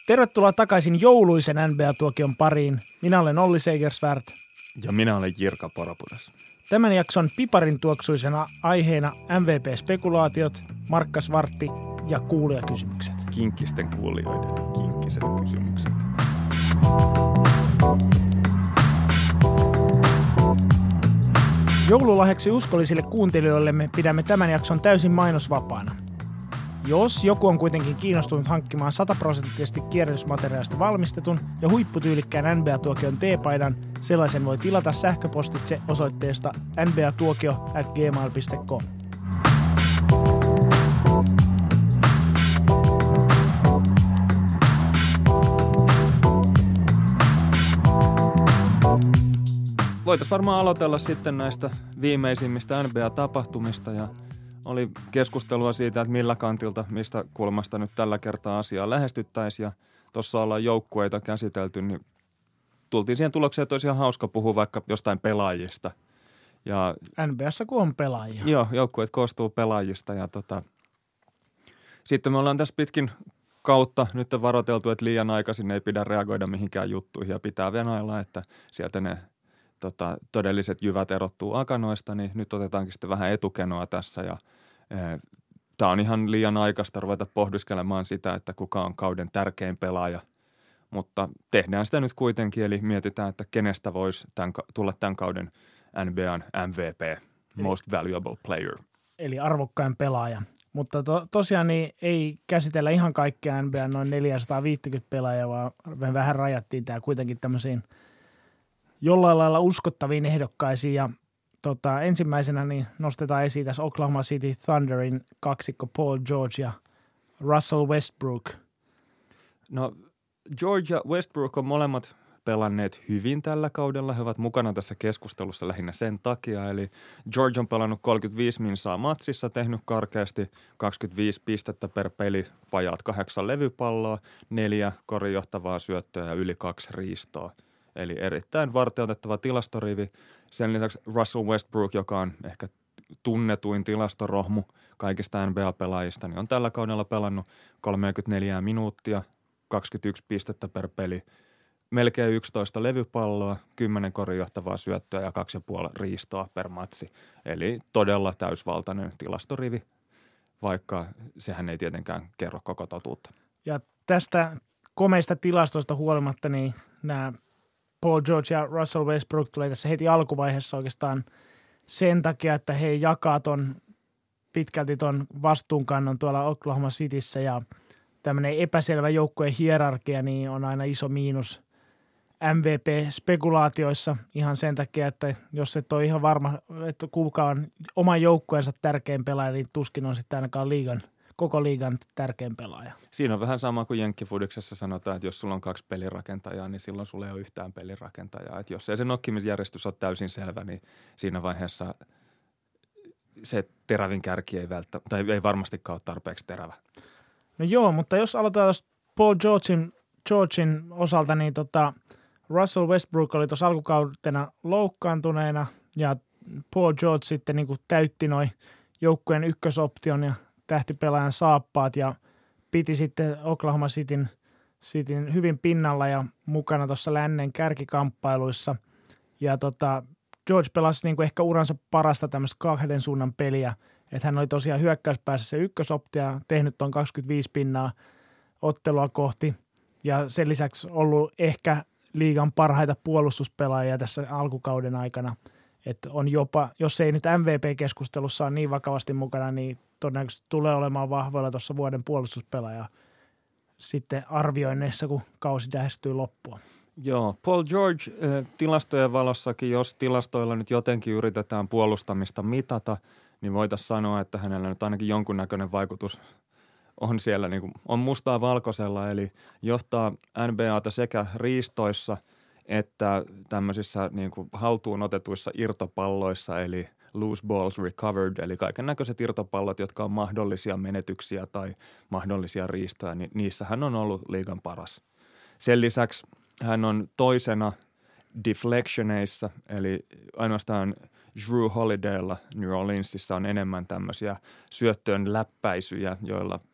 Tervetuloa takaisin jouluisen NBA-tuokion pariin. Minä olen Olli Segersvärd. Ja minä olen Jirka Poropudas. Tämän jakson piparin tuoksuisena aiheena MVP-spekulaatiot, Markkasvartti ja kuulijakysymykset. Kinkkisten kuulijoiden kinkkiset kysymykset. Joululahjaksi uskollisille kuuntelijoille me pidämme tämän jakson täysin mainosvapaana. Jos joku on kuitenkin kiinnostunut hankkimaan 100% kierrätysmateriaalista valmistetun ja huipputyylikkään NBA-tuokion teepaidan, sellaisen voi tilata sähköpostitse osoitteesta nbatuokio@gmail.com. Voitaisiin varmaan aloitella sitten näistä viimeisimmistä NBA-tapahtumista ja oli keskustelua siitä, että millä kantilta, mistä kulmasta nyt tällä kertaa asiaa lähestyttäisiin ja tuossa ollaan joukkueita käsitelty, niin tultiin siihen tulokseen, että olisi ihan hauska puhua vaikka jostain pelaajista. Ja NBA:ssa kun on pelaajia. Joo, joukkueet koostuu pelaajista ja sitten me ollaan tässä pitkin kautta nyt varoiteltu, että liian aikaisin ei pidä reagoida mihinkään juttuihin ja pitää venailla, että sieltä ne todelliset jyvät erottuu akanoista, niin nyt otetaankin sitten vähän etukenoa tässä ja tämä on ihan liian aikaista ruveta pohdiskelemaan sitä, että kuka on kauden tärkein pelaaja, mutta tehdään sitä nyt kuitenkin, eli mietitään, että kenestä voisi tulla tämän kauden NBAn MVP, Most Valuable Player. Eli arvokkain pelaaja. Mutta tosiaan niin ei käsitellä ihan kaikkea NBAn noin 450 pelaajaa, vaan me vähän rajattiin tämä kuitenkin tämmöisiin jollain lailla uskottaviin ehdokkaisiin ja ensimmäisenä niin nostetaan esiin tässä Oklahoma City Thunderin kaksikko Paul George ja Russell Westbrook. No George ja Westbrook on molemmat pelanneet hyvin tällä kaudella. He ovat mukana tässä keskustelussa lähinnä sen takia. Eli George on pelannut 35 minsaa matsissa, tehnyt karkeasti 25 pistettä per peli, vajaat 8 levypalloa, 4 korinjohtavaa syöttöä ja yli 2 riistoa. Eli erittäin varteutettava tilastorivi. Sen lisäksi Russell Westbrook, joka on ehkä tunnetuin tilastorohmu kaikista NBA-pelaajista, niin on tällä kaudella pelannut 34 minuuttia, 21 pistettä per peli, melkein 11 levypalloa, 10 korinjohtavaa syöttöä ja 2,5 riistoa per matsi. Eli todella täysvaltainen tilastorivi, vaikka sehän ei tietenkään kerro koko totuutta. Ja tästä komeista tilastoista huolimatta, niin nämä Paul George ja Russell Westbrook tulee tässä heti alkuvaiheessa oikeastaan sen takia, että he jakaa pitkälti ton vastuunkannon tuolla Oklahoma Cityssä ja tämmöinen epäselvä joukkueen hierarkia niin on aina iso miinus MVP-spekulaatioissa ihan sen takia, että jos et ole ihan varma, että kuka on oman joukkueensa tärkein pelaaja, niin tuskin on sitten ainakaan koko liigan tärkein pelaaja. Siinä on vähän sama kuin jenkkifudiksessa sanotaan, että jos sulla on 2 pelirakentajaa, niin silloin sulla ei ole yhtään pelirakentajaa. Että jos ei se nokkimisjärjestys ole täysin selvä, niin siinä vaiheessa se terävin kärki ei varmastikaan ole tarpeeksi terävä. No joo, mutta jos aloitetaan Paul Georgein osalta, niin Russell Westbrook oli tuossa alkukautena loukkaantuneena ja Paul George sitten niin kuin täytti noi joukkueen ykkösoption ja tähtipelaajan saappaat ja piti sitten Oklahoma Cityn hyvin pinnalla ja mukana tuossa lännen kärkikamppailuissa. Ja George pelasi niin kuin ehkä uransa parasta tämmöistä 2 suunnan peliä, että hän oli tosiaan hyökkäyspäässä se ykkösopti ja tehnyt tuon 25 pinnaa ottelua kohti ja sen lisäksi ollut ehkä liigan parhaita puolustuspelaajia tässä alkukauden aikana. Että on jopa, jos ei nyt MVP-keskustelussa ole niin vakavasti mukana, niin todennäköisesti tulee olemaan vahvoilla tuossa vuoden puolustuspelaaja sitten arvioinneissa, kun kausi lähestyy loppua. Joo, Paul George tilastojen valossakin, jos tilastoilla nyt jotenkin yritetään puolustamista mitata, niin voitaisiin sanoa, että hänellä nyt ainakin jonkunnäköinen vaikutus on siellä, niin kuin, on mustaa valkoisella, eli johtaa NBAta sekä riistoissa että tämmöisissä niin kuin haltuun otetuissa irtopalloissa, eli loose balls recovered, eli kaiken näköiset irtopallot, jotka on mahdollisia menetyksiä tai mahdollisia riistoja, niin niissä hän on ollut liigan paras. Sen lisäksi hän on toisena deflectioneissa, eli ainoastaan Jrue Holidaylla New Orleansissa on enemmän tämmöisiä syöttöön läppäisyjä, joilla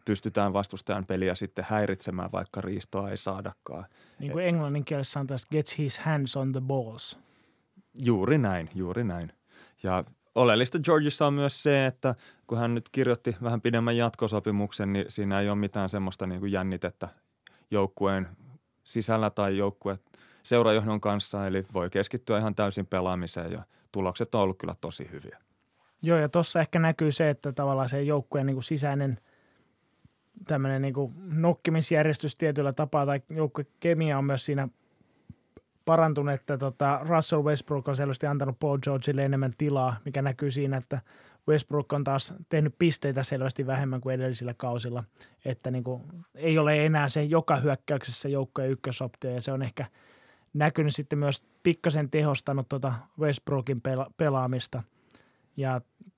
pystytään vastustajan peliä sitten häiritsemään, vaikka riistoa ei saadakaan. Niin kuin englannin kielessä on tästä gets his hands on the balls. Juuri näin. Ja oleellista Georgissa on myös se, että kun hän nyt kirjoitti vähän pidemmän jatkosopimuksen, niin siinä ei ole mitään semmoista niin kuin jännitettä joukkueen sisällä tai seurajohdon kanssa, eli voi keskittyä ihan täysin pelaamiseen ja tulokset on ollut kyllä tosi hyviä. Joo, ja tuossa ehkä näkyy se, että tavallaan se joukkueen niin kuin sisäinen tämmöinen niin kuin nokkimisjärjestys tietyllä tapaa tai joukkueen kemia on myös siinä parantunut, että Russell Westbrook on selvästi antanut Paul Georgelle enemmän tilaa, mikä näkyy siinä, että Westbrook on taas tehnyt pisteitä selvästi vähemmän kuin edellisillä kausilla, että niin kuin ei ole enää se joka hyökkäyksessä joukkueen ykkösoptio, ja se on ehkä näkynyt sitten myös pikkasen tehostanut Westbrookin pelaamista. Ja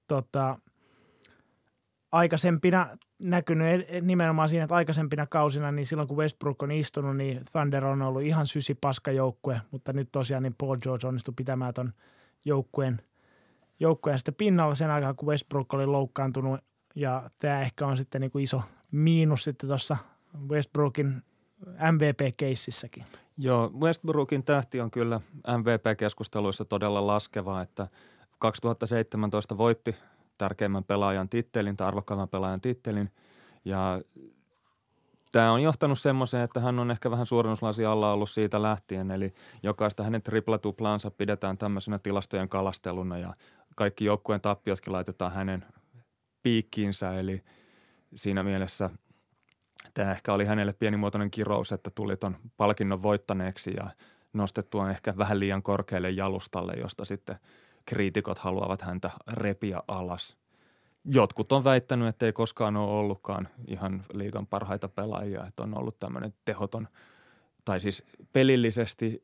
aikaisempina näkynyt nimenomaan siinä, että aikaisempina kausina, niin silloin kun Westbrook on istunut, niin Thunder on ollut ihan sysipaska joukkue, mutta nyt tosiaan niin Paul George onnistui pitämään ton joukkueen sitten pinnalla sen aikaa, kun Westbrook oli loukkaantunut, ja tämä ehkä on sitten niin kuin iso miinus sitten tuossa Westbrookin MVP-keississäkin. Joo, Westbrookin tähti on kyllä MVP-keskusteluissa todella laskeva, että 2017 voitti tärkeimmän pelaajan tittelin tai arvokkaimman pelaajan tittelin, ja tämä on johtanut semmoiseen, että hän on ehkä vähän suurennuslasi alla ollut siitä lähtien, eli jokaista hänen tripla-tuplaansa pidetään tämmöisenä tilastojen kalasteluna, ja kaikki joukkueen tappiotkin laitetaan hänen piikkiinsä, eli siinä mielessä tämä ehkä oli hänelle pienimuotoinen kirous, että tuli ton palkinnon voittaneeksi ja nostettua ehkä vähän liian korkealle jalustalle, josta sitten kriitikot haluavat häntä repiä alas. Jotkut on väittänyt, että ei koskaan ole ollutkaan ihan liigan parhaita pelaajia, että on ollut tämmöinen tehoton tai siis pelillisesti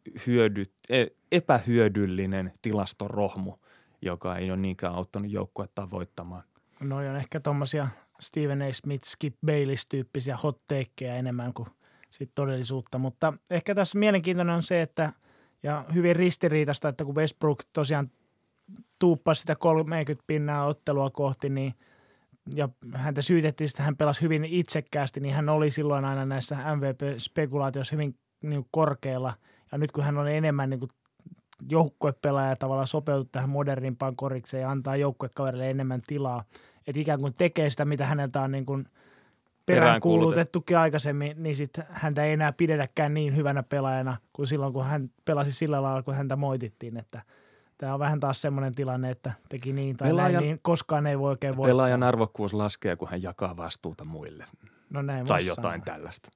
epähyödyllinen tilastorohmu, joka ei ole niinkään auttanut joukkuetta voittamaan. Noi on ehkä tommosia Stephen A. Smith, Skip Bayless-tyyppisiä hot takeja enemmän kuin sit todellisuutta, mutta ehkä tässä mielenkiintoinen on se, että ja hyvin ristiriitaista, että kun Westbrook tosiaan tuuppasi sitä 30 pinnaa ottelua kohti, niin ja häntä syytettiin, että hän pelasi hyvin itsekkäästi, niin hän oli silloin aina näissä MVP-spekulaatioissa hyvin niin korkealla. Ja nyt kun hän on enemmän niin joukkuepelaaja ja tavallaan sopeutunut tähän modernimpaan korikseen ja antaa joukkuekaverille enemmän tilaa, että ikään kuin tekee sitä, mitä häneltä on niin kuin peräänkuulutettukin aikaisemmin, niin sitten häntä ei enää pidetäkään niin hyvänä pelaajana kuin silloin, kun hän pelasi sillä lailla, kun häntä moitittiin, että tämä on vähän taas semmoinen tilanne, että teki niin tai näin, niin koskaan ei voi oikein voittaa. Pelaajan arvokkuus laskee, kun hän jakaa vastuuta muille. No näin tai jotain tällaista.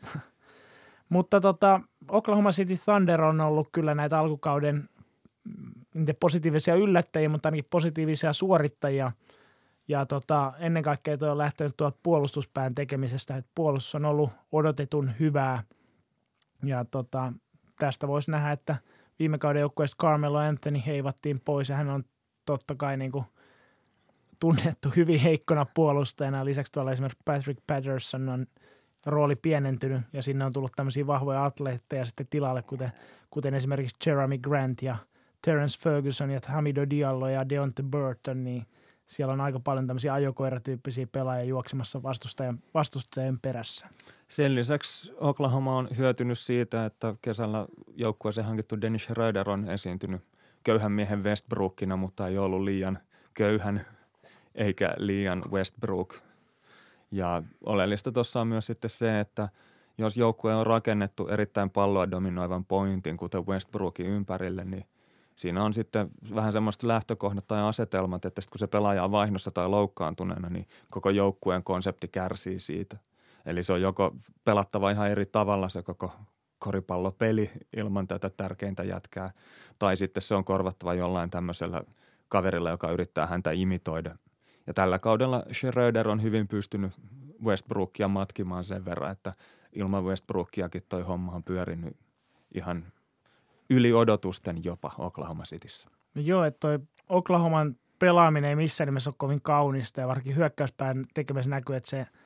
Mutta Oklahoma City Thunder on ollut kyllä näitä alkukauden positiivisia yllättäjiä, mutta ainakin positiivisia suorittajia. Ja ennen kaikkea tuo on lähtenyt tuolta puolustuspään tekemisestä, että puolustus on ollut odotetun hyvää. Ja tästä voisi nähdä, että viime kauden joukkueesta Carmelo Anthony heivattiin pois ja hän on totta kai niin kuin tunnettu hyvin heikkona puolustajana. Lisäksi tuolla esimerkiksi Patrick Patterson on rooli pienentynyt ja sinne on tullut tämmöisiä vahvoja atleetteja sitten tilalle, kuten esimerkiksi Jeremy Grant ja Terence Ferguson ja Hamidou Diallo ja Deonte Burton, niin siellä on aika paljon tämmöisiä ajokoiratyyppisiä pelaajia juoksemassa vastustajien perässä. Sen lisäksi Oklahoma on hyötynyt siitä, että kesällä joukkueeseen hankittu Dennis Schroeder on esiintynyt köyhän miehen Westbrookina, mutta ei ollut liian köyhän eikä liian Westbrook. Ja oleellista tuossa on myös sitten se, että jos joukkue on rakennettu erittäin palloa dominoivan pointin, kuten Westbrookin ympärille, niin siinä on sitten vähän semmoista lähtökohdat tai asetelmat, että kun se pelaaja on vaihdossa tai loukkaantuneena, niin koko joukkueen konsepti kärsii siitä. Eli se on joko pelattava ihan eri tavalla se koko koripallopeli ilman tätä tärkeintä jätkää, tai sitten se on korvattava jollain tämmöisellä kaverilla, joka yrittää häntä imitoida. Ja tällä kaudella Schröder on hyvin pystynyt Westbrookia matkimaan sen verran, että ilman Westbrookiakin toi homma on pyörinyt ihan yli odotusten jopa Oklahoma Cityssä. No joo, että toi Oklahoman pelaaminen ei missään nimessä ole kovin kaunista ja varsinkin hyökkäyspään tekemässä näkyy, että se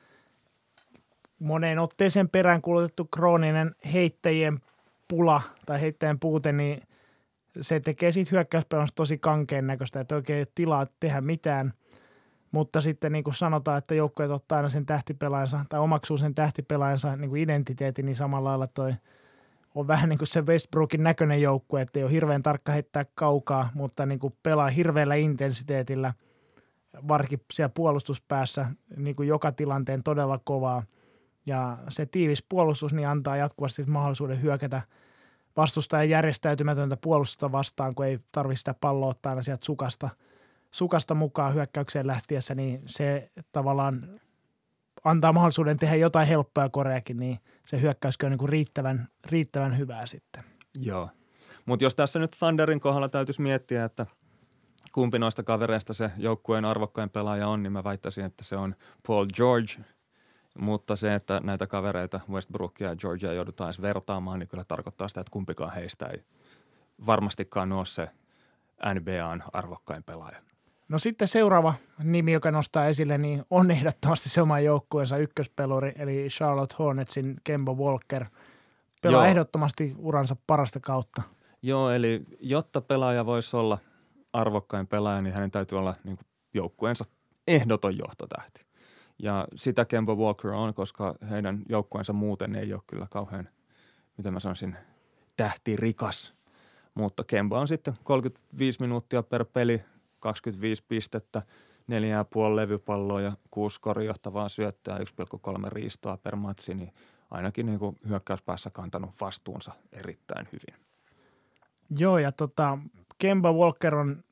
moneen otteeseen peräänkuulutettu krooninen heittäjien pula tai heittäjien puute, niin se tekee siitä hyökkäyspelasta tosi kankeen näköistä, että oikein ei ole tilaa tehdä mitään. mutta sitten niin kuin sanotaan, että joukkueet ottaa aina sen tähtipelaajansa tai omaksuu sen tähtipelaajansa niin kuin identiteetin, niin samalla lailla toi on vähän niin kuin se Westbrookin näköinen joukkue, että ei ole hirveän tarkka heittää kaukaa, mutta niin kuin pelaa hirveällä intensiteetillä, varsinkin siellä puolustuspäässä niin kuin joka tilanteen todella kovaa. Ja se tiivis puolustus niin antaa jatkuvasti mahdollisuuden hyökätä vastustajan järjestäytymätöntä puolustusta vastaan, kun ei tarvitse sitä palloa ottaa aina sieltä sukasta mukaan hyökkäykseen lähtiessä, niin se tavallaan antaa mahdollisuuden tehdä jotain helppoa koreakin, niin se hyökkäyskin on niin kuin riittävän hyvää sitten. Joo, mutta jos tässä nyt Thunderin kohdalla täytyisi miettiä, että kumpi noista kavereista se joukkueen arvokkain pelaaja on, niin mä väittäisin, että se on Paul George. Mutta se, että näitä kavereita Westbrookia ja Georgia joudutaan edes vertaamaan, niin kyllä tarkoittaa sitä, että kumpikaan heistä ei varmastikaan ole se NBA:n arvokkain pelaaja. No sitten seuraava nimi, joka nostaa esille, niin on ehdottomasti se oman joukkueensa ykköspeluri, eli Charlotte Hornetsin Kemba Walker. Pelaa ehdottomasti uransa parasta kautta. Joo, eli jotta pelaaja voisi olla arvokkain pelaaja, niin hänen täytyy olla niin kuin joukkueensa ehdoton johtotähti. Ja sitä Kemba Walker on, koska heidän joukkueensa muuten ei ole kyllä kauhean, mitä mä sanoisin, tähtirikas. Mutta Kemba on sitten 35 minuuttia per peli, 25 pistettä, 4,5 levypalloa ja 6 korjohtavaa syöttöä, 1,3 riistoa per matsi, niin ainakin niin kuin hyökkäyspäässä kantanut vastuunsa erittäin hyvin. Joo, ja Kemba Walker on,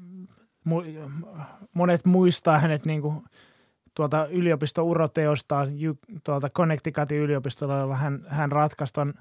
monet muistaa hänet niin kuin tuolta yliopisto-uroteostaan tuolta Connecticutin yliopistolla, jolla hän ratkaisi ton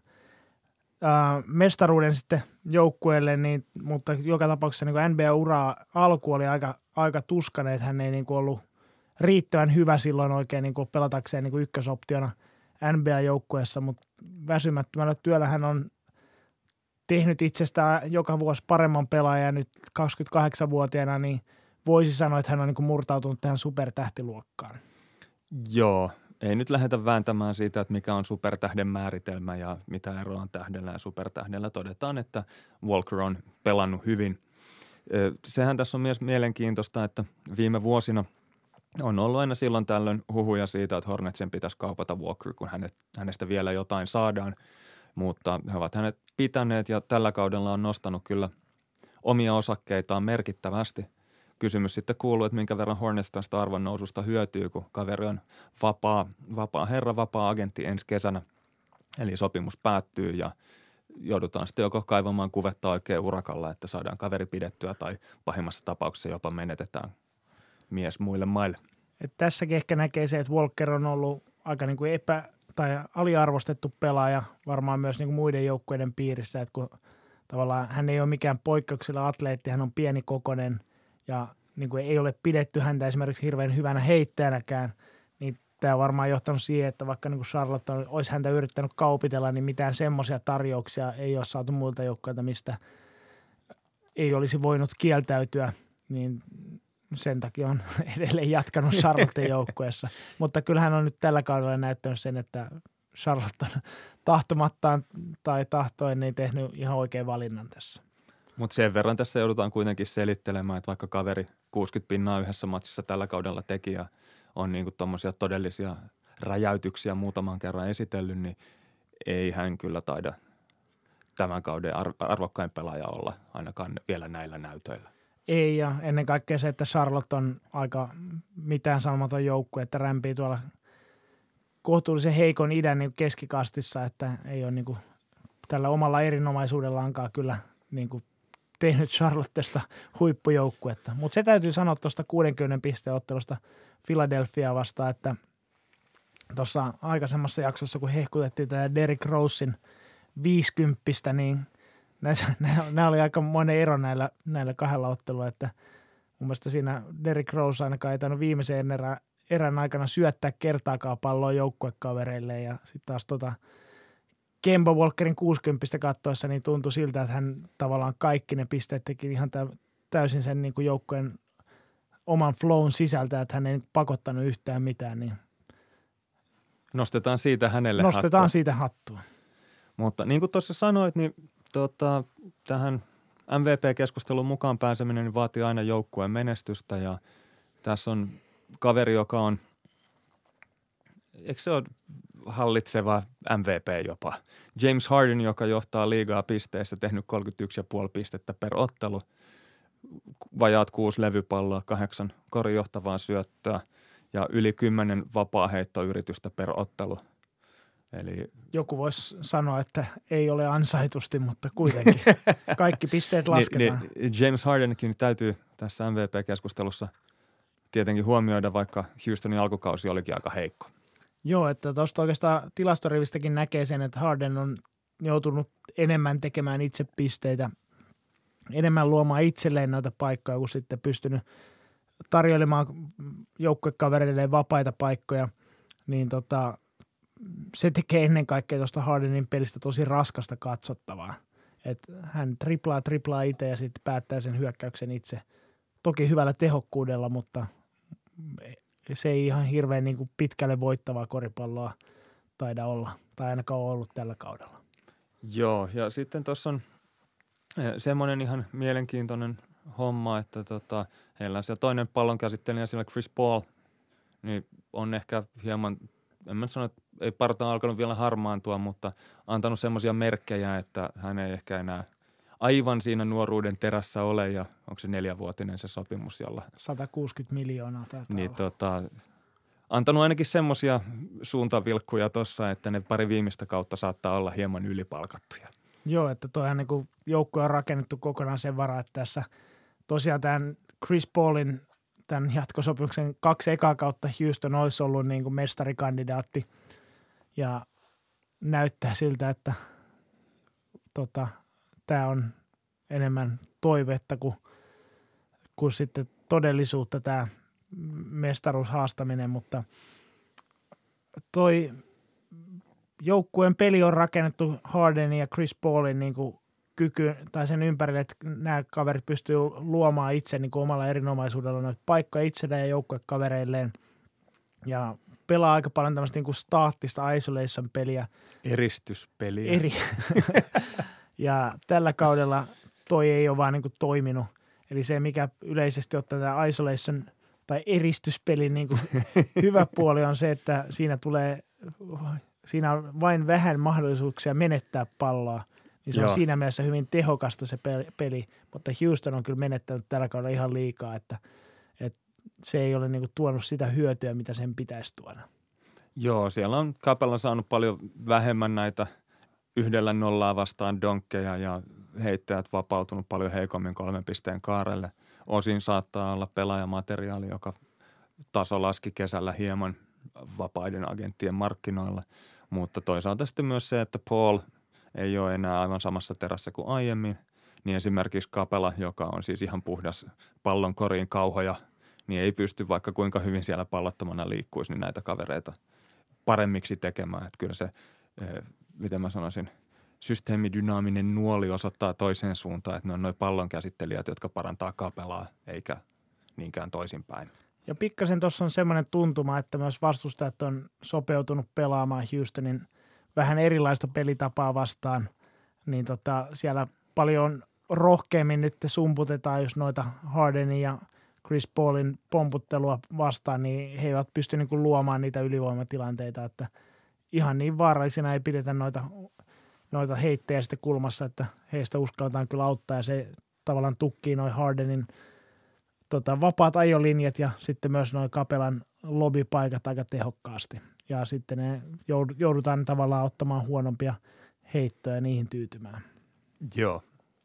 mestaruuden sitten joukkueelle, niin, mutta joka tapauksessa niin NBA-ura alku oli aika tuskainen, että hän ei niin kuin ollut riittävän hyvä silloin oikein niin kuin pelatakseen niin kuin ykkösoptiona NBA-joukkueessa, mutta väsymättömällä työllä hän on tehnyt itsestään joka vuosi paremman pelaajan nyt 28-vuotiaana, niin voisi sanoa, että hän on niin kuin murtautunut tähän supertähtiluokkaan. Joo, ei nyt lähdetä vääntämään siitä, että mikä on supertähden määritelmä ja mitä eroa on tähdellä ja supertähdellä. Todetaan, että Walker on pelannut hyvin. Sehän tässä on myös mielenkiintoista, että viime vuosina on ollut aina silloin tällöin huhuja siitä, että Hornetsin pitäisi kaupata Walker, kun hänestä vielä jotain saadaan. Mutta he ovat hänet pitäneet ja tällä kaudella on nostanut kyllä omia osakkeitaan merkittävästi. Kysymys sitten kuuluu, että minkä verran Hornets tästä arvonnoususta hyötyy, kun kaveri on vapaa herra, vapaa agentti ensi kesänä. Eli sopimus päättyy ja joudutaan sitten joko kaivamaan kuvetta oikein urakalla, että saadaan kaveri pidettyä tai pahimmassa tapauksessa jopa menetetään mies muille maille. Et tässäkin ehkä näkee se, että Walker on ollut aika niin kuin tai aliarvostettu pelaaja varmaan myös niin kuin muiden joukkueiden piirissä, että kun tavallaan hän ei ole mikään poikkeuksella atleetti, hän on pienikokoinen ja niin kuin ei ole pidetty häntä esimerkiksi hirveän hyvänä heittäjänäkään, niin tämä on varmaan johtanut siihen, että vaikka niin kuin Charlotte olisi häntä yrittänyt kaupitella, niin mitään semmoisia tarjouksia ei ole saatu muilta joukkueilta, mistä ei olisi voinut kieltäytyä, niin sen takia on edelleen jatkanut Charlotten joukkueessa. Mutta kyllähän on nyt tällä kaudella näyttänyt sen, että Charlotte on tahtomattaan tai tahtoen niin tehnyt ihan oikein valinnan tässä. Mutta sen verran tässä joudutaan kuitenkin selittelemään, että vaikka kaveri 60 pinnaa yhdessä matsissa tällä kaudella teki ja on niinku tommosia todellisia räjäytyksiä muutaman kerran esitellyt, niin ei hän kyllä taida tämän kauden arvokkain pelaaja olla ainakaan vielä näillä näytöillä. Ei, ja ennen kaikkea se, että Charlotte on aika mitään sanomaton joukkue, että rämpii tuolla kohtuullisen heikon idän niin keskikastissa, että ei ole niin kuin tällä omalla erinomaisuudellaankaan kyllä niin kuin tehnyt Charlottesta huippujoukkuetta. Mutta se täytyy sanoa tuosta 60 pisteen ottelusta Philadelphia vastaan, että tuossa aikaisemmassa jaksossa, kun hehkutettiin tätä Derrick Rosen 50, niin nämä oli aika monen ero näillä kahdella ottelulla, että mun mielestä siinä Derrick Rose ainakaan ei tainnut viimeisen erän aikana syöttää kertaakaan palloa joukkuekavereille ja sitten taas Kemba Walkerin 60 kattoessa niin tuntui siltä, että hän tavallaan kaikki ne pisteet teki ihan täysin sen niin kuin joukkueen oman flown sisältä, että hän ei pakottanut yhtään mitään. Niin Nostetaan siitä hänelle siitä hattua. Mutta niin kuin tuossa sanoit, niin tähän MVP-keskustelun mukaan pääseminen niin vaatii aina joukkueen menestystä ja tässä on kaveri, joka on, eikö se ole hallitseva MVP jopa? James Harden, joka johtaa liigaa pisteissä, tehnyt 31,5 pistettä per ottelu, vajaat 6 levypalloa, 8 korijohtavaa syöttöä ja yli 10 vapaaheittoyritystä per ottelu. Eli joku voisi sanoa, että ei ole ansaitusti, mutta kuitenkin kaikki pisteet lasketaan. James Hardenkin täytyy tässä MVP-keskustelussa tietenkin huomioida, vaikka Houstonin alkukausi olikin aika heikko. Joo, että tuosta oikeastaan tilastorivistäkin näkee sen, että Harden on joutunut enemmän tekemään itse pisteitä, enemmän luomaan itselleen noita paikkoja, kuin sitten pystynyt tarjoilemaan joukkuekavereilleen vapaita paikkoja, niin se tekee ennen kaikkea tuosta Hardenin pelistä tosi raskasta katsottavaa. Että hän triplaa itse ja sitten päättää sen hyökkäyksen itse. Toki hyvällä tehokkuudella, mutta se ei ihan hirveän niin kuin pitkälle voittavaa koripalloa taida olla, tai ainakaan ole ollut tällä kaudella. Joo, ja sitten tuossa on semmoinen ihan mielenkiintoinen homma, että heillä on siellä toinen pallonkäsittelijä, siellä Chris Paul, niin on ehkä hieman, en mä sano, että ei parta alkanut vielä harmaantua, mutta antanut semmoisia merkkejä, että hän ei ehkä enää aivan siinä nuoruuden terässä ole, ja onko se 4-vuotinen se sopimus, jolla 160 miljoonaa taitaa niin olla. Antanut ainakin semmoisia suuntavilkkuja tuossa, että ne pari viimeistä kautta saattaa olla hieman ylipalkattuja. Joo, että toihan niin joukkue on rakennettu kokonaan sen varaa, että tässä tosiaan tämän Chris Paulin tämän jatkosopimuksen 2 ekaa kautta Houston olisi ollut niin kuin mestarikandidaatti ja näyttää siltä, että tämä on enemmän toivetta kuin sitten todellisuutta tämä mestaruushaastaminen, mutta toi joukkueen peli on rakennettu Hardenin ja Chris Paulin niin kuin kyky tai sen ympärille, että nämä kaverit pystyy luomaan itse niin kuin omalla erinomaisuudella noita paikkoja itselleen ja joukkuekavereilleen ja pelaa aika paljon tämmöistä niin kuin staattista isolation-peliä. Eristyspeliä. Ja tällä kaudella toi ei ole vaan niin kuin toiminut. Eli se, mikä yleisesti ottaa tämä isolation tai eristyspelin niin kuin hyvä puoli on se, että siinä on vain vähän mahdollisuuksia menettää palloa. Niin se on siinä mielessä hyvin tehokasta se peli, mutta Houston on kyllä menettänyt tällä kaudella ihan liikaa, että se ei ole niin kuin tuonut sitä hyötyä, mitä sen pitäisi tuoda. Joo, siellä on Capela saanut paljon vähemmän näitä 1-0 vastaan donkkeja ja heittäjät vapautunut paljon heikommin 3 pisteen kaarelle. Osin saattaa olla pelaajamateriaali, joka taso laski kesällä hieman vapaiden agenttien markkinoilla, mutta toisaalta sitten myös se, että Paul ei ole enää aivan samassa terässä kuin aiemmin, niin esimerkiksi Capela, joka on siis ihan puhdas pallon koriin kauhoja, niin ei pysty vaikka kuinka hyvin siellä pallottomana liikkuisi, niin näitä kavereita paremmiksi tekemään. Että kyllä se, miten mä sanoisin, systeemidynaaminen nuoli osoittaa toiseen suuntaan, että ne on noi pallonkäsittelijät, jotka parantaa Capelaa, eikä niinkään toisinpäin. Ja pikkasen tuossa on semmoinen tuntuma, että myös vastustajat on sopeutunut pelaamaan Houstonin vähän erilaista pelitapaa vastaan, niin siellä paljon rohkeammin nyt sumputetaan just noita Hardenin ja Chris Paulin pomputtelua vastaan, niin he eivät pysty niin kuin luomaan niitä ylivoimatilanteita, että ihan niin vaarallisina ei pidetä noita heittejä sitten kulmassa, että heistä uskalletaan kyllä auttaa ja se tavallaan tukkii noin Hardenin vapaat ajolinjat ja sitten myös noin Capelan lobipaikat aika tehokkaasti. Ja sitten ne joudutaan tavallaan ottamaan huonompia heittoja ja niihin tyytymään. Joo.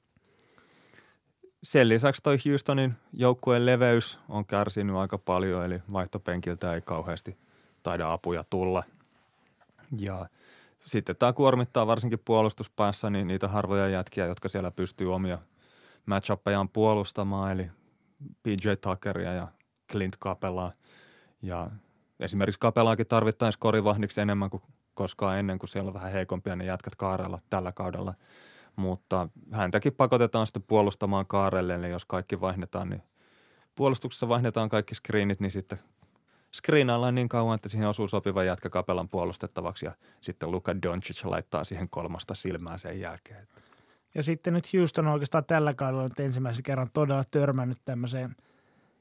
Sen lisäksi toi Houstonin joukkueen leveys on kärsinyt aika paljon, eli vaihtopenkiltä ei kauheasti taida apuja tulla. Ja sitten tämä kuormittaa varsinkin puolustuspäässä niin niitä harvoja jätkiä, jotka siellä pystyy omia match-uppejaan puolustamaan, eli PJ Tuckeria ja Clint Capelaa. Ja esimerkiksi Capelaakin tarvittaisiin korivahdiksi enemmän kuin koskaan ennen, kun siellä on vähän heikompia ne jätkät kaarella tällä kaudella. Mutta häntäkin pakotetaan sitten puolustamaan kaarelle, eli jos kaikki vaihdetaan, niin puolustuksessa vaihdetaan kaikki screenit, niin sitten screenaillaan niin kauan, että siihen osuu sopiva jätkä Capelan puolustettavaksi ja sitten Luka Doncic laittaa siihen 3 silmää sen jälkeen. Ja sitten nyt Houston on oikeastaan tällä kaudella nyt ensimmäisen kerran todella törmännyt tämmöiseen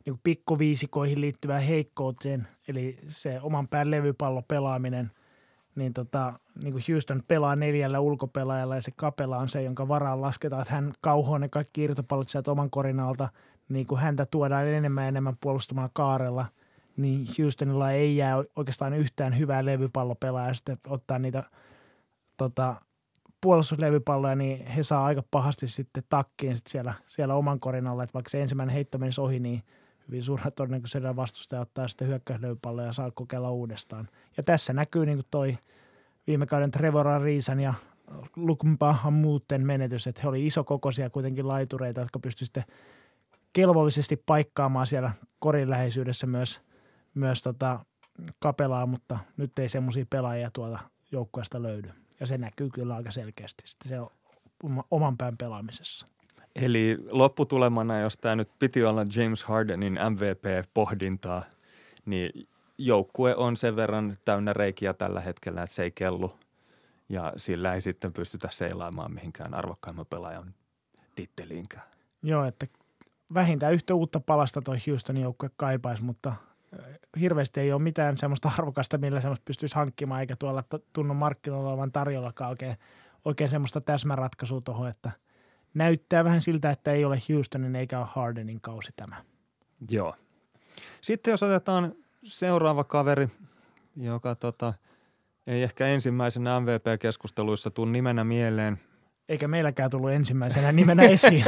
niin pikkuviisikoihin liittyvään heikkouteen, eli se oman pään levypallopelaaminen, niin, niin kuin Houston pelaa 4 ulkopelaajalla ja se Capela on se, jonka varaan lasketaan, että hän kauhoaa ne kaikki irtopallot sieltä oman korin alta, niin kun häntä tuodaan enemmän ja enemmän puolustamaan kaarella, niin Houstonilla ei jää oikeastaan yhtään hyvää levypallopelaajaa ja sitten ottaa niitä puolustuslevypalloja, niin he saa aika pahasti sitten takkiin sitten siellä oman korin alla, että vaikka se ensimmäinen heitto menisi ohi, niin hyvin suurella todennäköisyydellä vastustaja ottaa sitten hyökkäyslevypalloja ja saa kokeilla uudestaan. Ja tässä näkyy niin kuin toi viime kauden Trevor Arisan ja Lukmpa Hamuten menetys, että he oli isokokoisia kuitenkin laitureita, jotka pystyivät sitten kelvollisesti paikkaamaan siellä korin läheisyydessä myös Capelaa, mutta nyt ei semmoisia pelaajia tuolta joukkueesta löydy. Ja se näkyy kyllä aika selkeästi sitten se oman pään pelaamisessa. Eli lopputulemana, jos tämä nyt piti olla James Hardenin MVP-pohdintaa, niin joukkue on sen verran täynnä reikiä tällä hetkellä, että se ei kellu. Ja sillä ei sitten pystytä seilaamaan mihinkään arvokkaimman pelaajan titteliinkään. Joo, että vähintään yhtä uutta palasta toi Houstonin joukkue kaipaisi, mutta hirveästi ei ole mitään semmoista arvokasta, millä semmoista pystyisi hankkimaan, eikä tuolla tunnu markkinoilla olevan tarjollakaan oikein semmoista täsmäratkaisua tuohon, että näyttää vähän siltä, että ei ole Houstonin eikä ole Hardenin kausi tämä. Joo. Sitten jos otetaan seuraava kaveri, joka ei ehkä ensimmäisenä MVP-keskusteluissa tule nimenä mieleen. Eikä meilläkään tullut ensimmäisenä nimenä esiin.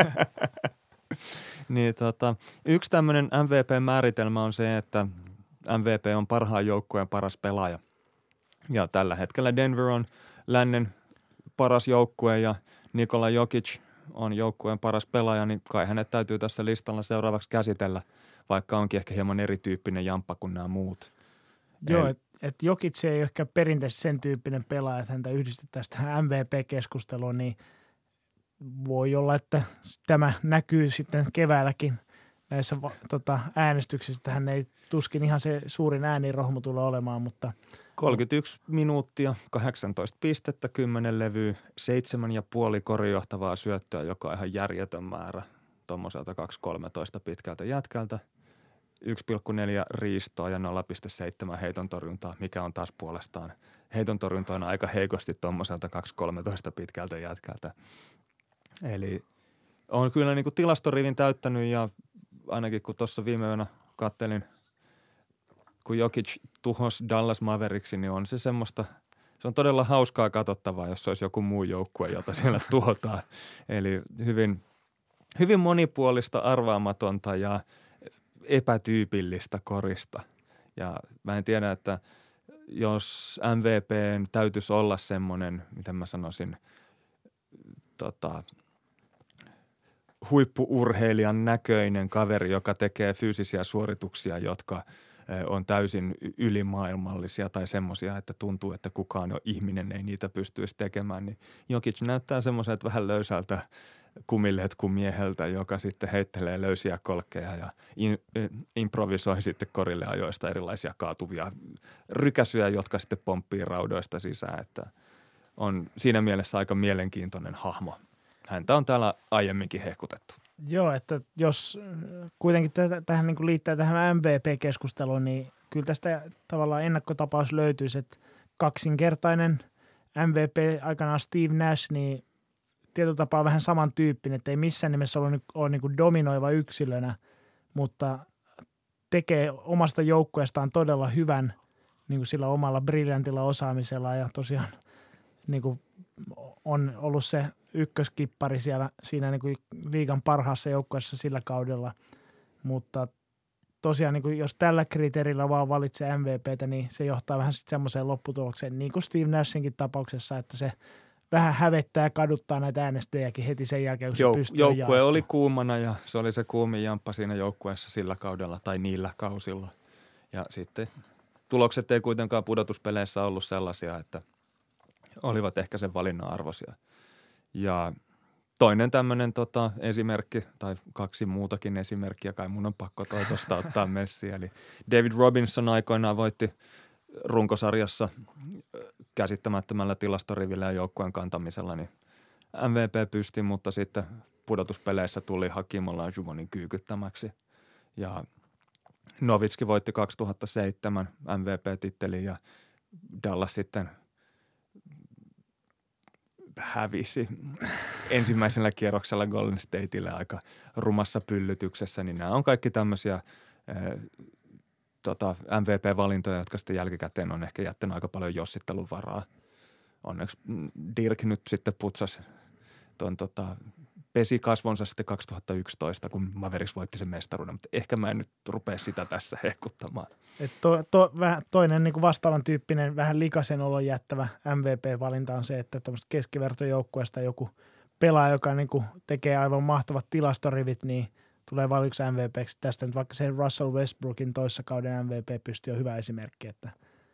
Niin yksi tämmöinen MVP-määritelmä on se, että MVP on parhaan joukkueen paras pelaaja. Ja tällä hetkellä Denver on lännen paras joukkue ja Nikola Jokic on joukkueen paras pelaaja, niin kai hänet täytyy tässä listalla seuraavaksi käsitellä, vaikka onkin ehkä hieman erityyppinen jamppa kuin nämä muut. Joo, että Jokic ei ole ehkä perinteisesti sen tyyppinen pelaaja, että häntä yhdistetään tähän MVP-keskusteluun, niin voi olla, että tämä näkyy sitten keväälläkin näissä äänestyksissä. Hän ei tuskin ihan se suurin äänirohmu tule olemaan, mutta 31 minuuttia, 18 pistettä, 10 levyä, 7,5 korijohtavaa syöttöä, joka on ihan järjetön määrä tuommoiselta 2.13 pitkältä jätkältä. 1,4 riistoa ja 0,7 heiton torjuntaa, mikä on taas puolestaan heiton torjunta on aika heikosti tuommoiselta 2.13 pitkältä jätkältä. Eli on kyllä niin kuin tilastorivin täyttänyt ja ainakin kun tuossa viime yönä kattelin, kun Jokic tuhosi Dallas Mavericksin, niin on se semmoista, se on todella hauskaa katsottavaa, jos olisi joku muu joukkue, jota siellä tuhotaan. Eli hyvin monipuolista, arvaamatonta ja epätyypillistä korista. Ja mä en tiedä, että jos MVPn täytyisi olla semmoinen, miten mä sanoisin, huippu-urheilijan näköinen kaveri, joka tekee fyysisiä suorituksia, jotka on täysin ylimaailmallisia tai semmoisia, että tuntuu, että kukaan ihminen ei niitä pystyisi tekemään, niin Jokic näyttää semmoiselta vähän löysältä kumiletkun-mieheltä, joka sitten heittelee löysiä kolkkeja ja improvisoi sitten korille ajoista erilaisia kaatuvia rykäsyjä, jotka sitten pomppii raudoista sisään, että on siinä mielessä aika mielenkiintoinen hahmo. Häntä on täällä aiemminkin hehkutettu. Joo, että jos kuitenkin tähän niin kuin liittää tähän MVP-keskusteluun, niin kyllä tästä tavallaan ennakkotapaus löytyisi, että kaksinkertainen MVP aikanaan Steve Nash, niin tietyllä tapaa vähän samantyyppinen, että ei missään nimessä ole niin kuin dominoiva yksilönä, mutta tekee omasta joukkueestaan todella hyvän niin kuin sillä omalla briljantilla osaamisella ja tosiaan niin kuin on ollut se ykköskippari siinä niin kuin liigan parhaassa joukkueessa sillä kaudella, mutta tosiaan niin kuin jos tällä kriteerillä vaan valitsee MVPtä, niin se johtaa vähän sitten semmoiseen lopputulokseen, niin kuin Steve Nashinkin tapauksessa, että se vähän hävettää ja kaduttaa näitä äänestäjiäkin heti sen jälkeen, kun se pystyy joukkue oli kuumana ja se oli se kuumin jamppa siinä joukkueessa sillä kaudella tai niillä kausilla. Ja sitten tulokset ei kuitenkaan pudotuspeleissä ollut sellaisia, että olivat ehkä sen valinnan arvoisia. Ja toinen tämmöinen esimerkki, tai kaksi muutakin esimerkkiä, kai mun on pakko tuosta ottaa messiä. Eli David Robinson aikoinaan voitti runkosarjassa käsittämättömällä tilastorivillä ja joukkueen kantamisella, niin MVP pysti, mutta sitten pudotuspeleissä tuli Hakim Olajuwonin kyykyttämäksi. Ja Nowitzki voitti 2007 MVP-tittelin ja Dallas sitten hävisi ensimmäisellä kierroksella Golden Stateille aika rumassa pyllytyksessä, niin nämä on kaikki tämmöisiä MVP-valintoja, jotka sitten jälkikäteen on ehkä jättänyt aika paljon jossittelun varaa. Onneksi Dirk nyt sitten putsasi pesi kasvonsa sitten 2011, kun Mavericks voitti sen mestaruuden, mutta ehkä mä en nyt rupea sitä tässä hehkuttamaan. Toinen niin kuin vastaavan tyyppinen, vähän likaisen olon jättävä MVP-valinta on se, että tämmöistä keskivertojoukkueesta joku pelaaja, joka niin kuin tekee aivan mahtavat tilastorivit, niin tulee valituksi MVP:ksi. Tästä nyt vaikka se Russell Westbrookin toissa kauden MVP pystyy, on hyvä esimerkki, että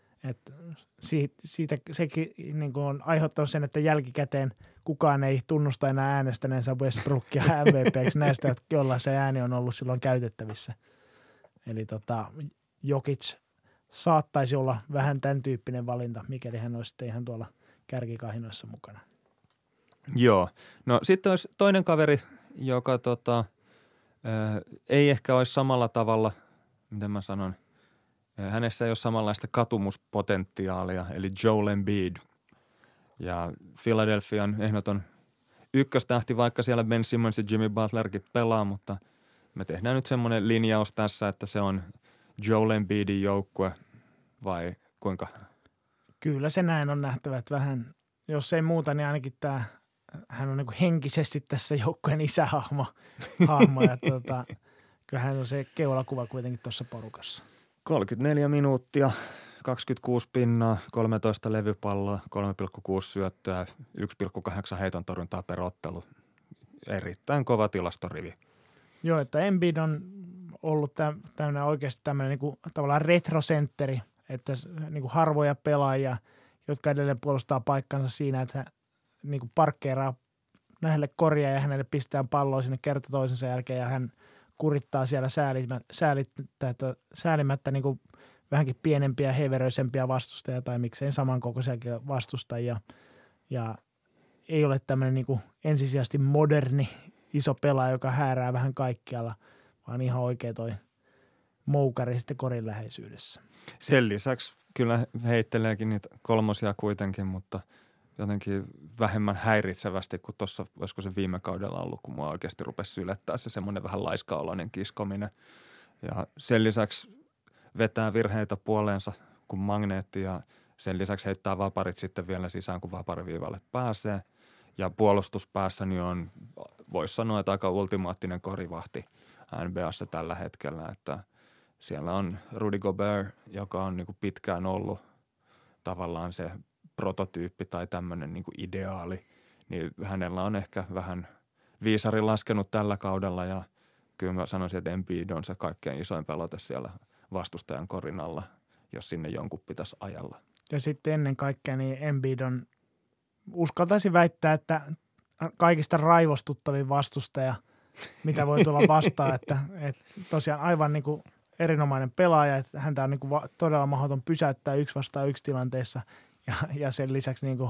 siitä sekin niin kuin on aiheuttanut sen, että jälkikäteen kukaan ei tunnusta enää äänestäneensä Westbrookia MVP:ksi näistä, joilla se ääni on ollut silloin käytettävissä. Eli Jokic saattaisi olla vähän tämän tyyppinen valinta, mikäli hän olisi ihan tuolla kärkikahinoissa mukana. Joo. No sitten olisi toinen kaveri, joka ei ehkä olisi samalla tavalla, miten mä sanon, hänessä ei ole samanlaista katumuspotentiaalia, eli Joel Embiid. Ja Philadelphian ehdoton ykköstähti, vaikka siellä Ben Simmons ja Jimmy Butlerkin pelaa, mutta me tehdään nyt semmoinen linjaus tässä, että se on Joel Embiidin joukkue vai kuinka? Kyllä se näin on nähtävä, että vähän, jos ei muuta, niin ainakin hän on niin kuin henkisesti tässä joukkueen isähahmo ja kyllä hän on se keulakuva kuitenkin tuossa porukassa. 34 minuuttia, 26 pinnaa, 13 levypalloa, 3,6 syöttöä, 1,8 heiton torjuntaa per ottelu. Erittäin kova tilastorivi. Joo, että Embiid on ollut tämmöinen oikeasti tämmöinen niin kuin tavallaan retrosentteri, että niin kuin harvoja pelaajia, jotka edelleen puolustaa paikkansa siinä, että niin kuin parkkeeraa hänelle korjaa ja hänelle pistää palloa sinne kerta toisensa jälkeen ja hän kurittaa siellä säälimättä niin kuin vähänkin pienempiä, heveröisempiä vastustajia tai miksei samankokoisiakin vastustajia. Ja ei ole tämmöinen niin kuin ensisijaisesti moderni iso pelaaja, joka häärää vähän kaikkialla, vaan ihan oikea toi moukari sitten korin läheisyydessä. Sen lisäksi kyllä heitteleekin niitä kolmosia kuitenkin, mutta jotenkin vähemmän häiritsevästi kuin tuossa, olisiko se viime kaudella ollut, kun mua oikeasti rupesi sylettää se semmoinen vähän laiskaoloinen kiskominen. Ja sen lisäksi vetää virheitä puoleensa kuin magneetti ja sen lisäksi heittää vaparit sitten vielä sisään, kun vapariviivalle pääsee. Ja puolustuspäässä niin on, voisi sanoa, että aika ultimaattinen korivahti NBA:ssa tällä hetkellä, että siellä on Rudy Gobert, joka on niin kuin pitkään ollut tavallaan se prototyyppi tai tämmöinen niin kuin ideaali, niin hänellä on ehkä vähän viisari laskenut tällä kaudella ja kyllä mä sanoisin, että Embiid on se kaikkein isoin pelote siellä vastustajan korin alla, jos sinne jonkun pitäisi ajalla. Ja sitten ennen kaikkea niin Embiid on, uskaltaisin väittää, että kaikista raivostuttavin vastustaja, mitä voi tulla vastaan, että tosiaan aivan niin kuin erinomainen pelaaja, että häntä on niin kuin todella mahdoton pysäyttää 1-1 tilanteessa ja sen lisäksi niin kuin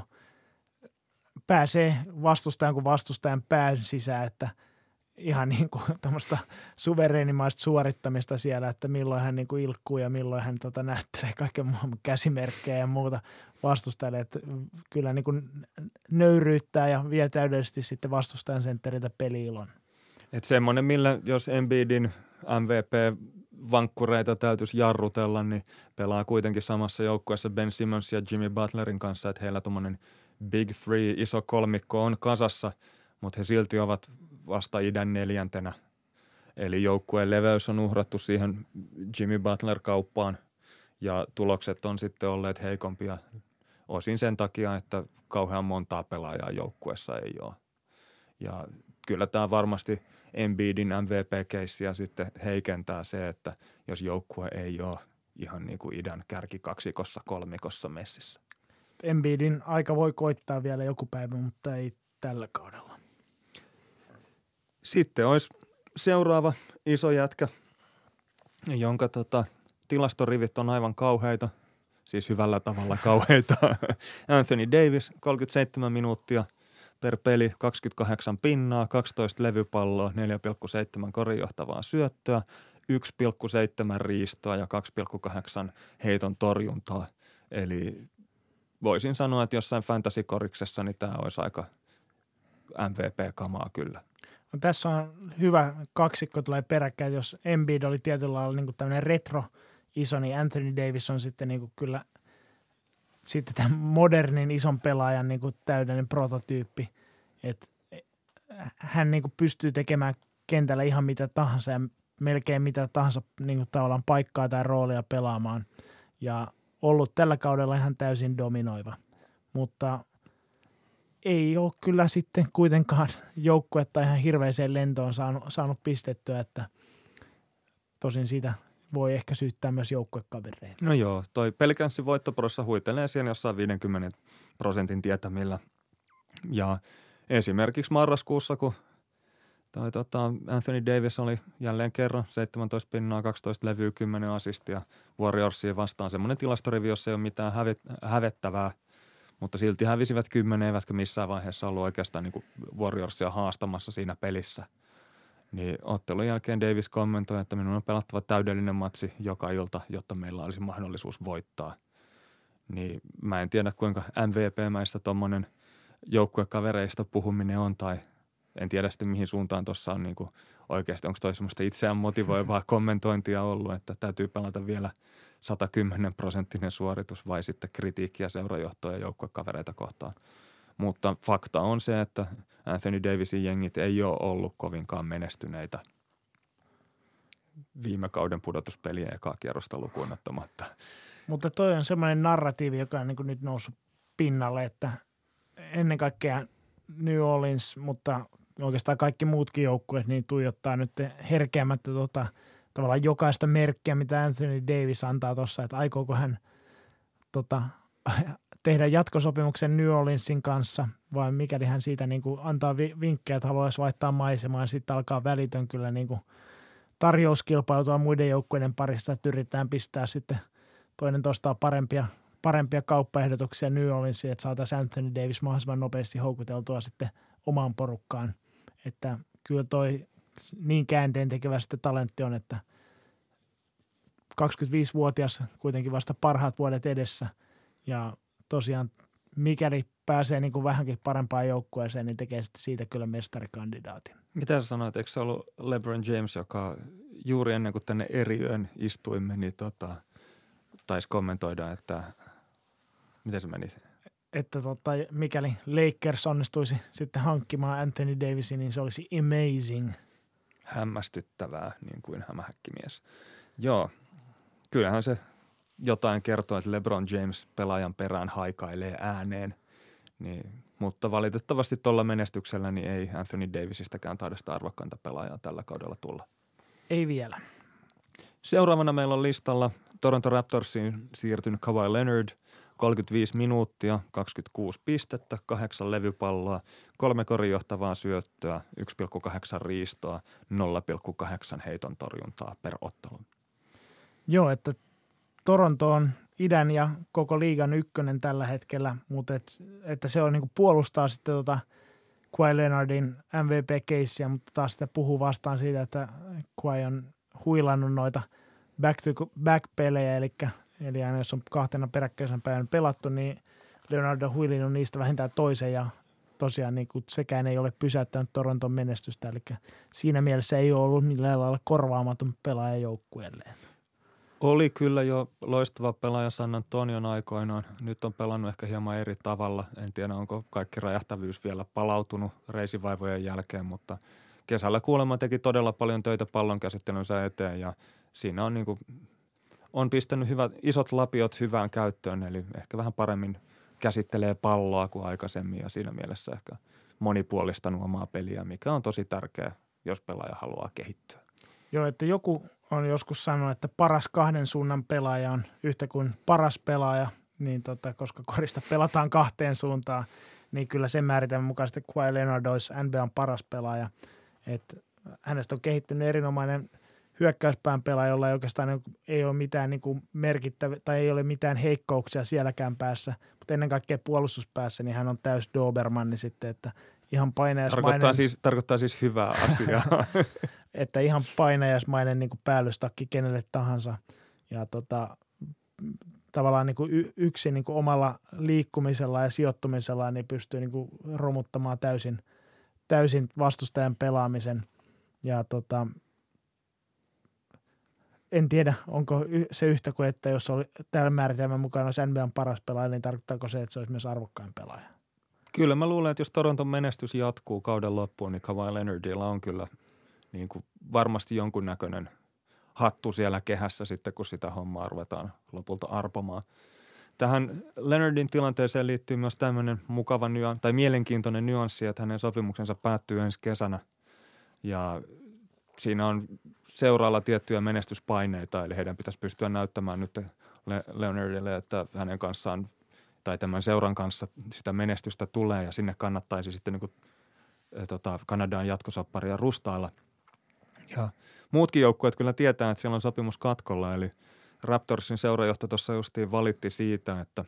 pääsee vastustajan kuin vastustajan pään sisään, että ihan niin kuin tämmöistä suvereenimaista suorittamista siellä, että milloin hän niin kuin ilkkuu ja milloin hän näyttelee kaiken maailman käsimerkkejä ja muuta vastustajalle, että kyllä niin kuin nöyryyttää ja vie täydellisesti sitten vastustajan sentteriltä peli-ilon. Että semmoinen, millä jos Embiidin MVP-vankkureita täytyisi jarrutella, niin pelaa kuitenkin samassa joukkueessa Ben Simmons ja Jimmy Butlerin kanssa, että heillä tuommoinen Big Three, iso kolmikko on kasassa, mutta he silti ovat vasta idän 4. Eli joukkueen leveys on uhrattu siihen Jimmy Butler-kauppaan ja tulokset on sitten olleet heikompia osin sen takia, että kauhean montaa pelaajaa joukkueessa ei ole. Ja kyllä tämä varmasti Embiidin MVP-keissiä sitten heikentää se, että jos joukkue ei ole ihan niin kuin idän kärkikaksikossa, kolmikossa messissä. Embiidin aika voi koittaa vielä joku päivä, mutta ei tällä kaudella. Sitten olisi seuraava iso jätkä, jonka tilastorivit on aivan kauheita, siis hyvällä tavalla kauheita. Anthony Davis, 37 minuuttia per peli, 28 pinnaa, 12 levypalloa, 4,7 korinjohtavaa syöttöä, 1,7 riistoa ja 2,8 heiton torjuntaa. Eli voisin sanoa, että jossain fantasy-koriksessa niin tämä olisi aika MVP-kamaa kyllä. No, tässä on hyvä kaksikko tulee peräkkäin. Jos Embiid oli tietyllä lailla niin kuin tämmöinen retro-iso, niin Anthony Davis on sitten niin kuin kyllä sitten tämän modernin ison pelaajan niin kuin täydellinen prototyyppi. Et hän niin kuin pystyy tekemään kentällä ihan mitä tahansa ja melkein mitä tahansa niin kuin tavallaan paikkaa tai roolia pelaamaan. Ja ollut tällä kaudella ihan täysin dominoiva. Mutta ei ole kyllä sitten kuitenkaan joukkuetta ihan hirveäseen lentoon saanut pistettyä, että tosin sitä voi ehkä syyttää myös joukkuekavereita. No joo, toi Pelicansin voittoporossa huitelee siellä jossain 50% tietämillä. Ja esimerkiksi marraskuussa, kun Anthony Davis oli jälleen kerran 17 pinnaa, 12 levyä, 10 assistia Warriorsia vastaan. Semmoinen tilastorivi, jossa ei ole mitään hävettävää, mutta silti hävisivät 10, eivätkä missään vaiheessa ollut oikeastaan niin kuin Warriorsia haastamassa siinä pelissä. Niin ottelun jälkeen Davis kommentoi, että minun on pelattava täydellinen matsi joka ilta, jotta meillä olisi mahdollisuus voittaa. Niin mä en tiedä, kuinka MVP-mäistä tommonen joukkuekavereista puhuminen on, tai en tiedä sitten mihin suuntaan tuossa on niin kuin oikeasti, onko toi semmoista itseään motivoivaa kommentointia ollut, että täytyy pelata vielä 110% suoritus vai sitten kritiikkiä seurajohtoa ja joukkuekavereita kohtaan. Mutta fakta on se, että Anthony Davisin jengit ei ole ollut kovinkaan menestyneitä viime kauden pudotuspelien ekaa kierrosta lukuun ottamatta. Mutta toi on semmoinen narratiivi, joka on niin kuin nyt noussut pinnalle, että ennen kaikkea New Orleans, mutta oikeastaan kaikki muutkin joukkueet niin tuijottaa nyt herkeämättä tavallaan jokaista merkkiä, mitä Anthony Davis antaa tuossa, että aikooko hän tehdä jatkosopimuksen New Orleansin kanssa, vai mikäli hän siitä niin kuin antaa vinkkejä, että haluaisi vaihtaa maisemaa, ja sitten alkaa välitön kyllä niin kuin tarjouskilpailutua muiden joukkueiden parista, että yritetään pistää sitten toinen toistaan parempia kauppaehdotuksia New Orleansiin, että saataisiin Anthony Davis mahdollisimman nopeasti houkuteltua sitten omaan porukkaan. Että kyllä toi niin käänteen tekevä sitten talentti on, että 25-vuotias kuitenkin vasta parhaat vuodet edessä. Ja tosiaan mikäli pääsee niin kuin vähänkin parempaan joukkueeseen, niin tekee sitten siitä kyllä mestarikandidaatin. Mitä sä sanoit, eikö se ollut LeBron James, joka juuri ennen kuin tänne eri yön istuimme, niin taisi kommentoida, että miten se meni? Että mikäli Lakers onnistuisi sitten hankkimaan Anthony Davisin, niin se olisi amazing. Hämmästyttävää, niin kuin hämähäkkimies. Joo, kyllähän se jotain kertoo, että LeBron James pelaajan perään haikailee ääneen. Niin, mutta valitettavasti tuolla menestyksellä niin ei Anthony Davisistäkään taida sitä arvokkainta pelaajaa tällä kaudella tulla. Ei vielä. Seuraavana meillä on listalla Toronto Raptorsiin siirtynyt Kawhi Leonard, 35 minuuttia, 26 pistettä, 8 levypalloa, 3 korinjohtavaa syöttöä, 1,8 riistoa, 0,8 heiton torjuntaa per ottelu. Joo, että Toronto on idän ja koko liigan ykkönen tällä hetkellä, mutta että se on niin kuin puolustaa sitten Kawhi Leonardin MVP-keissiä, mutta taas sitä puhuu vastaan siitä, että Kawhi on huilannut noita back-to-back-pelejä, eli aina jos on 2 peräkkäisen päivän pelattu, niin Leonard on huilinnut niistä vähintään toisen, ja tosiaan niin kuin sekään ei ole pysäyttänyt Toronton menestystä, eli siinä mielessä ei ole ollut millään lailla korvaamaton pelaaja joukkueelleen. Oli kyllä jo loistava pelaaja San Antonion aikoinaan. Nyt on pelannut ehkä hieman eri tavalla. En tiedä, onko kaikki räjähtävyys vielä palautunut reisivaivojen jälkeen, mutta kesällä kuulemma teki todella paljon töitä pallonkäsittelynsä eteen ja siinä on, on pistänyt isot lapiot hyvään käyttöön, eli ehkä vähän paremmin käsittelee palloa kuin aikaisemmin ja siinä mielessä ehkä monipuolistanut omaa peliä, mikä on tosi tärkeää, jos pelaaja haluaa kehittyä. Joo, että joku on joskus sanonut, että paras 2 suunnan pelaaja on yhtä kuin paras pelaaja, niin koska korista pelataan 2 suuntaan, niin kyllä sen määritelmän mukaan sitten Kawhi Leonard olisi NBA:n paras pelaaja. Että hänestä on kehittynyt erinomainen hyökkäyspään pelaaja, jolla ei oikeastaan ei ole mitään niin kuin merkittävää tai ei ole mitään heikkouksia sielläkään päässä, mutta ennen kaikkea puolustuspäässä niin hän on täys Dobermanni sitten, että ihan Tarkoittaa siis hyvää asiaa. että ihan painajaismainen niin kuin päällystakki kenelle tahansa. Ja tavallaan niin kuin yksin niin kuin omalla liikkumisella ja sijoittumisella niin pystyy niin kuin romuttamaan täysin vastustajan pelaamisen. Ja en tiedä, onko se yhtä kuin, että jos oli täällä määritelmän mukaan olisi NBA:n paras pelaaja, niin tarkoittaako se, että se olisi myös arvokkain pelaaja? Kyllä mä luulen, että jos Toronton menestys jatkuu kauden loppuun, niin Kawhi Leonardilla on kyllä niin kuin varmasti jonkunnäköinen hattu siellä kehässä sitten, kun sitä hommaa ruvetaan lopulta arpomaan. Tähän Leonardin tilanteeseen liittyy myös tämmöinen mukava tai mielenkiintoinen nyanssi, että hänen sopimuksensa päättyy ensi kesänä ja siinä on seuraalla tiettyjä menestyspaineita, eli heidän pitäisi pystyä näyttämään nyt Leonardille, että hänen kanssaan tai tämän seuran kanssa sitä menestystä tulee ja sinne kannattaisi sitten niin kuin, Kanadaan jatkosopparia rustailla. Ja muutkin joukkueet kyllä tietää, että siellä on sopimus katkolla, eli Raptorsin seurajohto tuossa justiin valitti siitä, että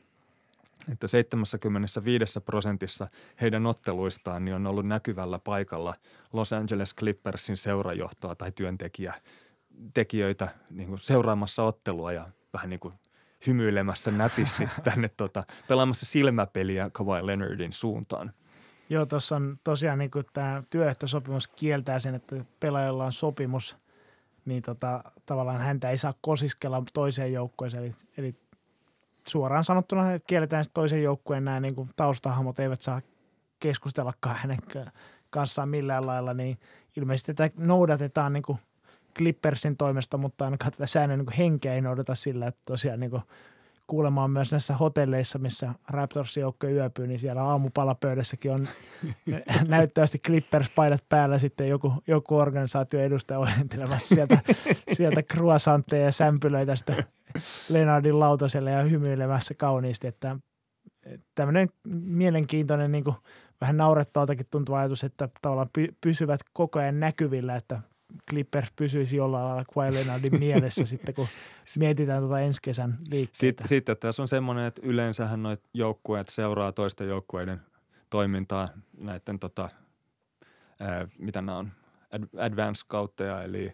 75% heidän otteluistaan niin on ollut näkyvällä paikalla Los Angeles Clippersin seurajohtoa tai tekijöitä niin kuin seuraamassa ottelua ja vähän niin kuin hymyilemässä nätisti tänne pelaamassa silmäpeliä Kawhi Leonardin suuntaan. Joo, tuossa on tosiaan niin kuin tämä työehtosopimus kieltää sen, että pelaajalla on sopimus, niin tavallaan häntä ei saa kosiskella toiseen joukkueeseen. Eli suoraan sanottuna kielletään toisen joukkueen nämä niin kuin taustahahmot eivät saa keskustellakaan hänen kanssaan millään lailla, niin ilmeisesti tätä noudatetaan niin kuin Clippersin toimesta, mutta ainakaan tätä säännön niin henkeä ei noudata sillä, että tosiaan niin kuulemaan myös näissä hotelleissa, missä Raptorsin joukkue yöpyy, niin siellä aamupalapöydässäkin on näyttävästi Clippers-paidat päällä sitten joku organisaatio edustaja ojentelemassa sieltä croissantteja ja sämpylöitä sitten Leonardin lautaselle ja hymyilemässä kauniisti, että tämmöinen mielenkiintoinen niin kuin vähän naurettavaltakin tuntuva ajatus, että tavallaan pysyvät koko ajan näkyvillä, että Clippers pysyisi jollain lailla Kawhi Leonardin mielessä sitten, kun mietitään ensi kesän liikkeitä. Sitten tässä on semmoinen, että yleensähän nuo joukkueet seuraa toisten joukkueiden toimintaa näiden mitä nämä on, advance-kautteja, eli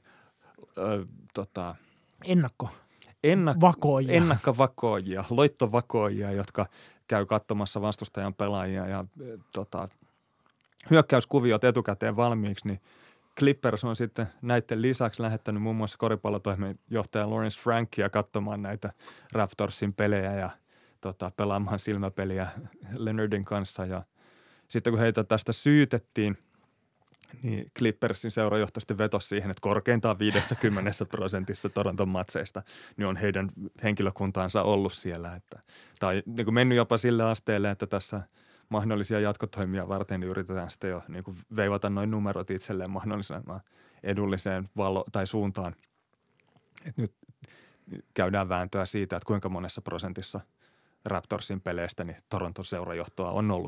ennakkovakoojia, loittovakoojia, jotka käy katsomassa vastustajan pelaajia ja hyökkäyskuviot etukäteen valmiiksi, niin Clippers on sitten näiden lisäksi lähettänyt muun muassa koripallotoimenjohtaja Lawrence Frankia katsomaan näitä Raptorsin pelejä ja pelaamaan silmäpeliä Leonardin kanssa. Ja sitten kun heitä tästä syytettiin, niin Clippersin seurajohto sitten vetosi siihen, että korkeintaan 50% Toronton matseista niin on heidän henkilökuntaansa ollut siellä. Tai niin kuin mennyt jopa sille asteelle, että tässä mahdollisia jatkotoimia varten niin yritetään sitten jo niin kuin veivata noin numerot itselleen mahdollisimman edulliseen tai suuntaan. Et nyt käydään vääntöä siitä, että kuinka monessa prosentissa Raptorsin peleistä niin Toronton seurajohtoa on ollut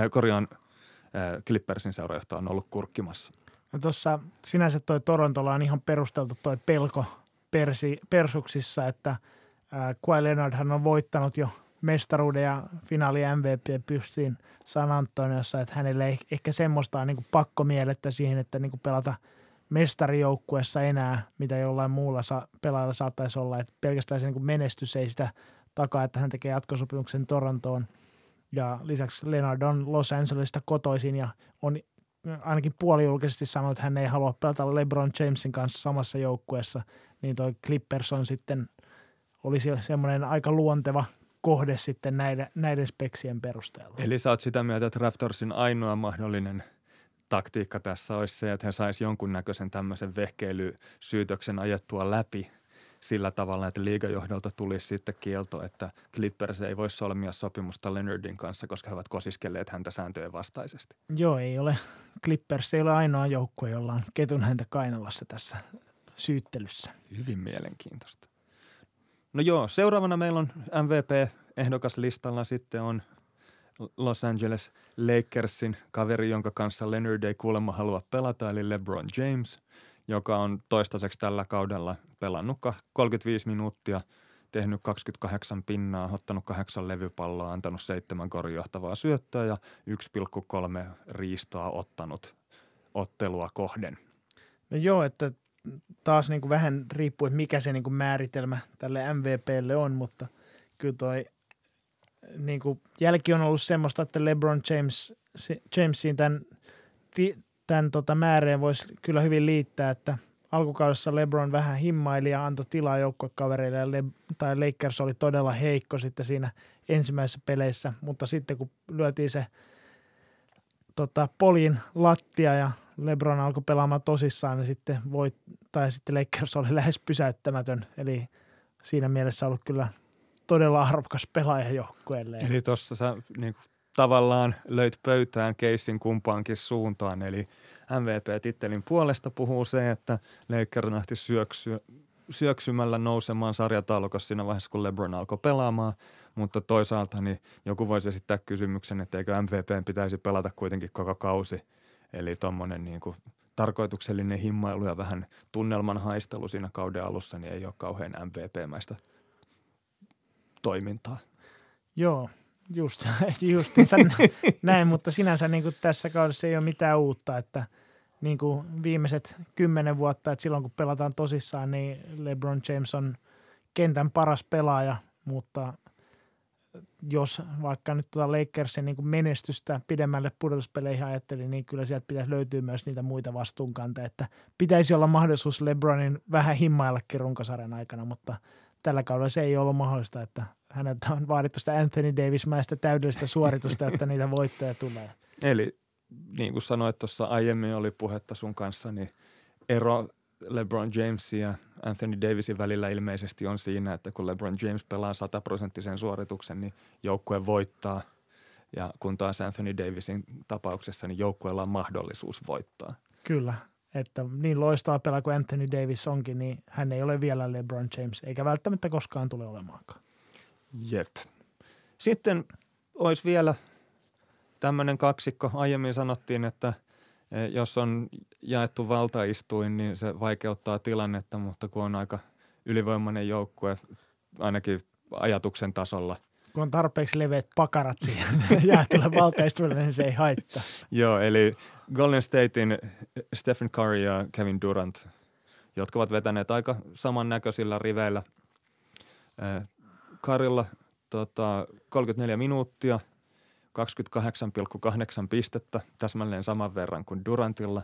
Clippersin seurajohtoa on ollut kurkkimassa. No tuossa sinänsä toi Torontolla on ihan perusteltu toi pelko persuksissa, että Kawhi Leonardhan on voittanut jo mestaruuden ja finaali MVP pystiin San Antoniossa, että hänelle ei ehkä semmoista niin kuin pakkomielettä siihen, että niin kuin pelata mestarijoukkuessa enää, mitä jollain muulla pelaajalla saattaisi olla, että pelkästään se niin kuin menestys ei sitä takaa, että hän tekee jatkosopimuksen Torontoon. Ja lisäksi Leonard on Los Angelesista kotoisin ja on ainakin puolijulkisesti sanonut, että hän ei halua pelata LeBron Jamesin kanssa samassa joukkueessa, niin toi Clippers on sitten, olisi semmoinen aika luonteva kohde sitten näiden speksien perusteella. Eli sä oot sitä mieltä, että Raptorsin ainoa mahdollinen taktiikka tässä olisi se, että he sais jonkunnäköisen tämmöisen vehkeilysyytöksen ajettua läpi sillä tavalla, että liigajohdolta tulisi sitten kielto, että Clippers ei voi solmia sopimusta Leonardin kanssa, koska he ovat kosiskelleet häntä sääntöjen vastaisesti. Joo, ei ole. Clippers ei ole ainoa joukkue, jolla on ketun häntä kainalossa tässä syyttelyssä. Hyvin mielenkiintoista. No joo, seuraavana meillä on MVP-ehdokaslistalla sitten on Los Angeles Lakersin kaveri, jonka kanssa Leonard ei kuulemma halua pelata, eli LeBron James, joka on toistaiseksi tällä kaudella pelannut 35 minuuttia, tehnyt 28 pinnaa, ottanut 8 levypalloa, antanut 7 korinjohtavaa syöttöä ja 1,3 riistoa ottanut ottelua kohden. No joo, että taas niin kuin vähän riippuu, että mikä se niin kuin määritelmä tälle MVPlle on, mutta kyllä toi niin kuin jälki on ollut semmoista, että LeBron Jamesiin tämän määreen voisi kyllä hyvin liittää, että alkukaudessa LeBron vähän himmaili ja antoi tilaa joukkuekavereille tai Lakers oli todella heikko sitten siinä ensimmäisissä peleissä, mutta sitten kun lyötiin se poljin lattia ja LeBron alkoi pelaamaan tosissaan, niin sitten sitten Lakers oli lähes pysäyttämätön, eli siinä mielessä ollut kyllä todella arvokas pelaaja joukkueelle. Eli tuossa sä niin kuin, tavallaan löit pöytään keissin kumpaankin suuntaan, eli MVP-tittelin puolesta puhuu se, että Lakers nähti syöksymällä nousemaan sarjataulukossa siinä vaiheessa, kun LeBron alkoi pelaamaan, mutta toisaalta niin joku voisi esittää kysymyksen, että eikö MVPn pitäisi pelata kuitenkin koko kausi, eli tuommoinen niin kuin tarkoituksellinen himmailu ja vähän tunnelman haistelu siinä kauden alussa, niin ei ole kauhean MVP-mäistä toimintaa. Joo, justiinsa näin, mutta sinänsä niin kuin tässä kaudessa ei ole mitään uutta, että niin kuin viimeiset 10 vuotta, että silloin kun pelataan tosissaan, niin LeBron James on kentän paras pelaaja, mutta jos vaikka nyt Lakersin niin kuin menestystä pidemmälle pudotuspeleihin ajattelin, niin kyllä sieltä pitäisi löytyä myös niitä muita vastuunkanteja, että pitäisi olla mahdollisuus LeBronin vähän himmaillakin runkosarjan aikana, mutta tällä kaudella se ei ollut mahdollista, että häneltä on vaadittu sitä Anthony Davis-mäistä täydellistä suoritusta, että niitä voittoja tulee. Eli niin kuin sanoit tuossa aiemmin oli puhetta sun kanssa, niin ero LeBron Jamesin ja Anthony Davisin välillä ilmeisesti on siinä, että kun LeBron James pelaa 100% suorituksen, niin joukkue voittaa. Ja kun taas Anthony Davisin tapauksessa, niin joukkueella on mahdollisuus voittaa. Kyllä, että niin loistava pelaa kuin Anthony Davis onkin, niin hän ei ole vielä LeBron James, eikä välttämättä koskaan tule olemaankaan. Jep. Sitten olisi vielä tämmöinen kaksikko. Aiemmin sanottiin, että jos on jaettu valtaistuin, niin se vaikeuttaa tilannetta, mutta kun on aika ylivoimainen joukkue, ainakin ajatuksen tasolla. Kun on tarpeeksi leveät pakarat siihen jaetulle valtaistuille, niin se ei haittaa. Joo, eli Golden Statein Stephen Curry ja Kevin Durant, jotka ovat vetäneet aika samannäköisillä riveillä. Currylla 34 minuuttia, 28,8 pistettä, täsmälleen saman verran kuin Durantilla.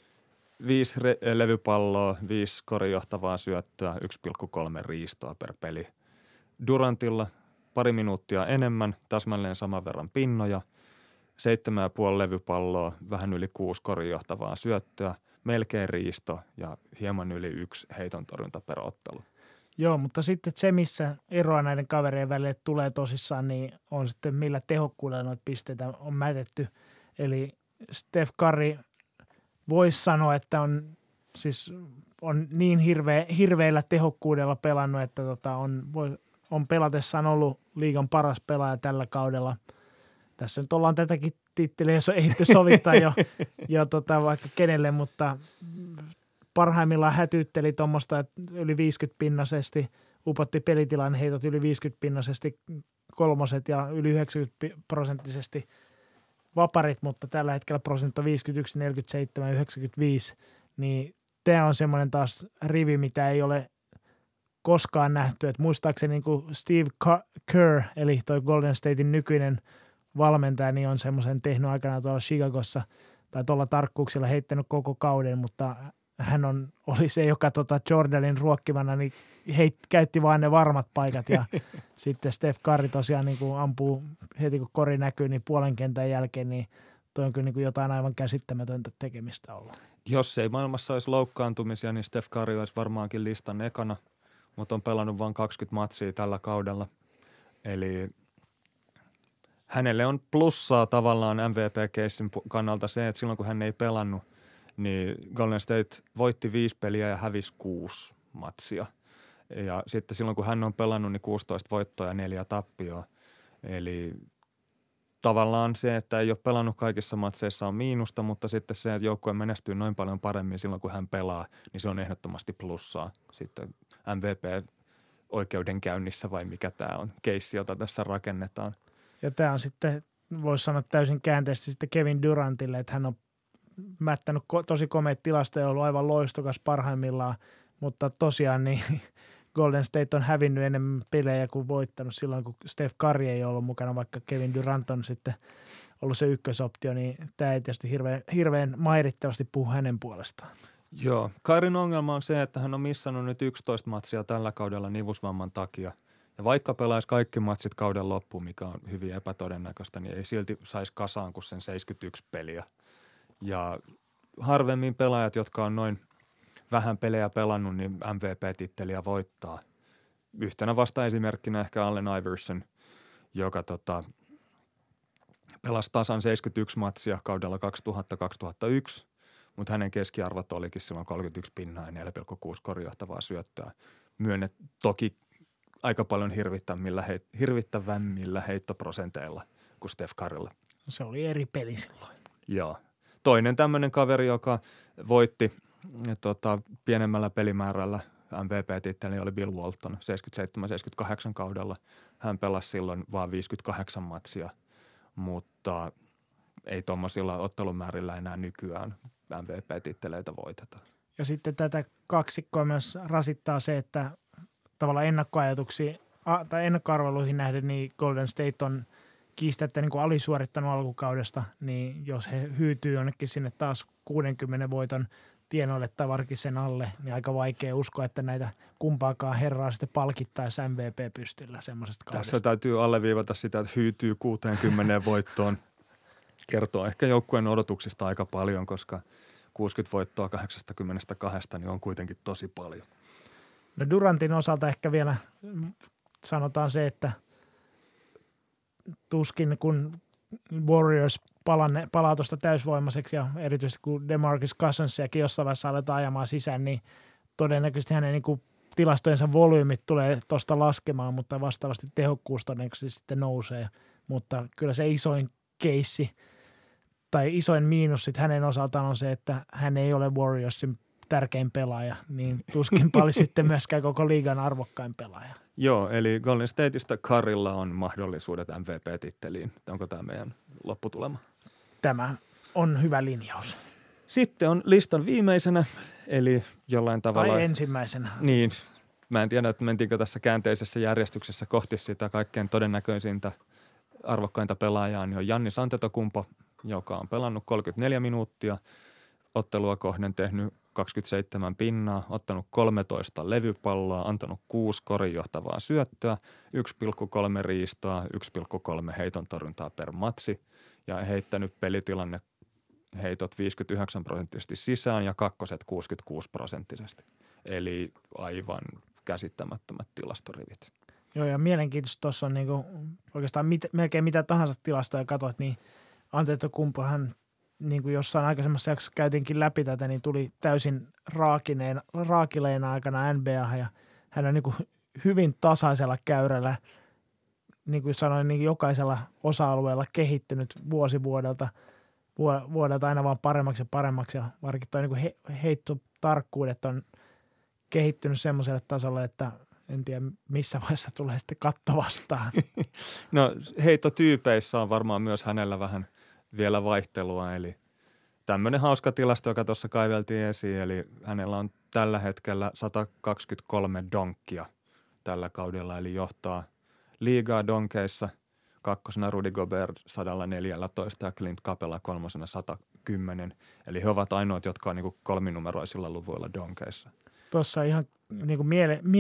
5 levypalloa, 5 korijohtavaa syöttöä, 1,3 riistoa per peli. Durantilla pari minuuttia enemmän, täsmälleen saman verran pinnoja, 7,5 levypalloa, vähän yli 6 korijohtavaa syöttöä, melkein riisto ja hieman yli 1 heiton torjunta per ottelu. Joo, mutta sitten se, missä eroa näiden kavereiden välille tulee tosissaan, niin on sitten millä tehokkuudella noita pisteitä on mätetty. Eli Steph Curry voisi sanoa, että on niin hirveillä tehokkuudella pelannut, että on pelatessaan ollut liigan paras pelaaja tällä kaudella. Tässä nyt ollaan tätäkin titteliä, jos on ehditty sovittaa jo vaikka kenelle, mutta parhaimmillaan hätyytteli tuommoista, että yli 50-pinnaisesti, upotti pelitilan heitot yli 50-pinnaisesti kolmoset ja yli 90% vaparit, mutta tällä hetkellä prosentti on 51, 47, 95, niin tämä on semmoinen taas rivi, mitä ei ole koskaan nähty. Et muistaakseni niin kuin Steve Kerr, eli toi Golden Statein nykyinen valmentaja, niin on semmoisen tehnyt aikanaan tuolla Chicagossa tai tuolla tarkkuuksilla heittänyt koko kauden, mutta hän oli se, joka Jordanin ruokkimana niin käytti vaan ne varmat paikat ja sitten Steph Curry tosiaan niin kuin ampuu heti kun kori näkyy, niin puolen kentän jälkeen, niin toi on kyllä niin kuin jotain aivan käsittämätöntä tekemistä olla. Jos ei maailmassa olisi loukkaantumisia, niin Steph Curry olisi varmaankin listan ekana, mutta on pelannut vain 20 matsia tällä kaudella. Eli hänelle on plussaa tavallaan MVP-keissin kannalta se, että silloin kun hän ei pelannut, niin Golden State voitti 5 peliä ja hävisi 6 matsia. Ja sitten silloin kun hän on pelannut, niin 16 voittoa ja 4 tappioa. Eli tavallaan se, että ei ole pelannut kaikissa matseissa on miinusta, mutta sitten se, että joukkue menestyy noin paljon paremmin silloin kun hän pelaa, niin se on ehdottomasti plussaa sitten MVP-oikeudenkäynnissä vai mikä tämä on, keissi, jota tässä rakennetaan. Ja tämä on sitten, voisi sanoa täysin käänteisesti sitten Kevin Durantille, että hän on mättänyt tosi komeita tilastoja, ollut aivan loistokas parhaimmillaan, mutta tosiaan niin Golden State on hävinnyt enemmän pelejä kuin voittanut silloin, kun Steph Curry ei ollut mukana, vaikka Kevin Durant on sitten ollut se ykkösoptio, niin tämä ei tietysti hirveän mairittavasti puhu hänen puolestaan. Joo, Curryn ongelma on se, että hän on missannut nyt 11 matsia tällä kaudella nivusvamman takia. Ja vaikka pelaisi kaikki matsit kauden loppuun, mikä on hyvin epätodennäköistä, niin ei silti saisi kasaan kuin sen 71 peliä. Ja harvemmin pelaajat, jotka on noin vähän pelejä pelannut, niin MVP-titteliä voittaa. Yhtenä vasta esimerkkinä ehkä Allen Iverson, joka pelasi tasan 71 matsia kaudella 2000-2001, mutta hänen keskiarvot olikin silloin 31 pinnaa ja 4,6 korjohtavaa syöttöä. Myönnet toki aika paljon hirvittävämmillä heittoprosenteilla kuin Steph Currylla. Se oli eri peli silloin. Joo. Toinen tämmöinen kaveri, joka voitti pienemmällä pelimäärällä MVP-titteli oli Bill Walton 77-78 kaudella. Hän pelasi silloin vaan 58 matsia, mutta ei tuommoisilla ottelumäärillä enää nykyään MVP-titteleitä voiteta. Ja sitten tätä kaksikkoa myös rasittaa se, että tavallaan ennakkoarveluihin nähden niin Golden State on kiistättä niin kuin alisuorittanut alkukaudesta, niin jos he hyytyy jonnekin sinne taas 60 voiton tienoille tai varsinkin sen alle, niin aika vaikea uskoa, että näitä kumpaakaan herraa sitten palkittaisi MVP-pystyllä semmoisesta kaudesta. Tässä täytyy alleviivata sitä, että hyytyy 60 voittoon. Kertoo ehkä joukkueen odotuksista aika paljon, koska 60 voittoa 82 niin on kuitenkin tosi paljon. No Durantin osalta ehkä vielä sanotaan se, että tuskin kun Warriors palaa tuosta täysvoimaiseksi ja erityisesti kun DeMarcus Cousinsiakin jossain vaiheessa aletaan ajamaan sisään, niin todennäköisesti hänen niin kuin tilastojensa volyymit tulee tuosta laskemaan, mutta vastaavasti tehokkuus todennäköisesti sitten nousee. Mutta kyllä se isoin keissi tai isoin miinus sitten hänen osaltaan on se, että hän ei ole Warriorsin tärkein pelaaja, niin tuskin paljon sitten myöskään koko liigan arvokkain pelaaja. Joo, eli Golden Stateista Currylla on mahdollisuudet MVP-titteliin. Onko tämä meidän lopputulema? Tämä on hyvä linjaus. Sitten on listan viimeisenä, eli jollain tavalla... Tai ensimmäisenä. Niin, mä en tiedä, että mentiinkö tässä käänteisessä järjestyksessä kohti sitä kaikkein todennäköisintä arvokkainta pelaajaa, niin on Giannis Antetokounmpo, joka on pelannut 34 minuuttia, ottelua kohden tehnyt 27 pinnaa, ottanut 13 levypalloa, antanut 6 korin johtavaa syöttöä, 1,3 riistoa, 1,3 heiton torjuntaa per matsi ja heittänyt pelitilanne heitot 59% sisään ja kakkoset 66%. Eli aivan käsittämättömät tilastorivit. Joo, ja mielenkiintoista tuossa on niinku oikeastaan melkein mitä tahansa tilastoja katsot, niin Antetokounmpohan niin kuin jossain aikaisemmassa jaksossa käytiinkin läpi tätä, niin tuli täysin raakileena aikana NBA ja hän on niin kuin hyvin tasaisella käyrällä, niin kuin sanoin, niin jokaisella osa-alueella kehittynyt vuodelta aina vaan paremmaksi ja varsinkin tuo niin heittotarkkuudet on kehittynyt semmoiselle tasolle, että en tiedä missä vaiheessa tulee sitten katto vastaan. No heittotyypeissä on varmaan myös hänellä vähän vielä vaihtelua, eli tämmöinen hauska tilasto, joka tuossa kaiveltiin esiin, eli hänellä on tällä hetkellä 123 donkkia tällä kaudella, eli johtaa liigaa donkeissa, kakkosena Rudy Gobert 114 ja Clint Capela kolmosena 110, eli he ovat ainoat, jotka on niin kuin kolminumeroisilla luvuilla donkeissa. Tuossa ihan niin kuin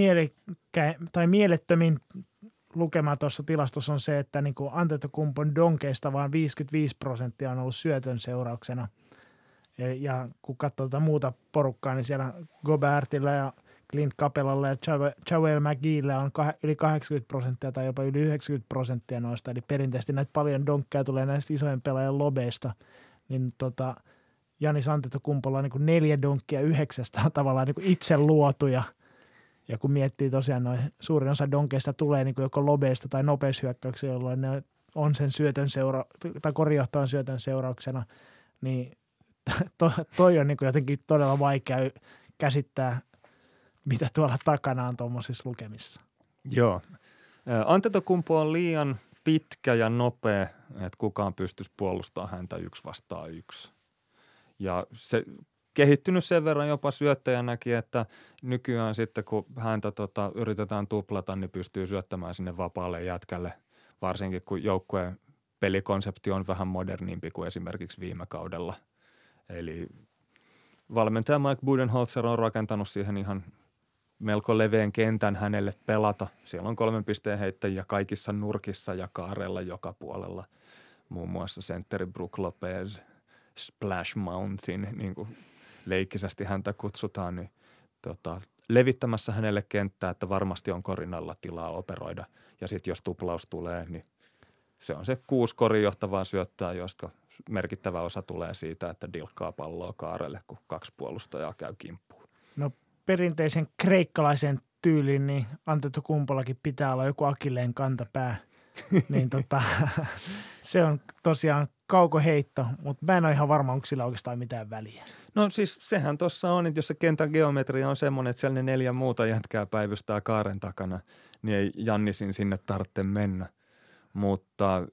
mielettömin lukema tuossa tilastossa on se, että niin kuin Antetokounmpon donkeista vaan 55% on ollut syötön seurauksena. Ja kun katsoo muuta porukkaa, niin siellä Gobertilla ja Clint Capelalla ja JaVale McGeella on yli 80% tai jopa yli 90% noista. Eli perinteisesti näitä paljon donkkeja tulee näistä isojen pelaajan lobeista. Niin Giannis Antetokounmpolla on niin kuin 4 donkkia 9 on tavallaan niin kuin itse luotuja. Ja kun miettii tosiaan noin suurin osa donkeista tulee niin kuin joko lobeista tai nopeushyökkäyksiä, jolloin ne on sen syötön tai korjohtavan syötön seurauksena, niin toi on niin kuin jotenkin todella vaikea käsittää, mitä tuolla takana on tuommoisissa lukemissa. Joo. Antetokounmpo on liian pitkä ja nopea, että kukaan pystyisi puolustamaan häntä 1 vastaan 1. Ja se kehittynyt sen verran jopa syöttäjänäkin, että nykyään sitten kun häntä yritetään tuplata, niin pystyy syöttämään sinne vapaalle jätkälle, varsinkin kun joukkueen pelikonsepti on vähän modernimpi kuin esimerkiksi viime kaudella. Eli valmentaja Mike Budenholzer on rakentanut siihen ihan melko leveän kentän hänelle pelata. Siellä on 3 pisteen heittäjiä kaikissa nurkissa ja kaarella joka puolella. Muun muassa sentteri Brook Lopez, Splash Mountain, niin kuin leikkisästi häntä kutsutaan, niin levittämässä hänelle kenttää, että varmasti on korin alla tilaa operoida. Ja sitten jos tuplaus tulee, niin se on se 6 korin johtavaa syöttää, josta merkittävä osa tulee siitä, että dilkkaa palloa kaarelle, kun 2 puolustajaa käy kimppuun. No perinteisen kreikkalaisen tyylin, niin Antetokounmpollakin pitää olla joku akilleen kantapää. Niin se on tosiaan kaukoheitto, mutta mä en ole ihan varma, onko sillä oikeastaan mitään väliä. No siis sehän tuossa on, että jos se kentän geometria on semmoinen, että siellä ne 4 muuta jätkää päivystää kaaren takana, niin ei Giannisin sinne tarvitse mennä. Mutta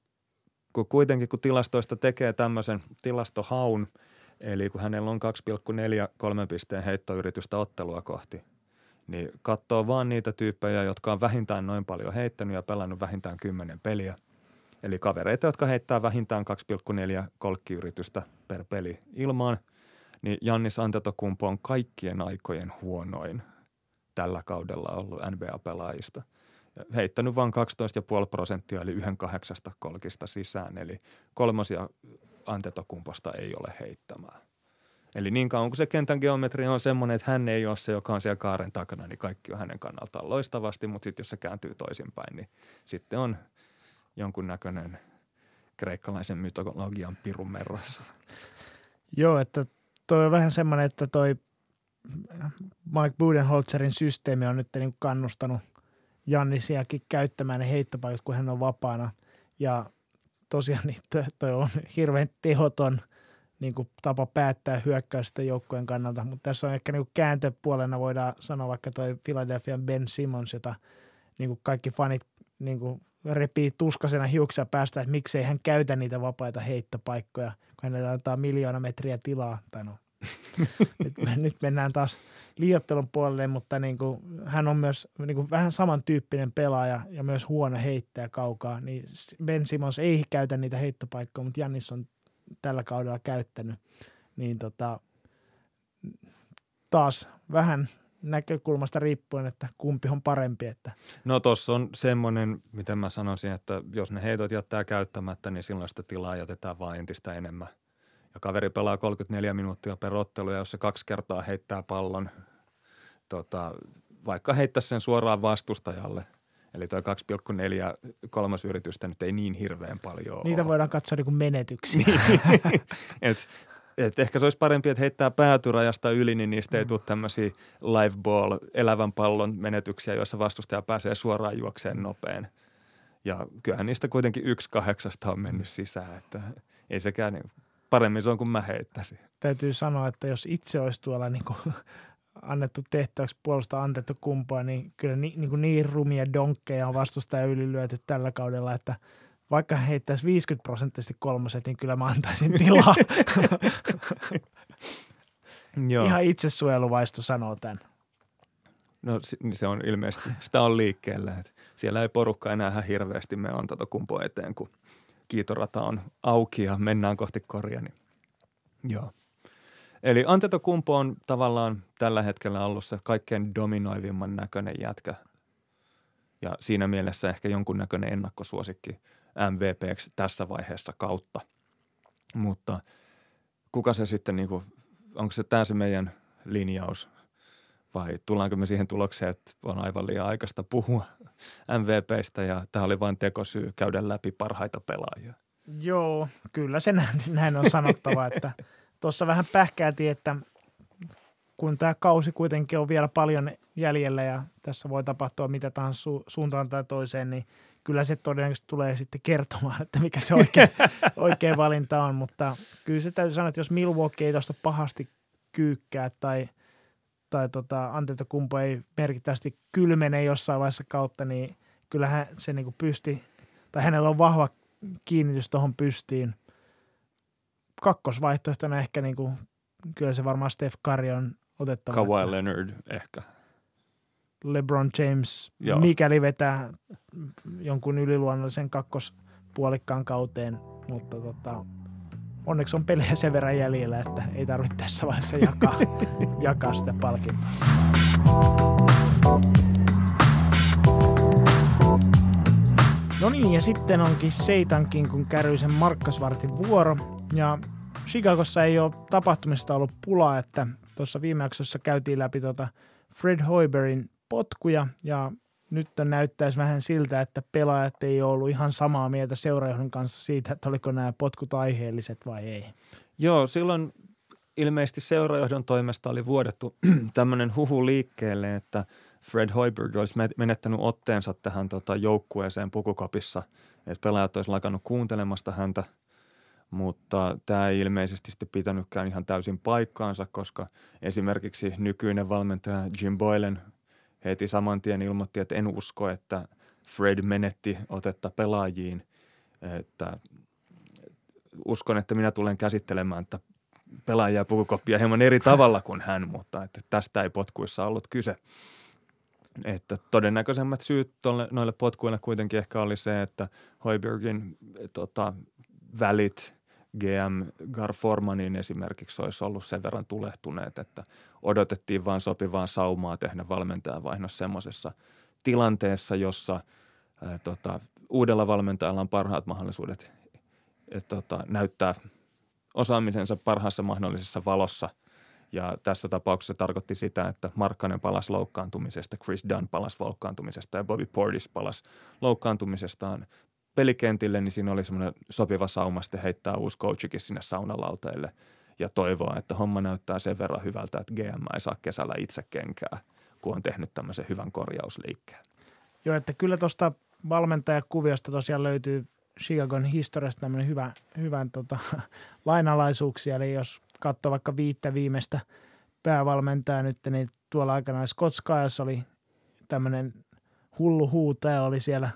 kun tilastoista tekee tämmöisen tilastohaun, eli kun hänellä on 2,4 3 pisteen heittoyritystä ottelua kohti, niin katsoo vaan niitä tyyppejä, jotka on vähintään noin paljon heittänyt ja pelannut vähintään 10 peliä. Eli kavereita, jotka heittää vähintään 2,4 kolkkiyritystä per peli ilmaan, niin Giannis Antetokounmpo on kaikkien aikojen huonoin tällä kaudella ollut NBA-pelaajista. Ja heittänyt vain 12,5% eli 1/8 kolkista sisään, eli 3 Antetokounmposta ei ole heittämään. Eli niin kauan kuin se kentän geometria on semmoinen, että hän ei ole se, joka on siellä kaaren takana, niin kaikki on hänen kannaltaan loistavasti, mutta sitten jos se kääntyy toisinpäin, niin sitten on jonkunnäköinen kreikkalaisen mytologian pirun merrassa. Joo, että toi on vähän semmoinen, että toi Mike Budenholzerin systeemi on nyt niin kannustanut Giannisiakin käyttämään ne heittopaikat, kun hän on vapaana. Ja tosiaan niin toi on hirveän tehoton niin kuin tapa päättää hyökkäystä joukkueen kannalta, mutta tässä on ehkä niin kuin kääntöpuolena voidaan sanoa vaikka toi Philadelphian Ben Simmons, jota niin kuin kaikki fanit niin kuin repii tuskasena hiuksia päästä, että miksei hän käytä niitä vapaita heittopaikkoja, kun hänelle antaa 1 000 000 metriä tilaa. Tai no, nyt mennään taas liioittelun puolelle, mutta niin kuin, hän on myös niin kuin vähän samantyyppinen pelaaja ja myös huono heittäjä kaukaa, niin Ben Simmons ei käytä niitä heittopaikkoja, mutta Giannis on tällä kaudella käyttänyt, niin taas vähän näkökulmasta riippuen, että kumpi on parempi. Että. No tossa on semmoinen, miten mä sanoisin, että jos ne heitot jättää käyttämättä, niin silloin sitä tilaa jätetään vaan entistä enemmän. Ja kaveri pelaa 34 minuuttia per ottelu, ja jos se 2 kertaa heittää pallon, vaikka heittäisi sen suoraan vastustajalle, eli tuo 2,4 kolmas yritystä nyt ei niin hirveän paljon niitä ole. Voidaan katsoa niin kuin menetyksiä. Et ehkä se olisi parempi, että heittää päätyrajasta yli, niin niistä ei tule tämmöisiä live ball, elävän pallon menetyksiä, joissa vastustaja pääsee suoraan juokseen nopein. Ja kyllähän niistä kuitenkin 1/8 on mennyt sisään, että ei sekään niin, paremmin se on kuin mä heittäisin. Täytyy sanoa, että jos itse olisi tuolla niin kuin annettu tehtäväksi puolustaa Antetokounmpoa, niin kyllä niin rumia donkkeja on vastustaja ylilyöty tällä kaudella, että vaikka hän heittäisi 50% kolmoset, niin kyllä mä antaisin tilaa. Joo. Ihan itsesuojeluvaisto sanoo tämän. No se on ilmeisesti, sitä on liikkeellä. Että siellä ei porukka enää ihan hirveästi mene Antetokounmpo eteen, kun kiitorata on auki ja mennään kohti koria. Niin. Joo. Eli Antetokounmpo on tavallaan tällä hetkellä ollut se kaikkein dominoivimman näköinen jätkä. Ja siinä mielessä ehkä jonkunnäköinen ennakkosuosikki MVP:ksi tässä vaiheessa kautta. Mutta kuka se sitten, niin kuin, onko se tämä se meidän linjaus vai tullaanko me siihen tulokseen, että on aivan liian aikaista puhua MVPistä ja tämä oli vain tekosyy käydä läpi parhaita pelaajia? Joo, kyllä se näin on sanottava, että tuossa vähän pähkäätiin, että kun tämä kausi kuitenkin on vielä paljon jäljellä ja tässä voi tapahtua mitä tahansa suuntaan tai toiseen, niin kyllä se todennäköisesti tulee sitten kertomaan, että mikä se oikea valinta on, mutta kyllä se täytyy sanoa, että jos Milwaukee ei tuosta pahasti kyykkää tai Antetokounmpo ei merkittävästi kylmene jossain vaiheessa kautta, niin kyllähän se niin kuin hänellä on vahva kiinnitys tuohon pystiin kakkosvaihtoehtona ehkä niin kuin, kyllä se varmaan Steph Curry on otettava. Kawhi Leonard ehkä. LeBron James, Joo. mikäli vetää jonkun yliluonnollisen kakkospuolikkaan kauteen, mutta onneksi on pelejä sen verran jäljellä, että ei tarvitse tässä vaiheessa jakaa sitä palkintoa. No niin, ja sitten onkin Seitankin kun Käryisen Markkasvartin vuoro, ja Chicagossa ei ole tapahtumista ollut pulaa, että tuossa viime jaksossa käytiin läpi Fred Hoiberin potkuja, ja nyt näyttäisi vähän siltä, että pelaajat ei ole ollut ihan samaa mieltä seurajohdon kanssa siitä, että oliko nämä potkut aiheelliset vai ei. Joo, silloin ilmeisesti seurajohdon toimesta oli vuodettu tämmöinen huhu liikkeelle, että Fred Hoiberg olisi menettänyt otteensa tähän joukkueeseen pukukopissa, että pelaajat olisi lakannut kuuntelemasta häntä, mutta tämä ei ilmeisesti sitten pitänytkään ihan täysin paikkaansa, koska esimerkiksi nykyinen valmentaja Jim Boylen heti saman tien ilmoitti, että en usko, että Fred menetti otetta pelaajiin, että uskon, että minä tulen käsittelemään että pelaajia pukukoppia hieman eri tavalla kuin hän, mutta että tästä ei potkuissa ollut kyse. Että todennäköisemmät syyt noille potkuille kuitenkin ehkä oli se, että Hoibergin välit GM Gar Formanin esimerkiksi olisi ollut sen verran tulehtuneet, että odotettiin vain sopivaa saumaa tehdä valmentajavaihdos semmoisessa tilanteessa, jossa uudella valmentajalla on parhaat mahdollisuudet näyttää osaamisensa parhaassa mahdollisessa valossa. Ja tässä tapauksessa tarkoitti sitä, että Markkanen palasi loukkaantumisesta, Chris Dunn palasi loukkaantumisesta ja Bobby Portis palasi loukkaantumisestaan pelikentille, niin siinä oli semmoinen sopiva sauma sitten heittää uusi coachikin sinne saunalauteille ja toivoa, että homma näyttää sen verran hyvältä, että GM ei saa kesällä itse kenkää, kun on tehnyt tämmöisen hyvän korjausliikkeen. Joo, että kyllä tuosta valmentajakuviosta tosiaan löytyy Chicagon historiasta tämmöinen hyvän lainalaisuuksia, eli jos katsoo vaikka 5 viimeistä päävalmentajaa nyt, niin tuolla aikana Scott Skiles oli tämmöinen hullu huutaja, oli siellä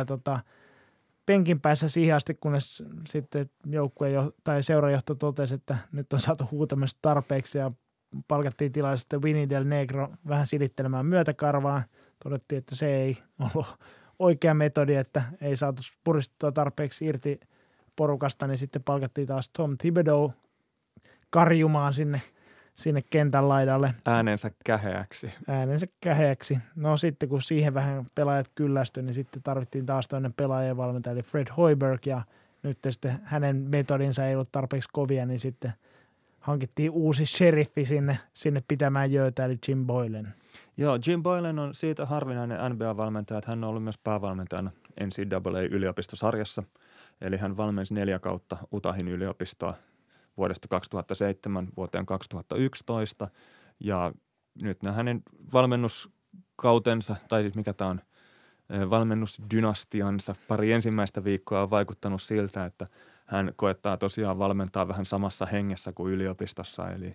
penkin päässä siihen asti, kunnes sitten seurajohto totesi, että nyt on saatu huutamista tarpeeksi ja palkattiin tilalle sitten Vinny Del Negro vähän silittelemään myötäkarvaa. Todettiin, että se ei ollut oikea metodi, että ei saatu puristettua tarpeeksi irti porukasta, niin sitten palkattiin taas Tom Thibodeau karjumaan sinne kentän laidalle. Äänensä käheäksi. No sitten kun siihen vähän pelaajat kyllästyi, niin sitten tarvittiin taas toinen pelaajien valmentaja, eli Fred Hoiberg, ja nyt sitten hänen metodinsa ei ollut tarpeeksi kovia, niin sitten hankittiin uusi sheriffi sinne pitämään jöötä, eli Jim Boylen. Joo, Jim Boylen on siitä harvinainen NBA-valmentaja, että hän on ollut myös päävalmentajana NCAA-yliopistosarjassa, eli hän valmensi 4 kautta Utahin yliopistoa vuodesta 2007 vuoteen 2011, ja nyt hänen valmennuskautensa, tai siis mikä tämä on, valmennusdynastiansa pari ensimmäistä viikkoa on vaikuttanut siltä, että hän koettaa tosiaan valmentaa vähän samassa hengessä kuin yliopistossa, eli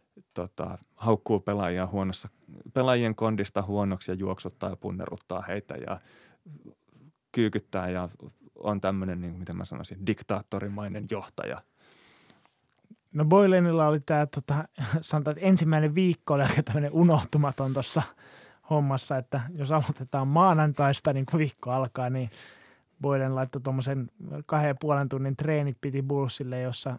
haukkuu pelaajien kondista huonoksi ja juoksuttaa ja punneruttaa heitä ja kyykyttää ja on tämmöinen, niin miten mä sanoisin, diktaattorimainen johtaja. No Boylenilla oli tämä, sanotaan, että ensimmäinen viikko oli aika tämmöinen unohtumaton tuossa hommassa, että jos aloitetaan maanantaista, niin kun viikko alkaa, niin Boylen laittoi tuommoisen 2,5 tunnin treenit piti Bullsille, jossa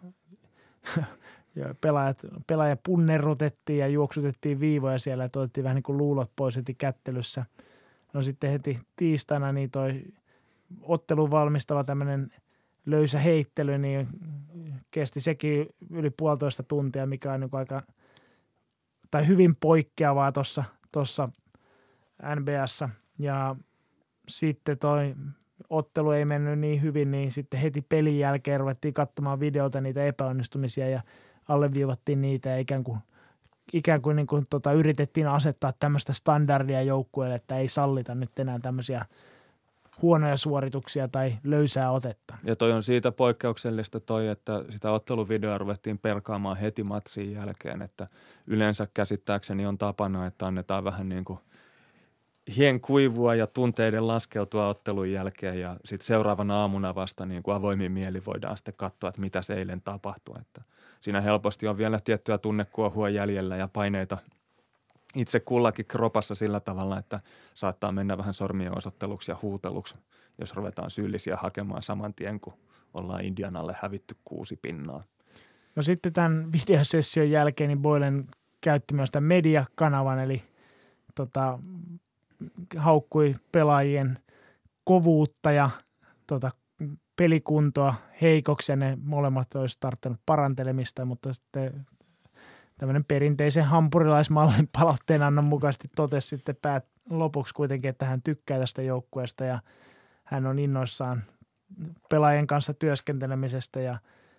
pelaajat punnerrutettiin ja juoksutettiin viivoja siellä ja otettiin vähän niin kuin luulot pois heti kättelyssä. No sitten heti tiistaina niin toi ottelun valmistava tämmöinen löysä heittely, niin kesti sekin yli 1,5 tuntia, mikä on niin aika, tai hyvin poikkeavaa tuossa NBA:ssa. Ja sitten toi ottelu ei mennyt niin hyvin, niin sitten heti pelin jälkeen ruvettiin katsomaan videota niitä epäonnistumisia ja alleviivattiin niitä ja ikään kuin, yritettiin asettaa tämmöistä standardia joukkueelle, että ei sallita nyt enää tämmöisiä huonoja suorituksia tai löysää otetta. Ja toi on siitä poikkeuksellista että sitä otteluvideoa ruvettiin perkaamaan heti matsin jälkeen, että yleensä käsittääkseni on tapana, että annetaan vähän niin kuin hien kuivua ja tunteiden laskeutua ottelun jälkeen ja sitten seuraavana aamuna vasta niin kuin avoimin mieli voidaan sitten katsoa, että mitä se eilen tapahtui. Että siinä helposti on vielä tiettyä tunnekuohua jäljellä ja paineita itse kullakin kropassa sillä tavalla, että saattaa mennä vähän sormien osoitteluksi ja huuteluksi, jos ruvetaan syyllisiä hakemaan saman tien, kun ollaan Indianalle hävitty 6 pinnaa. No sitten tämän videosession jälkeen niin Boylen käytti myös tämän mediakanavan, eli haukkui pelaajien kovuutta ja pelikuntoa heikoksi, ja ne molemmat olisi tarttunut parantelemista, mutta sitten tämmöinen perinteisen hampurilaismallin palautteenannon mukaisesti totesi sitten lopuksi kuitenkin, että hän tykkää tästä joukkueesta ja hän on innoissaan pelaajien kanssa työskentelemisestä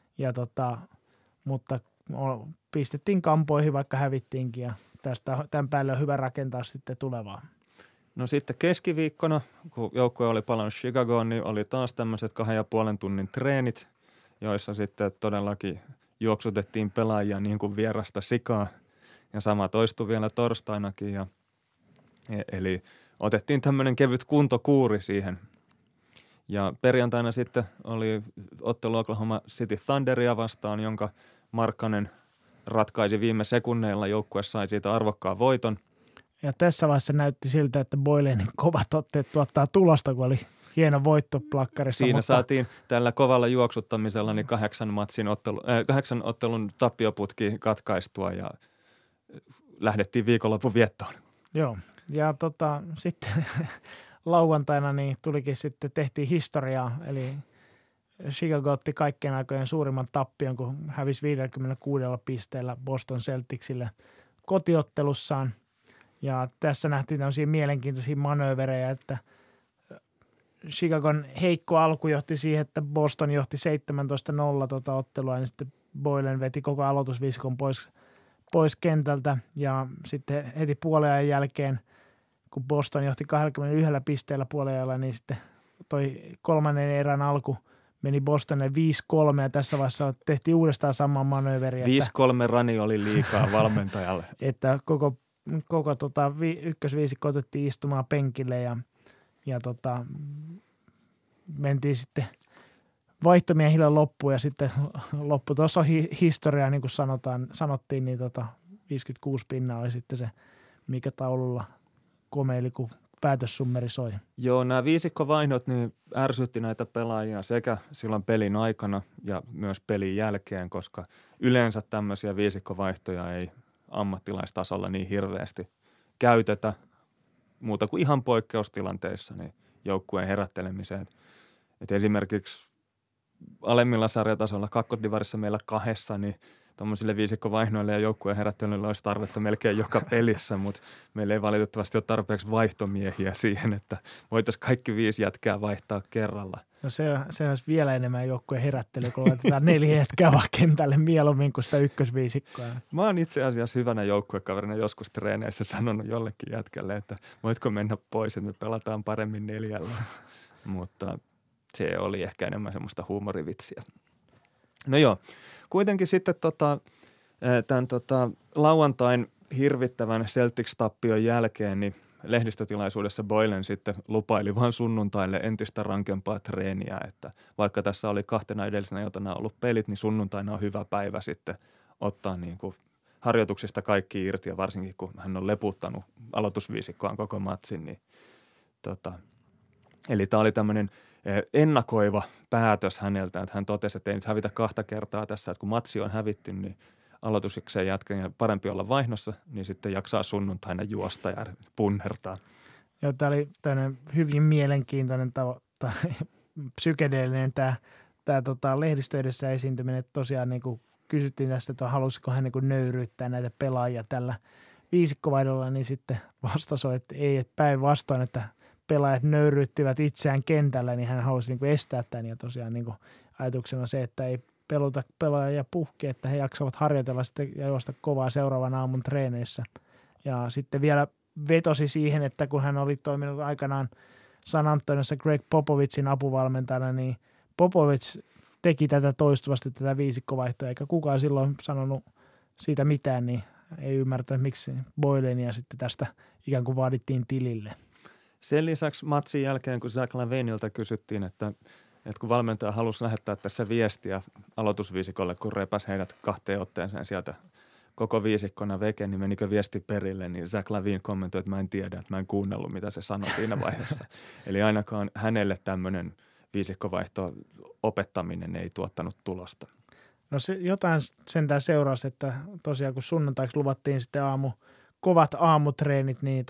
mutta pistettiin kampoihin, vaikka hävittiinkin, ja tämän päälle on hyvä rakentaa sitten tulevaa. No sitten keskiviikkona, kun joukkue oli palannut Chicagoon, niin oli taas tämmöiset 2,5 tunnin treenit, joissa sitten todellakin juoksutettiin pelaajia niin kuin vierasta sikaa, ja sama toistui vielä torstainakin, eli otettiin tämmöinen kevyt kuntokuuri siihen. Ja perjantaina sitten oli ottelu Oklahoma City Thunderia vastaan, jonka Markkanen ratkaisi viime sekunneilla. Joukkue sai siitä arvokkaan voiton. Ja tässä vaiheessa näytti siltä, että Boylenin kovat otteet tuottaa tulosta, kun oli hieno voitto plakkarissa. Siinä saatiin tällä kovalla juoksuttamisella niin 8 ottelun tappioputki katkaistua ja lähdettiin viikonlopun viettoon. Joo, ja sitten lauantaina niin tehtiin historiaa, eli Chicago otti kaikkien aikojen suurimman tappion, kun hävisi 56 pisteellä Boston Celticsille kotiottelussaan. Ja tässä nähtiin tämmöisiä mielenkiintoisia manööverejä, että Chicagon heikko alku johti siihen, että Boston johti 17-0 ottelua, niin sitten Boylen veti koko aloitusviisikon pois kentältä, ja sitten heti puolenajan jälkeen, kun Boston johti 21 pisteellä puolenajalla, niin sitten toi kolmannen erän alku meni Bostonille 5-3, ja tässä vaiheessa tehtiin uudestaan sama manööveri. 5-3 rani oli liikaa valmentajalle. Että koko ykkösviisikko otettiin istumaan penkille, ja mentiin vaihtomiehille loppuun, ja sitten loppu tuossa on historiaa, niin kuin sanottiin, niin 56 pinnaa oli sitten se, mikä taululla komeili, kun päätössummeri soi. Joo, nämä viisikkovaihdot niin ärsytti näitä pelaajia sekä silloin pelin aikana ja myös pelin jälkeen, koska yleensä tämmöisiä viisikkovaihtoja ei ammattilaistasolla niin hirveästi käytetä muuta kuin ihan poikkeustilanteissa niin joukkueen herättelemiseen. Et esimerkiksi alemmilla sarjatasolla kakkosdivarissa meillä 2, niin tuommoisille viisikkovaihnoille ja joukkueen herättelyille olisi tarvetta melkein joka pelissä, mutta meillä ei valitettavasti ole tarpeeksi vaihtomiehiä siihen, että voitaisiin kaikki 5 jätkää vaihtaa kerralla. No se olisi vielä enemmän joukkueen herättelyä, kun laitetaan 4 jätkää vaan kentälle mieluummin kuin sitä ykkösviisikkoa. Mä oon itse asiassa hyvänä joukkuekaverina joskus treeneissä sanonut jollekin jätkälle, että voitko mennä pois, että me pelataan paremmin 4. Mutta se oli ehkä enemmän semmoista huumorivitsiä. No joo, kuitenkin sitten tämän lauantain hirvittävän Celtics-tappion jälkeen niin lehdistötilaisuudessa Boylen sitten lupaili vaan sunnuntaille entistä rankempaa treeniä, että vaikka tässä oli 2 edellisenä iltana ollut pelit, niin sunnuntaina on hyvä päivä sitten ottaa niin kuin harjoituksista kaikki irti, ja varsinkin kun hän on leputtanut aloitusviisikkoaan koko matsin, niin eli tämä oli tämmöinen ennakoiva päätös häneltä, että hän totesi, että ei nyt hävitä 2 kertaa tässä, että kun matsi on hävitty, niin aloitusikseen jatkaa ja parempi olla vaihdossa, niin sitten jaksaa sunnuntaina juosta ja punnertaa. Joo, tämä oli tämmöinen hyvin mielenkiintoinen psykedeellinen tämä lehdistö edessä esiintyminen, että tosiaan niin kuin kysyttiin tästä, että halusiko hän niin kuin nöyryyttää näitä pelaajia tällä viisikkovaihdolla, niin sitten vastaus oli, että ei, päinvastoin, että pelaajat nöyryyttivät itseään kentällä, niin hän halusi niin kuin estää tämän, ja tosiaan niin kuin ajatuksena se, että ei pelota pelaajia puhki, että he jaksavat harjoitella sitten ja juosta kovaa seuraavan aamun treeneissä. Ja sitten vielä vetosi siihen, että kun hän oli toiminut aikanaan San Antoniossa Greg Popovichin apuvalmentajana, niin Popovich teki tätä toistuvasti, tätä viisikkovaihtoa, eikä kukaan silloin sanonut siitä mitään, niin ei ymmärtänyt, miksi Boylenia sitten tästä ikään kuin vaadittiin tilille. Sen lisäksi matsin jälkeen, kun Zach LaVinelta kysyttiin, että kun valmentaja halusi lähettää tässä viestiä aloitusviisikolle, kun repäsi heidät 2 otteeseen sieltä koko viisikkona veke, niin menikö viesti perille, niin Zach LaVine kommentoi, että mä en tiedä, että mä en kuunnellut, mitä se sanoi siinä vaiheessa. Eli ainakaan hänelle tämmöinen viisikkovaihto opettaminen ei tuottanut tulosta. No se, jotain sentään seurasi, että tosiaan kun sunnuntaiksi luvattiin sitten kovat aamutreenit, niin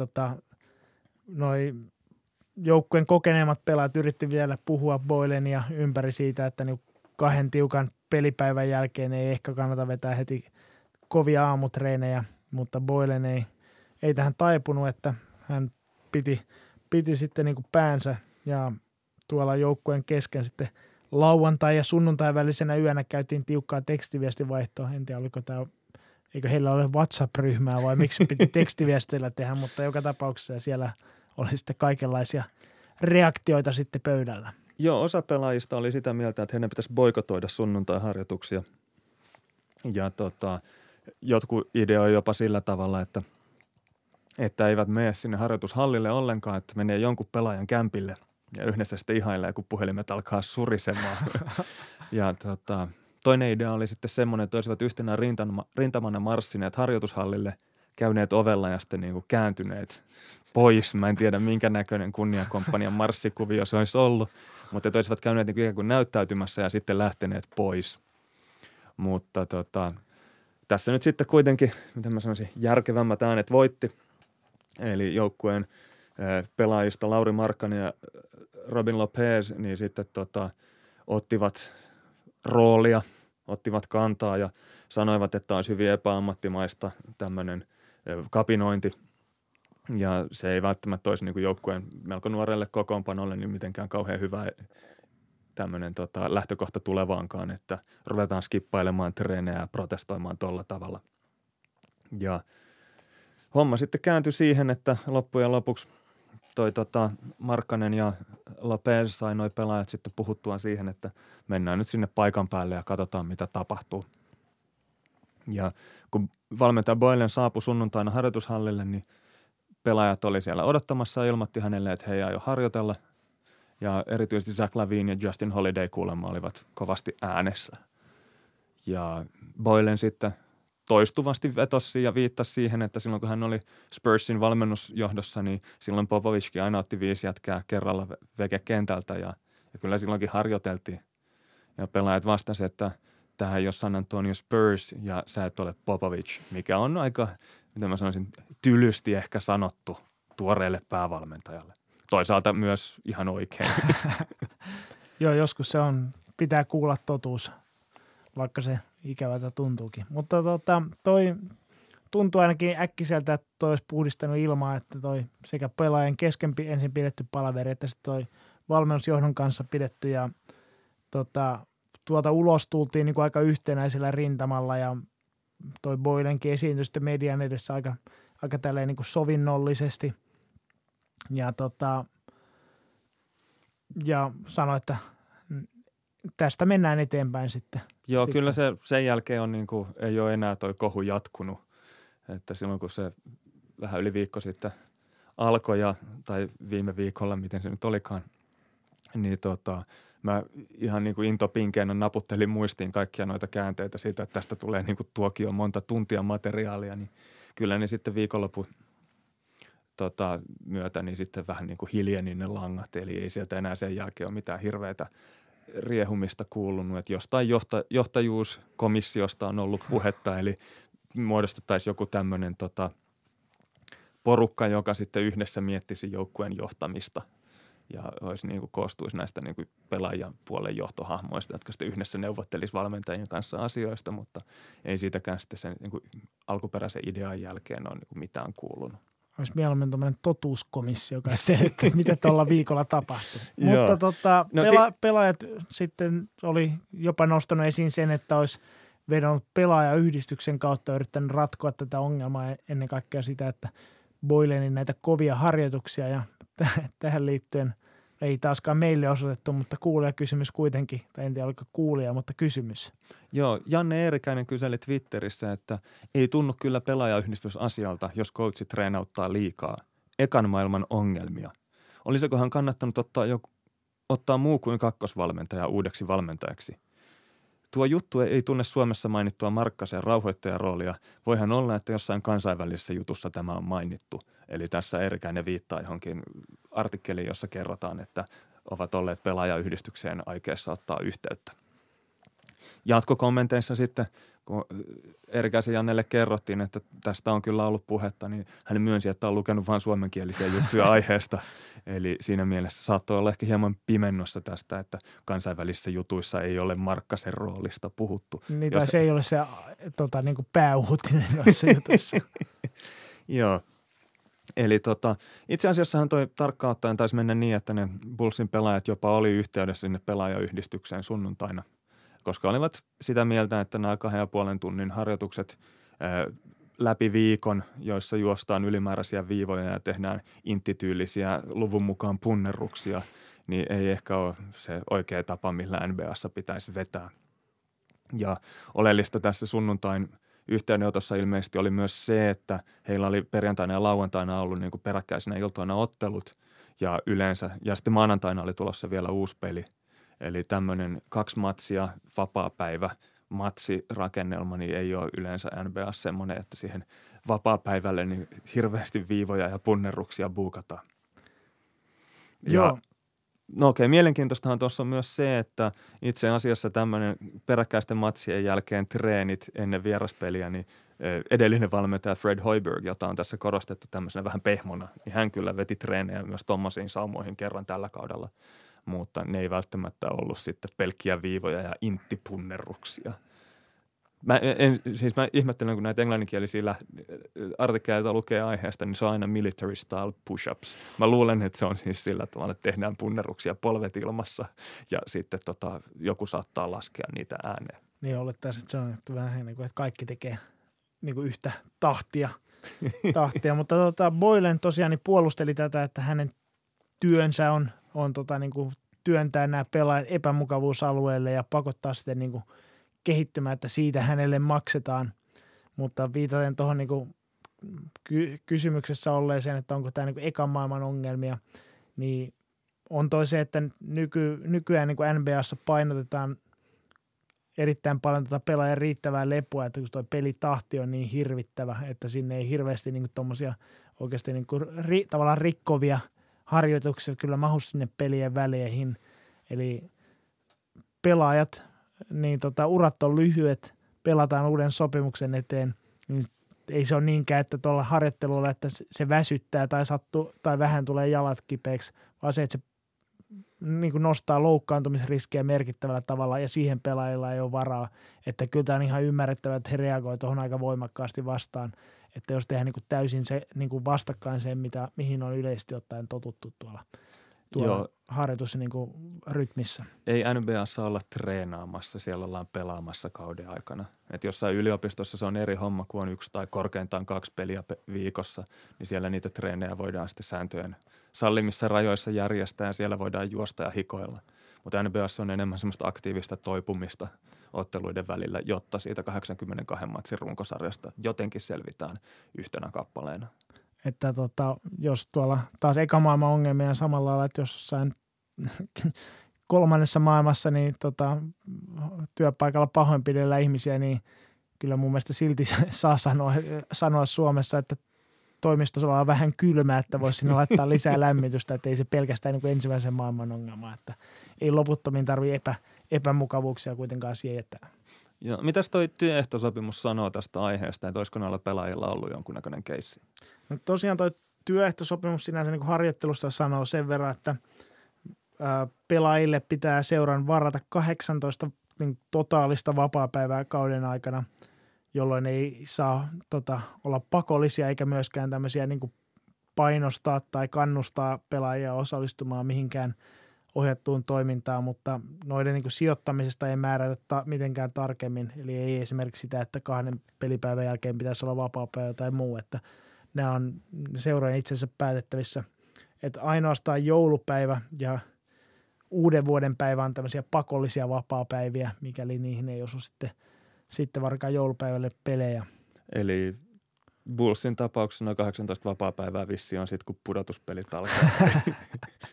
noi joukkueen kokeneemmat pelaajat yritti vielä puhua Boylenia ympäri siitä, että niin 2 tiukan pelipäivän jälkeen ei ehkä kannata vetää heti kovia aamutreenejä, mutta Boylen ei tähän taipunut, että hän piti sitten niin kuin päänsä ja tuolla joukkueen kesken sitten lauantai- ja sunnuntai välisenä yönä käytiin tiukkaa tekstiviestivaihtoa. En tiedä, eikö heillä ole WhatsApp-ryhmää vai miksi piti tekstiviestillä tehdä, mutta joka tapauksessa siellä oli sitten kaikenlaisia reaktioita sitten pöydällä. Joo, osa pelaajista oli sitä mieltä, että heidän pitäisi boikotoida sunnuntai-harjoituksia. Ja jotkut ideoi jopa sillä tavalla, että eivät mene sinne harjoitushallille ollenkaan, että menee jonkun pelaajan kämpille ja yhdessä sitten ihailee, kun puhelimet alkaa surisemaan. Ja toinen idea oli sitten semmoinen, että olisivat yhtenä rintamana marssineet harjoitushallille, käyneet ovella ja sitten niin kuin kääntyneet pois. Mä en tiedä, minkä näköinen kunniakomppanian marssikuvio se olisi ollut, mutta että olisivat käyneet niin kuin ikään kuin näyttäytymässä ja sitten lähteneet pois. Mutta tässä nyt sitten kuitenkin, mitä mä sanoisin, järkevämmät äänet voitti. Eli joukkueen pelaajista Lauri Markkanen ja Robin Lopez, niin sitten ottivat roolia, ottivat kantaa ja sanoivat, että olisi hyvin epäammattimaista tämmöinen kapinointi. Ja se ei välttämättä olisi niin kuin joukkueen melko nuorelle kokoonpanolle niin mitenkään kauhean hyvä tämmöinen lähtökohta tulevaankaan, että ruvetaan skippailemaan treenejä ja protestoimaan tolla tavalla. Ja homma sitten kääntyi siihen, että loppujen lopuksi Markkanen ja Lopez sai noi pelaajat sitten puhuttua siihen, että mennään nyt sinne paikan päälle ja katsotaan, mitä tapahtuu. Ja kun valmentaja Boylen saapui sunnuntaina harjoitushallille, niin pelaajat oli siellä odottamassa ja ilmoitti hänelle, että he ei aio harjoitella. Ja erityisesti Zach LaVine ja Justin Holiday kuulemma olivat kovasti äänessä. Ja Boylen sitten toistuvasti vetosi ja viittasi siihen, että silloin kun hän oli Spursin valmennusjohdossa, niin silloin Popovickin aina otti 5 jätkää kerralla veke kentältä ja kyllä silloinkin harjoiteltiin. Ja pelaajat vastasi, että tämähän ei ole San Antonio Spurs ja sä et ole Popovic, mikä on aika, mitä mä sanoisin, tylysti ehkä sanottu tuoreelle päävalmentajalle. Toisaalta myös ihan oikein. Joo, joskus pitää kuulla totuus, vaikka se ikävältä tuntuukin. Mutta toi tuntuu ainakin äkkiseltä, että toi olisi puhdistanut ilmaa, että toi sekä pelaajan kesken ensin pidetty palaveri, että sitten toi valmennusjohdon kanssa pidetty ja tuolta ulos tultiin niin kuin aika yhtenäisellä rintamalla ja toi Boylenkin esiintyi sitten median edessä aika tälleen niin kuin sovinnollisesti ja sanoi, että tästä mennään eteenpäin sitten. Joo, kyllä se sen jälkeen on niin kuin, ei ole enää toi kohu jatkunut, että silloin kun se vähän yli viikko sitten alkoi tai viime viikolla, miten se nyt olikaan, niin mä ihan niin kuin intopinkeenä naputtelin muistiin kaikkia noita käänteitä siitä, että tästä tulee niin kuin tuokio monta tuntia materiaalia, niin kyllä ne sitten viikonlopun myötä niin sitten vähän niin kuin hiljeni ne langat, eli ei sieltä enää sen jälkeen ole mitään hirveätä riehumista kuulunut, että jostain johtajuuskomissiosta on ollut puhetta, eli muodostettaisiin joku tämmöinen porukka, joka sitten yhdessä miettisi joukkueen johtamista ja olisi niin kuin koostuisi näistä niin kuin pelaajan puolen johtohahmoista, jotka sitten yhdessä neuvottelisi valmentajien kanssa asioista, mutta ei siitäkään sitten sen niin kuin alkuperäisen idean jälkeen ole niin kuin mitään kuulunut. Olisi mieluummin tämmöinen totuuskomissio, joka selittää, mitä tuolla viikolla tapahtui. Mutta pelaajat sitten oli jopa nostanut esiin sen, että olisi vedonnut pelaajayhdistyksen kautta yrittänyt ratkoa tätä ongelmaa ennen kaikkea sitä, että Boylenin näitä kovia harjoituksia ja tähän liittyen ei taaskaan meille osoitettu, mutta kuulijakysymys kuitenkin, tai en tiedä oliko kuulija, mutta kysymys. Joo, Janne Eerikäinen kyseli Twitterissä, että ei tunnu kyllä pelaajayhdistysasialta, jos coachi treenauttaa liikaa. Ekan maailman ongelmia. Olisikohan kannattanut ottaa muu kuin kakkosvalmentaja uudeksi valmentajaksi? Tuo juttu ei tunne Suomessa mainittua Markkasen rauhoittajan roolia. Voihan olla, että jossain kansainvälisessä jutussa tämä on mainittu. Eli tässä Eerikäinen viittaa johonkin artikkeliin, jossa kerrotaan, että ovat olleet pelaajayhdistykseen aikeessa ottaa yhteyttä. Jatkokommenteissa sitten, kun Eerikäisen Jannelle kerrottiin, että tästä on kyllä ollut puhetta, niin hän myönsi, että on lukenut vain suomenkielisiä juttuja aiheesta. Eli siinä mielessä saattoi olla ehkä hieman pimennossa tästä, että kansainvälisissä jutuissa ei ole Markkasen roolista puhuttu. Niin, tai se ei ole se niin kuin pääuutinen noissa jutuissa. Joo. Eli itse asiassahan toi tarkkaan ottaen taisi mennä niin, että ne Bullsin pelaajat jopa oli yhteydessä sinne pelaajayhdistykseen sunnuntaina, koska olivat sitä mieltä, että nämä 2,5 tunnin harjoitukset läpi viikon, joissa juostaan ylimääräisiä viivoja ja tehdään intityylisiä luvun mukaan punnerruksia, niin ei ehkä ole se oikea tapa, millä NBA:ssa pitäisi vetää. Ja oleellista tässä sunnuntain yhteydenotossa ilmeisesti oli myös se, että heillä oli perjantaina ja lauantaina ollut niin kuin peräkkäisinä iltoina ottelut ja yleensä, ja sitten maanantaina oli tulossa vielä uusi peli. Eli tämmöinen 2 matsia, vapaapäivä, matsirakennelma, niin ei ole yleensä NBA:ssa semmoinen, että siihen vapaapäivälle niin hirveästi viivoja ja punnerruksia buukataan. Joo. No okei, mielenkiintoistahan tuossa on myös se, että itse asiassa tämmöinen peräkkäisten matsien jälkeen treenit ennen vieraspeliä, niin edellinen valmentaja Fred Hoiberg, jota on tässä korostettu tämmöisenä vähän pehmona, niin hän kyllä veti treenejä myös tommosiin saumoihin kerran tällä kaudella, mutta ne ei välttämättä ollut sitten pelkkiä viivoja ja inttipunnerruksia. Mä ihmettelen, kun näitä englanninkielisiä artikkeleita lukee aiheesta, niin se on aina military style push-ups. Mä luulen, että se on siis sillä tavalla, että tehdään punnerruksia polvet ilmassa ja sitten joku saattaa laskea niitä ääneen. Niin olettaisiin, että se on että vähän niin kuin, että kaikki tekee niin kuin yhtä tahtia. Mutta Boylen tosiaan niin puolusteli tätä, että hänen työnsä on niin kuin työntää nämä pelaajat epämukavuusalueelle ja pakottaa sitten niin kuin kehittymään, että siitä hänelle maksetaan, mutta viitaten tuohon niin kysymyksessä olleeseen, että onko tämä niin ekan maailman ongelmia, niin on se, että nykyään niin NBA:ssa painotetaan erittäin paljon tätä pelaajan riittävää lepoa, että kun tuo pelitahti on niin hirvittävä, että sinne ei hirveästi niin tuommoisia oikeasti niin tavallaan rikkovia harjoituksia kyllä mahu sinne pelien väleihin, eli pelaajat niin urat on lyhyet, pelataan uuden sopimuksen eteen, niin ei se ole niinkään, että tuolla harjoittelulla, että se väsyttää tai sattuu tai vähän tulee jalat kipeäksi, vaan se, että se niin kuin nostaa loukkaantumisriskejä merkittävällä tavalla ja siihen pelaajilla ei ole varaa. Että kyllä tämä on ihan ymmärrettävää, että he reagoivat tuohon aika voimakkaasti vastaan, että jos tehdään niin kuin täysin se niin kuin vastakkain sen, mihin on yleisesti ottaen totuttu tuolla harjoitus niin kuin rytmissä. Ei NBA:ssa olla treenaamassa, siellä ollaan pelaamassa kauden aikana. Että jossain yliopistossa se on eri homma, kun on 1 tai korkeintaan 2 peliä viikossa, niin siellä niitä treenejä voidaan sitten sääntöjen sallimissa rajoissa järjestää ja siellä voidaan juosta ja hikoilla. Mutta NBA:ssa on enemmän semmoista aktiivista toipumista otteluiden välillä, jotta siitä 82 matsin runkosarjasta jotenkin selvitään yhtenä kappaleena. Että jos tuolla taas eka maailman ongelmia samalla lailla, että jos jossain 3. maailmassa niin työpaikalla pahoinpidellä ihmisiä, niin kyllä mun mielestä silti saa sanoa Suomessa, että toimistossa on vähän kylmä, että voisi sinne laittaa lisää lämmitystä, että ei se pelkästään niin kuin ensimmäisen maailman ongelma, että ei loputtomiin tarvitse epämukavuuksia kuitenkaan sietää. Ja mitäs toi työehtosopimus sanoo tästä aiheesta, että olisiko noilla pelaajilla ollut jonkunnäköinen keissi? No tosiaan toi työehtosopimus sinänsä niin kuin harjoittelusta sanoo sen verran, että pelaajille pitää seuran varata 18 niin totaalista vapaapäivää kauden aikana, jolloin ei saa olla pakollisia eikä myöskään tämmöisiä niin kuin painostaa tai kannustaa pelaajia osallistumaan mihinkään ohjattuun toimintaan, mutta noiden niin kuin sijoittamisesta ei määrätä mitenkään tarkemmin. Eli ei esimerkiksi sitä, että 2 pelipäivän jälkeen pitäisi olla vapaapäivä tai muu, että nämä on seurojen itsensä päätettävissä. Että ainoastaan joulupäivä ja uuden vuoden päivä on tämmöisiä pakollisia vapaapäiviä, mikäli niihin ei osu sitten varmaan joulupäivälle pelejä. Eli Bullsin tapauksessa noin 18 vapaapäivää vissiin on sitten, kun pudotuspelit alkaa.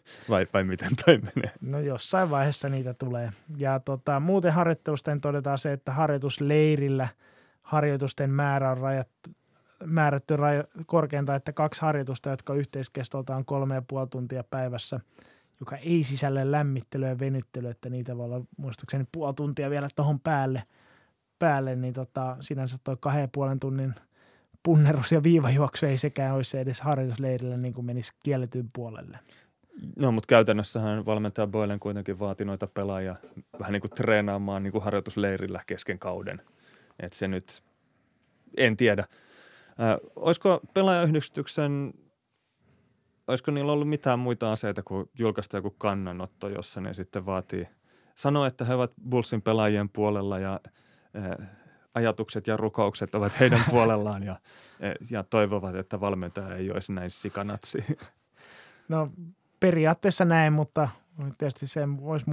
Vai miten toi menee? No jossain vaiheessa niitä tulee. Ja muuten harjoittelusta todetaan se, että harjoitusleirillä harjoitusten määrä on määrätty korkeintaan, että 2 harjoitusta, jotka yhteiskestolta on 3,5 tuntia päivässä, joka ei sisällä lämmittelyä ja venyttelyä, että niitä voi olla muistaakseni puoli tuntia vielä tuohon päälle niin sinänsä toi 2,5 tunnin punnerus ja viivajuoksu ei sekään olisi edes harjoitusleirillä niin kuin menisi kielletyn puolelle. No, mutta käytännössähän valmentaja Boylen kuitenkin vaati noita pelaajia vähän niin kuin treenaamaan niin kuin harjoitusleirillä kesken kauden. Että se nyt, en tiedä. Olisiko pelaajayhdistyksen, olisiko niillä ollut mitään muita aseita kuin julkaista joku kannanotto, jossa ne sitten sanoo, että he ovat Bullsin pelaajien puolella ja ajatukset ja rukoukset ovat heidän puolellaan ja toivovat, että valmentaja ei olisi näin sikanatsi. No periaatteessa näin, mutta tietysti se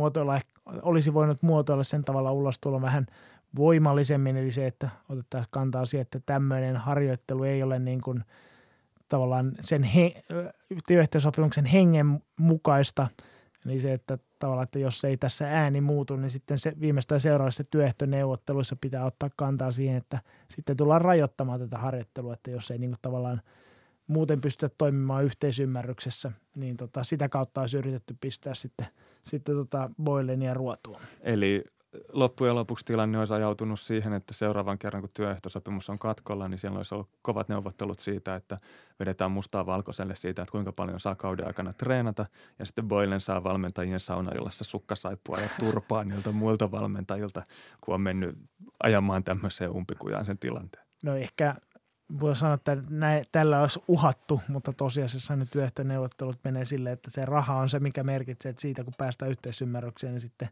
olisi voinut muotoilla sen tavalla ulostulon vähän voimallisemmin, eli se, että otettaisiin kantaa siihen, että tämmöinen harjoittelu ei ole niin kuin tavallaan sen työehtosopimuksen hengen mukaista, eli se, että tavallaan, että jos ei tässä ääni muutu, niin sitten se viimeistään seuraavissa työehtoneuvotteluissa pitää ottaa kantaa siihen, että sitten tullaan rajoittamaan tätä harjoittelua, että jos ei niin kuin tavallaan muuten pystytä toimimaan yhteisymmärryksessä, niin sitä kautta olisi yritetty pistää sitten Boylenia ruotuun. Eli loppujen lopuksi tilanne olisi ajautunut siihen, että seuraavan kerran, kun työehtosopimus on katkolla, niin siellä olisi ollut kovat neuvottelut siitä, että vedetään mustaa valkoiselle siitä, että kuinka paljon saa kauden aikana treenata. Ja sitten Boylen saa valmentajien saunaillassa sukkasaippua ja turpaa niiltä muilta valmentajilta, kun on mennyt ajamaan tämmöiseen umpikujaan sen tilanteen. No ehkä voi sanoa, että tällä olisi uhattu, mutta tosiasiassa nyt työehtoneuvottelut menee silleen, että se raha on se, mikä merkitsee, että siitä kun päästään yhteisymmärrykseen, niin sitten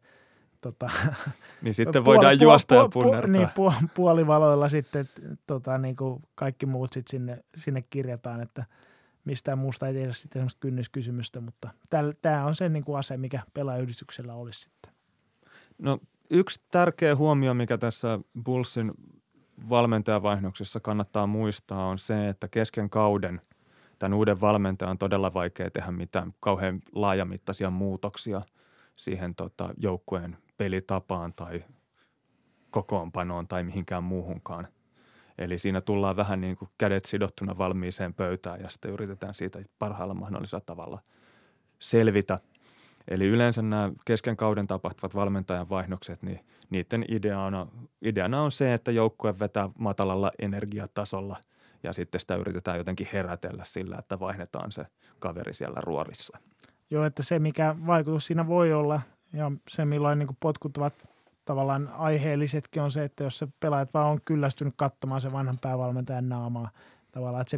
niin sitten voidaan juosta ja punnertaa. Niin, puolivaloilla sitten niin kuin kaikki muut sitten sinne kirjataan, että mistään muusta ei tehdä sitten semmoista kynnyskysymystä, mutta tämä on se niin kuin ase, mikä pelaajayhdistyksellä olisi sitten. No yksi tärkeä huomio, mikä tässä Bullsin valmentajavaihdoksessa kannattaa muistaa, on se, että kesken kauden tämän uuden valmentajan on todella vaikea tehdä mitään kauhean laajamittaisia muutoksia siihen joukkueen pelitapaan tai kokoonpanoon tai mihinkään muuhunkaan. Eli siinä tullaan vähän niin kuin kädet sidottuna valmiiseen pöytään ja sitten yritetään siitä parhaalla mahdollisella tavalla selvitä. Eli yleensä nämä kesken kauden tapahtuvat valmentajan vaihdokset, niin niiden ideana on se, että joukkue vetää matalalla energiatasolla ja sitten sitä yritetään jotenkin herätellä sillä, että vaihdetaan se kaveri siellä ruorissa. Joo, että se mikä vaikutus siinä voi olla ja se milloin niin kuin potkut ovat tavallaan aiheellisetkin on se, että jos se pelaajat vaan on kyllästynyt katsomaan sen vanhan päävalmentajan naamaa tavallaan, että se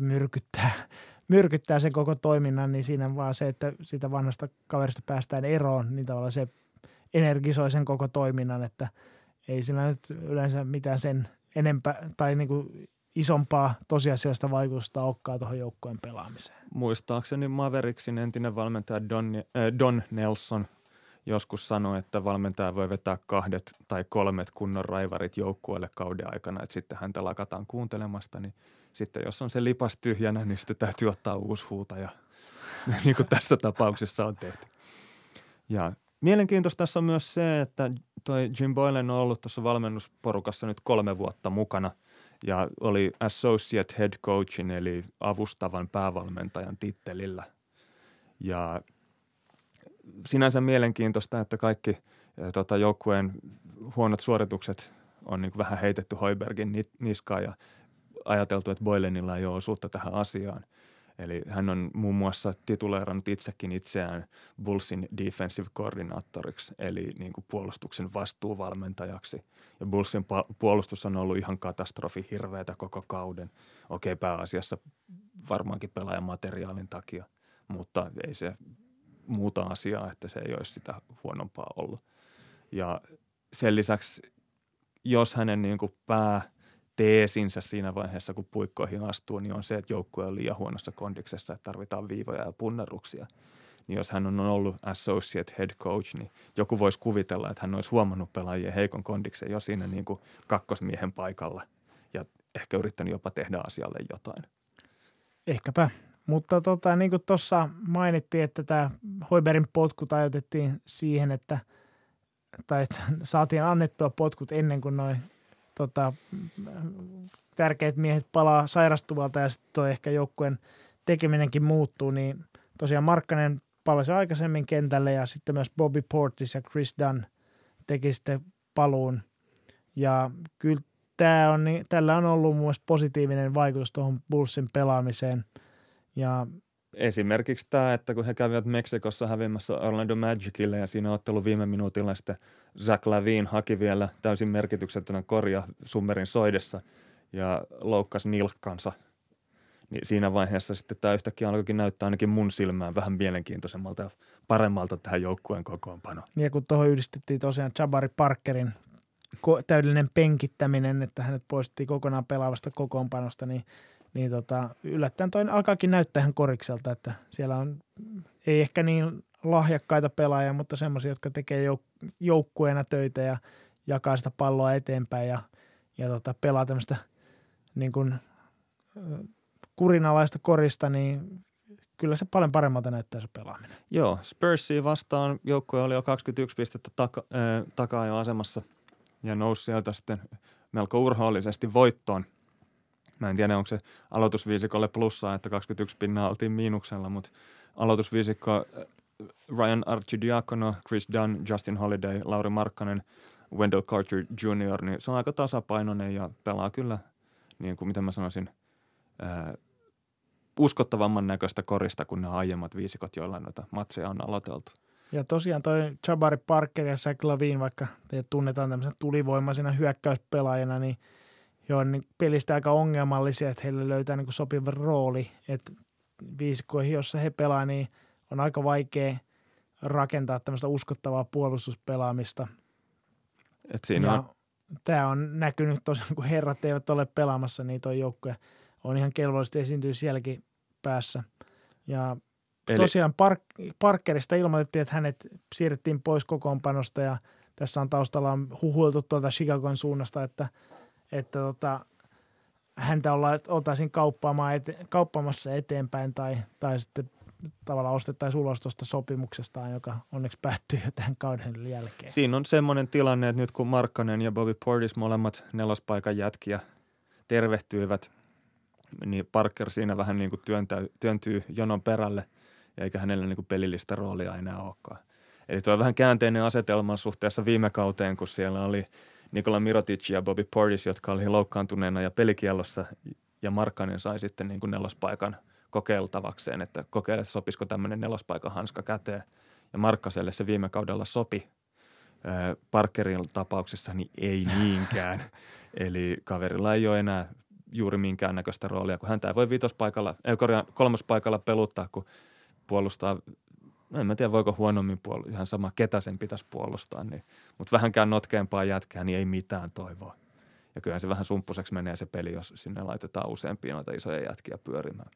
myrkyttää sen koko toiminnan, niin siinä vaan se, että siitä vanhasta kaverista päästään eroon, niin tavallaan se energisoi sen koko toiminnan, että ei sillä nyt yleensä mitään sen enempää tai niin kuin isompaa tosiasiallista vaikutusta olekaan tuohon joukkojen pelaamiseen. Muistaakseni Mavericksin entinen valmentaja Don Nelson joskus sanoi, että valmentaja voi vetää 2 tai 3 kunnon raivarit joukkueelle kauden aikana, että sitten häntä lakataan kuuntelemasta, niin sitten jos on se lipas tyhjänä, niin sitten täytyy ottaa uusi huutaja, niin kuin tässä tapauksessa on tehty. Ja mielenkiintoista tässä on myös se, että toi Jim Boylen on ollut tuossa valmennusporukassa nyt 3 vuotta mukana ja oli associate head coachin eli avustavan päävalmentajan tittelillä. Ja sinänsä mielenkiintoista, että kaikki joukkueen huonot suoritukset on niin kuin vähän heitetty Hoibergin niskaan ja ajateltu, että Boylenilla ei ole osuutta tähän asiaan. Eli hän on muun muassa tituleerannut itsekin itseään Bullsin defensive koordinaattoriksi, eli niin kuin puolustuksen vastuuvalmentajaksi. Ja Bullsin puolustus on ollut ihan katastrofi, hirveätä koko kauden. Okei, pääasiassa varmaankin pelaajamateriaalin takia, mutta ei se muuta asiaa, että se ei olisi sitä huonompaa ollut. Ja sen lisäksi, jos hänen niin kuin pääteesinsä siinä vaiheessa, kun puikkoihin astuu, niin on se, että joukkue on liian huonossa kondiksessa, että tarvitaan viivoja ja punnerruksia. Niin jos hän on ollut associate head coach, niin joku voisi kuvitella, että hän olisi huomannut pelaajien heikon kondiksen jo siinä niin kuin kakkosmiehen paikalla ja ehkä yrittänyt jopa tehdä asialle jotain. Ehkäpä. Mutta niin kuin tuossa mainittiin, että tämä Hoibergin potkut ajoitettiin siihen, että saatiin annettua potkut ennen kuin noin tärkeät miehet palaa sairastuvalta ja sitten toi ehkä joukkueen tekeminenkin muuttuu, niin tosiaan Markkanen palasi aikaisemmin kentälle ja sitten myös Bobby Portis ja Chris Dunn teki sitten paluun. Ja kyllä tällä on ollut mun mielestä positiivinen vaikutus tuohon Bullsin pelaamiseen. Ja esimerkiksi tämä, että kun he kävivät Meksikossa häviämässä Orlando Magicille ja siinä ottelu viime minuutilla sitten Zach LaVine haki vielä täysin merkityksettömän korja summerin soidessa ja loukkasi nilkkansa. Niin siinä vaiheessa sitten tämä yhtäkkiä alkoikin näyttää ainakin mun silmään vähän mielenkiintoisemmalta ja paremmalta tähän joukkueen kokoonpano. Ja kun tuohon yhdistettiin tosiaan Jabari Parkerin täydellinen penkittäminen, että hänet poistettiin kokonaan pelaavasta kokoonpanosta, niin yllättäen toi alkaakin näyttää ihan korikselta, että siellä on ei ehkä niin lahjakkaita pelaajia, mutta semmoisia, jotka tekee joukkueena töitä ja jakaa sitä palloa eteenpäin ja pelaa tämmöistä niin kuin kurinalaista korista, niin kyllä se paljon paremmalta näyttää se pelaaminen. Joo, Spursia vastaan joukkue oli jo 21 pistettä takaa jo asemassa ja nousi sieltä sitten melko urhoollisesti voittoon. Mä en tiedä, onko se aloitusviisikolle plussaa, että 21 pinnaa oltiin miinuksella, mutta aloitusviisikko Ryan Arcidiacono, Chris Dunn, Justin Holiday, Lauri Markkanen, Wendell Carter Jr., niin se on aika tasapainoinen ja pelaa kyllä, niin kuin mitä mä sanoisin, uskottavamman näköistä korista kuin nämä aiemmat viisikot, joilla noita matseja on aloiteltu. Ja tosiaan toi Jabari Parker ja Zach LaVine, vaikka teidät tunnetaan tämmöisen tulivoimaisena hyökkäyspelaajana, niin joo, niin pelistä aika ongelmallisia, että heille löytää niin kuin sopiva rooli. Että viisikkoihin, jossa he pelaa, niin on aika vaikea rakentaa tämmöistä uskottavaa puolustuspelaamista. Tämä on näkynyt tosiaan, kun herrat eivät ole pelaamassa, niin tuo joukkue on ihan kelvollisesti esiintyy sielläkin päässä. Ja tosiaan Parkerista ilmoitettiin, että hänet siirrettiin pois kokoonpanosta ja tässä on taustalla huhuiltu tuolta Chicagon suunnasta, että häntä oltaisiin kauppaamassa eteenpäin tai sitten tavallaan ostettaisiin ulos tuosta sopimuksestaan, joka onneksi päättyy jo tämän kauden jälkeen. Siinä on semmoinen tilanne, että nyt kun Markkanen ja Bobby Portis molemmat nelospaikan jätkiä tervehtyivät, niin Parker siinä vähän niin kuin työntyy jonon perälle, eikä hänellä niin kuin pelillistä roolia enää olekaan. Eli tuo on vähän käänteinen asetelma suhteessa viime kauteen, kun siellä oli Nikola Mirotic ja Bobby Portis, jotka oli loukkaantuneena ja pelikiellossa, ja Markkanen sai sitten niin kuin nelospaikan kokeiltavakseen, että kokeile, sopisiko tämmöinen nelospaikan hanska käteen. Ja Markkaselle se viime kaudella sopi. Parkerin tapauksessa niin ei niinkään. Eli kaverilla ei ole enää juuri minkäännäköistä roolia, kun häntä ei voi kolmospaikalla peluttaa, kun puolustaa. En mä tiedä, voiko huonommin ihan sama, ketä sen pitäisi puolustaa, niin, mutta vähänkään notkeampaa jätkää, niin ei mitään toivoa. Ja kyllähän se vähän sumppuseksi menee se peli, jos sinne laitetaan useampia noita isoja jätkiä pyörimään.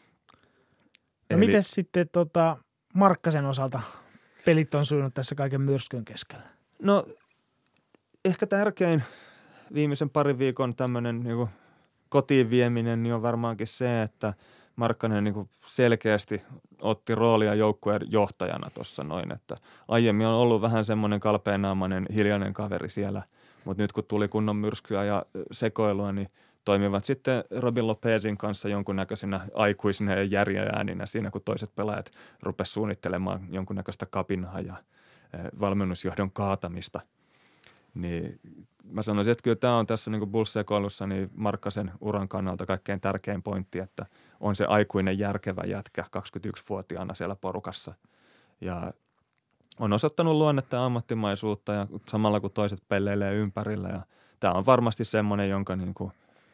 No miten sitten Markkasen osalta pelit on sujunut tässä kaiken myrskyn keskellä? No ehkä tärkein viimeisen parin viikon tämmöinen niin kotiin vieminen niin on varmaankin se, että Markkanen niin selkeästi otti roolia joukkueen johtajana tuossa noin, että aiemmin on ollut vähän semmoinen kalpeenaamainen hiljainen kaveri siellä, mutta nyt kun tuli kunnon myrskyä ja sekoilua, niin toimivat sitten Robin Lopezin kanssa jonkunnäköisenä aikuisina ja järjeääninä siinä, kun toiset pelaajat rupesivat suunnittelemaan jonkunnäköistä kapinaa ja valmennusjohdon kaatamista. Niin mä sanoisin, että kyllä tämä on tässä niin Bulls-sekoilussa niin Markkasen uran kannalta kaikkein tärkein pointti, että on se aikuinen järkevä jätkä 21-vuotiaana siellä porukassa. Ja on osoittanut luonnetta ja ammattimaisuutta ja samalla kun toiset pelleilee ympärillä. Ja tämä on varmasti semmoinen, jonka niin kuin,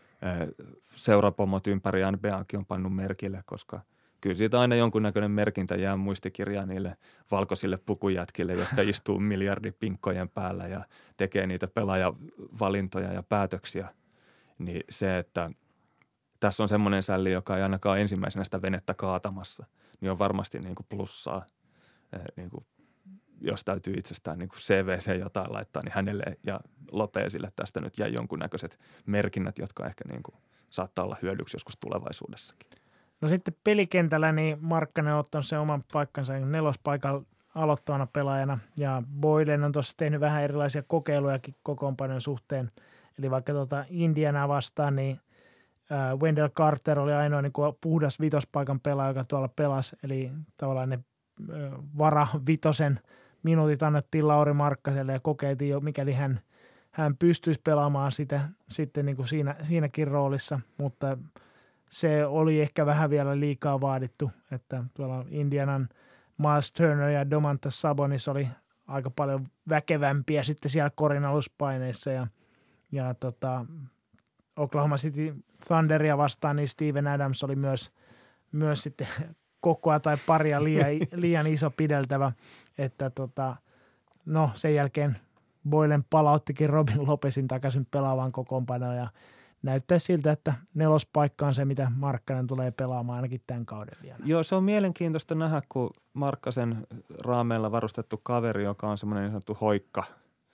seurapomot ympäri NBAkin on pannut merkille, koska kyllä siitä aina jonkunnäköinen merkintä jää muistikirjaan niille valkoisille pukujätkille, jotka istuu miljardipinkkojen päällä ja tekee niitä pelaajavalintoja ja päätöksiä. Niin se, että tässä on semmoinen sälli, joka ei ainakaan ensimmäisenä sitä venettä kaatamassa, niin on varmasti niin kuin plussaa. Niin kuin, jos täytyy itsestään niin kuin CVC jotain laittaa, niin hänelle ja Lopezille tästä nyt jäi jonkunnäköiset merkinnät, jotka ehkä niin kuin saattaa olla hyödyksi joskus tulevaisuudessakin. No sitten pelikentällä niin Markkanen on ottanut sen oman paikkansa nelospaikan aloittavana pelaajana ja Boylen on tuossa tehnyt vähän erilaisia kokeilujakin kokoonpanon suhteen. Eli vaikka Indianaa vastaan, niin Wendell Carter oli ainoa niin kuin puhdas vitospaikan pelaaja, joka tuolla pelasi. Eli tavallaan ne vara-vitosen minuutit annettiin Lauri Markkaselle ja kokeiltiin jo, mikäli hän pystyisi pelaamaan sitä sitten niin kuin siinäkin roolissa, mutta se oli ehkä vähän vielä liikaa vaadittu, että tuolla Indianan Miles Turner ja Domantas Sabonis oli aika paljon väkevämpiä sitten siellä korin aluspaineissa ja Oklahoma City Thunderia vastaan, niin Steven Adams oli myös sitten kokoa tai paria liian iso pideltävä, että no sen jälkeen Boylen palauttikin Robin Lopesin takaisin pelaavaan kokoonpanoon ja näyttää siltä, että nelospaikka on se, mitä Markkanen tulee pelaamaan ainakin tämän kauden vielä. Joo, se on mielenkiintoista nähdä, kun Markkasen raameilla varustettu kaveri, joka on semmoinen niin sanottu hoikka,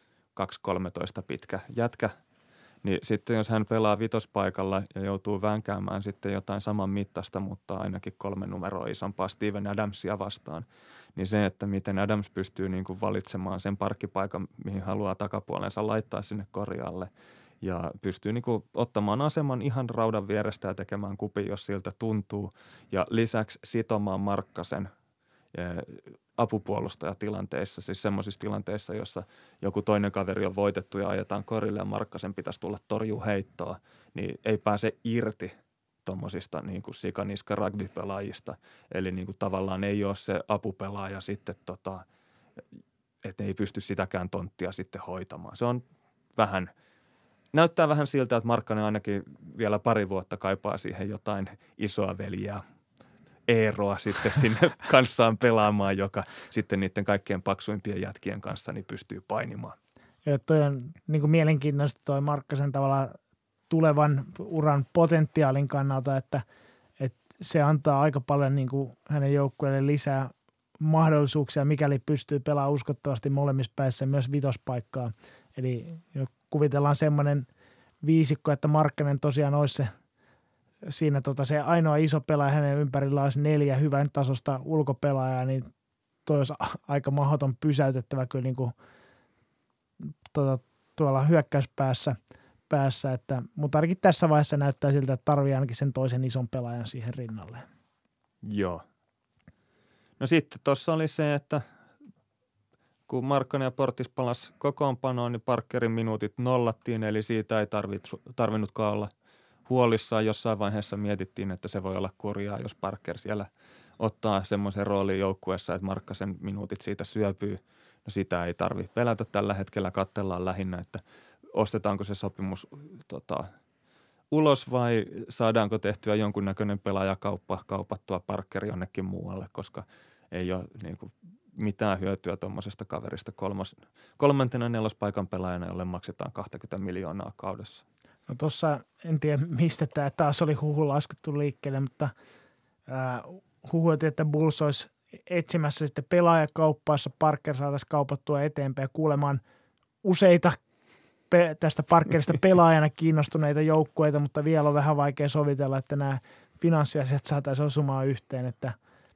2.13 pitkä jätkä, niin sitten jos hän pelaa vitospaikalla ja joutuu vänkäämään sitten jotain saman mittaista, mutta ainakin 3 numeroa isompaa Steven Adamsia vastaan, niin se, että miten Adams pystyy niin kuin valitsemaan sen parkkipaikan, mihin haluaa takapuolensa laittaa sinne korjalle ja pystyy niin kuin ottamaan aseman ihan raudan vierestä ja tekemään kupin, jos siltä tuntuu ja lisäksi sitomaan Markkasen apupuolustajatilanteissa, siis semmoisissa tilanteissa, jossa joku toinen kaveri on voitettu ja ajetaan korille ja Markkasen pitäisi tulla torjuu heittoa, niin ei pääse irti tuommoisista niin kuin sikaniska rugby-pelaajista. Eli niin kuin tavallaan ei ole se apupelaaja sitten, että ei pysty sitäkään tonttia sitten hoitamaan. Se on näyttää vähän siltä, että Markkanen ainakin vielä pari vuotta kaipaa siihen jotain isoa veljeä. Eeroa sitten sinne kanssaan pelaamaan, joka sitten niiden kaikkien paksuimpien jätkien kanssa niin pystyy painimaan. Ja toi on niin kuin mielenkiintoista toi Markkasen tavalla tulevan uran potentiaalin kannalta, että se antaa aika paljon niin kuin hänen joukkueelle lisää mahdollisuuksia, mikäli pystyy pelaamaan uskottavasti molemmissa päissä myös vitospaikkaa. Eli kuvitellaan semmoinen viisikko, että Markkanen tosiaan olisi siinä se ainoa iso pelaaja hänen ympärillä olisi 4 hyvän tasosta ulkopelaajaa, niin toi olisi aika mahdoton pysäytettävä kyllä niin kuin, tuolla hyökkäyspäässä. Mutta ainakin tässä vaiheessa näyttää siltä, että tarvii ainakin sen toisen ison pelaajan siihen rinnalle. Joo. No sitten tuossa oli se, että kun Markkanen ja Portis palasi kokoonpanoon, niin Parkerin minuutit nollattiin, eli siitä ei tarvinnutkaan olla huolissaan. Jossain vaiheessa mietittiin, että se voi olla kurjaa, jos Parker siellä ottaa semmoisen roolin joukkueessa, että Markkasen minuutit siitä syöpyy. No sitä ei tarvitse pelätä tällä hetkellä, katsellaan lähinnä, että ostetaanko se sopimus ulos vai saadaanko tehtyä jonkunnäköinen pelaajakauppa, kaupattua Parker jonnekin muualle, koska ei ole niin kuin mitään hyötyä tuommoisesta kaverista kolmantena nelospaikan pelaajana, jolle maksetaan 20 miljoonaa kaudessa. No tuossa en tiedä, mistä tämä taas oli huhu laskettu liikkeelle, mutta huhuiltiin, että Bulls olisi etsimässä sitten pelaajakauppassa, Parker saataisiin kaupattua eteenpäin ja kuulemaan useita tästä Parkerista pelaajana kiinnostuneita joukkueita, mutta vielä on vähän vaikea sovitella, että nämä finanssiasiat saataisiin osumaan yhteen, että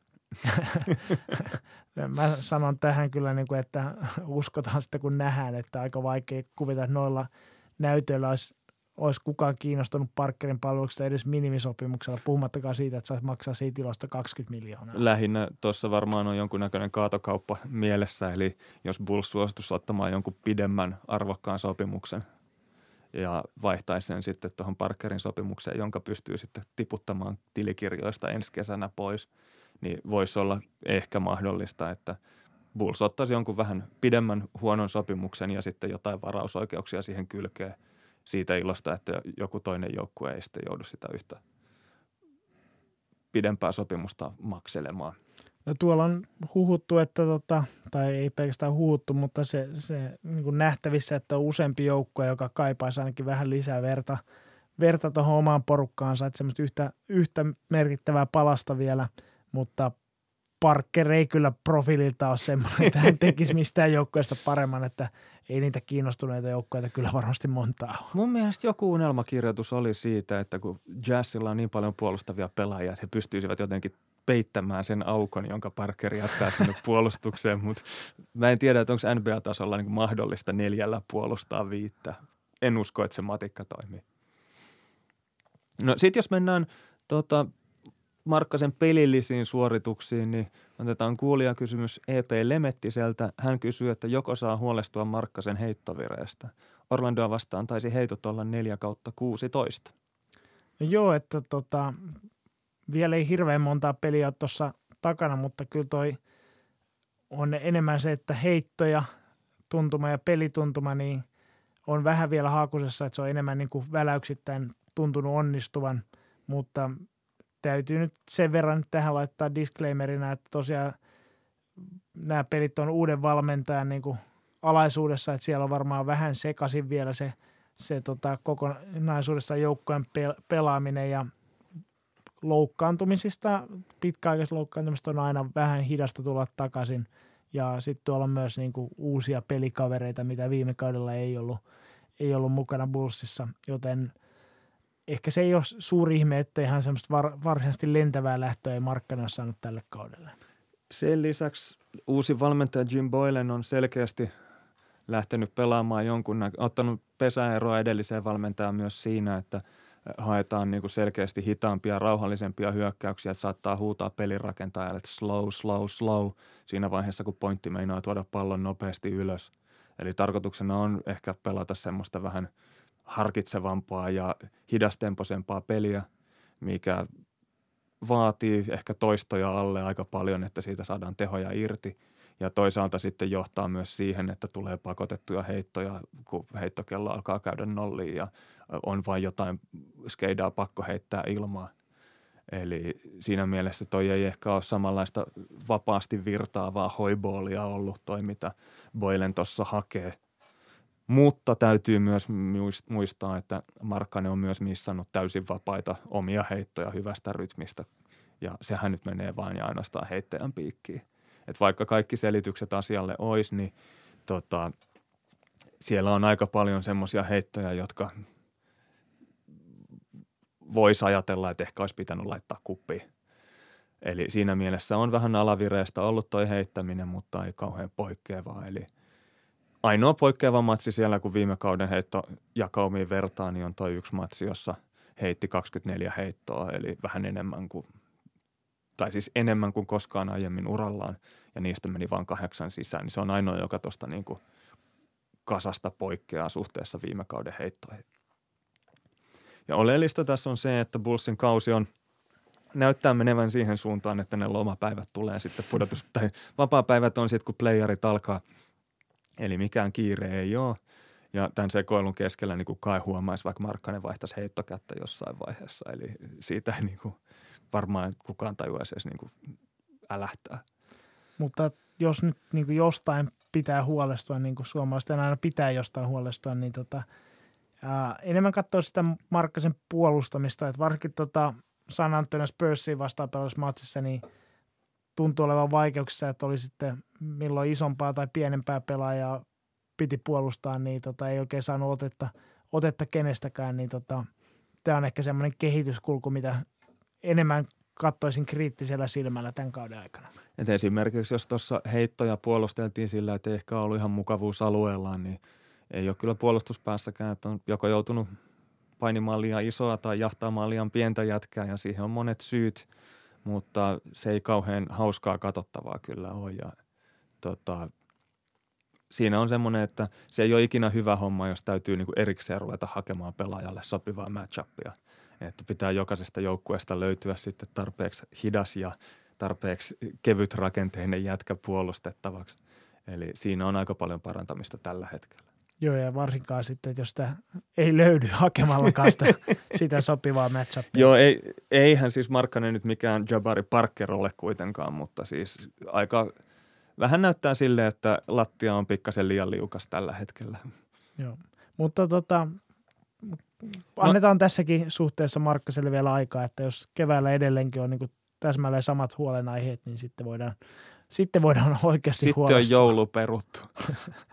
mä sanon tähän kyllä, niin kuin, että uskotaan sitten kun nähdään, että aika vaikea kuvitella, että noilla näytöillä olisi kukaan kiinnostunut Parkerin palveluksesta edes minimisopimuksella, puhumattakaan siitä, että saisi maksaa siitä tilasta 20 miljoonaa. Lähinnä tuossa varmaan on jonkunnäköinen kaatokauppa mielessä, eli jos Bulls suosituisi ottamaan jonkun pidemmän arvokkaan sopimuksen ja vaihtaisi sen sitten tuohon Parkerin sopimukseen, jonka pystyy sitten tiputtamaan tilikirjoista ensi kesänä pois, niin voisi olla ehkä mahdollista, että Bulls ottaisi jonkun vähän pidemmän huonon sopimuksen ja sitten jotain varausoikeuksia siihen kylkeen siitä ilosta, että joku toinen joukkue ei sitten joudu sitä yhtä pidempää sopimusta makselemaan. No tuolla on huhuttu, että tai ei pelkästään huhuttu, mutta se niin kuin nähtävissä, että on useampi joukkue, joka kaipaisi ainakin vähän lisää verta tuohon omaan porukkaansa, että semmoista yhtä merkittävää palasta vielä, mutta Parker ei kyllä profiililta ole semmoinen, että hän tekisi mistään joukkueesta paremman, että ei niitä kiinnostuneita joukkoja kyllä varmasti montaa ole. Mun mielestä joku unelmakirjoitus oli siitä, että kun Jazzilla on niin paljon puolustavia pelaajia, että he pystyisivät jotenkin peittämään sen aukon, jonka Parker jättää sinne puolustukseen, mutta mä en tiedä, että onko NBA-tasolla niin kuin mahdollista 4 puolustaa 5. En usko, että se matikka toimii. No sit jos mennään Markkasen pelillisiin suorituksiin, niin otetaan kuulijakysymys EP Lemettiseltä. Hän kysyy, että joko saa huolestua Markkasen heittovireestä. Orlandoa vastaan taisi heitot olla 4/16. No joo, että vielä ei hirveän montaa peliä ole tuossa takana, mutta kyllä toi on enemmän se, että heittoja, tuntuma ja pelituntuma, niin on vähän vielä haakusessa, että se on enemmän niin kuin väläyksittäin tuntunut onnistuvan, mutta täytyy nyt sen verran tähän laittaa disclaimerina, että tosiaan nämä pelit on uuden valmentajan niin kuin alaisuudessa, että siellä on varmaan vähän sekaisin vielä se kokonaisuudessa joukkojen pelaaminen ja loukkaantumisista, pitkäaikaisista loukkaantumisista on aina vähän hidasta tulla takaisin ja sitten tuolla on myös niin kuin uusia pelikavereita, mitä viime kaudella ei ollut mukana Bullsissa, joten ehkä se ei ole suuri ihme, että ihan semmoista varsinaisesti lentävää lähtöä ei Markkanen ole saanut tälle kaudelle. Sen lisäksi uusi valmentaja Jim Boylen on selkeästi lähtenyt pelaamaan ottanut pesäeroa edelliseen valmentajaan myös siinä, että haetaan niin kuin selkeästi hitaampia, rauhallisempia hyökkäyksiä, että saattaa huutaa pelirakentajalle, että slow siinä vaiheessa, kun pointti meinaa tuoda pallon nopeasti ylös. Eli tarkoituksena on ehkä pelata semmoista vähän harkitsevampaa ja hidastempoisempaa peliä, mikä vaatii ehkä toistoja alle aika paljon, että siitä saadaan tehoja irti. Ja toisaalta sitten johtaa myös siihen, että tulee pakotettuja heittoja, kun heittokello alkaa käydä nolliin ja on vain jotain skeidaa pakko heittää ilmaa. Eli siinä mielessä toi ei ehkä ole samanlaista vapaasti virtaavaa hoiballia ollut toi, mitä Boylen tuossa hakee. Mutta täytyy myös muistaa, että Markkanen on myös missannut täysin vapaita omia heittoja hyvästä rytmistä. Ja sehän nyt menee vain ja ainoastaan heittäjän piikkiin. Että vaikka kaikki selitykset asialle olisi, niin siellä on aika paljon semmoisia heittoja, jotka voisi ajatella, että ehkä olisi pitänyt laittaa kuppiin. Eli siinä mielessä on vähän alavireestä ollut toi heittäminen, mutta ei kauhean poikkeavaa. Eli ainoa poikkeava matsi siellä, kun viime kauden heittojakaumiin vertaa, niin on toi yksi matsi, jossa heitti 24 heittoa, eli vähän enemmän kuin, tai siis enemmän kuin koskaan aiemmin urallaan, ja niistä meni vain 8 sisään, niin se on ainoa, joka tuosta niin kuin kasasta poikkeaa suhteessa viime kauden heittoihin. Ja oleellista tässä on se, että Bullsin kausi näyttää menevän siihen suuntaan, että ne lomapäivät tulee sitten tai vapaapäivät on sitten, kun playerit alkaa. Eli mikään kiire ei ole. Ja tämän sekoilun keskellä niin kuin kai huomaisi, vaikka Markkanen vaihtaisi heittokättä jossain vaiheessa. Eli siitä ei niin kuin varmaan kukaan tajuaisi edes niin kuin älähtää. Mutta jos nyt niin kuin jostain pitää huolestua, niin kuin suomalaisten aina pitää jostain huolestua, niin enemmän katsoa sitä Markkasen puolustamista, että varsinkin San Antonio Spursiin vastaan pelossa matsissa, niin tuntuu olevan vaikeuksissa, että oli sitten milloin isompaa tai pienempää pelaajaa piti puolustaa, niin ei oikein saanut otetta kenestäkään, niin tämä on ehkä semmoinen kehityskulku, mitä enemmän katsoisin kriittisellä silmällä tämän kauden aikana. Et esimerkiksi jos tuossa heittoja puolusteltiin sillä, että ei ehkä ollut ihan mukavuusalueellaan, niin ei ole kyllä puolustuspäässäkään, että on joko joutunut painimaan liian isoa tai jahtaamaan liian pientä jätkää ja siihen on monet syyt, mutta se ei kauhean hauskaa katsottavaa kyllä ole. Ja, siinä on semmoinen, että se ei ole ikinä hyvä homma, jos täytyy niinku erikseen ruveta hakemaan pelaajalle sopivaa match-upia. Että pitää jokaisesta joukkueesta löytyä sitten tarpeeksi hidas ja tarpeeksi kevyt rakenteinen jätkä puolustettavaksi. Eli siinä on aika paljon parantamista tällä hetkellä. Joo, ja varsinkaan sitten, että jos sitä ei löydy hakemallakaan sitä sopivaa match-upia. Joo, eihän siis Markkanen nyt mikään Jabari Parker ole kuitenkaan, mutta siis aika vähän näyttää silleen, että lattia on pikkasen liian liukas tällä hetkellä. Joo, mutta annetaan tässäkin suhteessa Markkaselle vielä aikaa, että jos keväällä edelleenkin on niin kuin täsmälleen samat huolenaiheet, niin sitten voidaan oikeasti sitten huolestua. Sitten on joulu peruttu.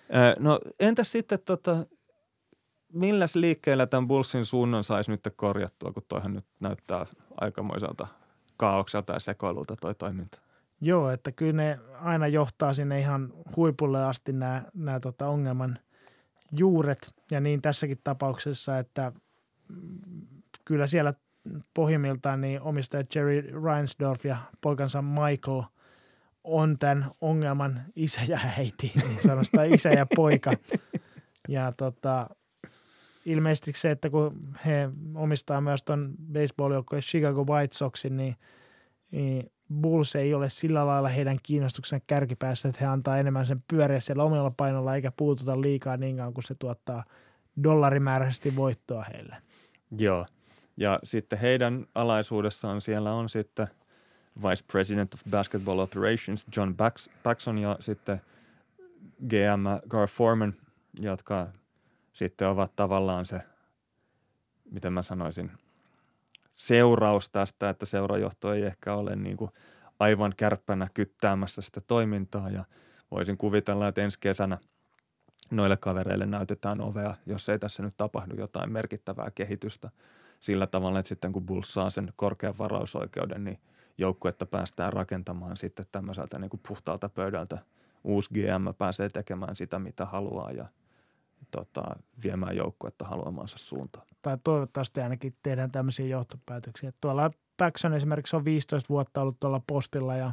No entäs sitten milläs liikkeellä tämän Bullsin suunnan saisi nyt korjattua, kun toihan nyt näyttää aikamoiselta kaaokselta ja sekoilulta toi toiminta? Joo, että kyllä ne aina johtaa sinne ihan huipulle asti nämä ongelman juuret ja niin tässäkin tapauksessa, että kyllä siellä pohjimmiltaan niin omistaja Jerry Reinsdorf ja poikansa Michael on tämän ongelman isä ja äiti, niin sanotaan isä ja poika. Ja ilmeisesti se, että kun he omistaa myös tuon baseball-joukkueen Chicago White Soxin, niin Bulls ei ole sillä lailla heidän kiinnostuksen kärkipäässä, että he antaa enemmän sen pyöriä siellä omalla painolla eikä puututa liikaa niin kauan, kun se tuottaa dollarimääräisesti voittoa heille. Joo, ja sitten heidän alaisuudessaan siellä on sitten Vice President of Basketball Operations John Paxson ja sitten GM Gar Forman, jotka sitten ovat tavallaan se, miten mä sanoisin, seuraus tästä, että seurajohto ei ehkä ole niin kuin aivan kärppänä kyttäämässä sitä toimintaa ja voisin kuvitella, että ensi kesänä noille kavereille näytetään ovea, jos ei tässä nyt tapahdu jotain merkittävää kehitystä sillä tavalla, että sitten kun Bulls saa sen korkean varausoikeuden, niin joukkuetta päästään rakentamaan sitten tämmöiseltä niin kuin puhtaalta pöydältä. Uusi GM pääsee tekemään sitä, mitä haluaa ja viemään joukkuetta haluamansa suuntaan. Tai toivottavasti ainakin tehdään tämmöisiä johtopäätöksiä. Tuolla Paxson esimerkiksi on 15 vuotta ollut tuolla postilla ja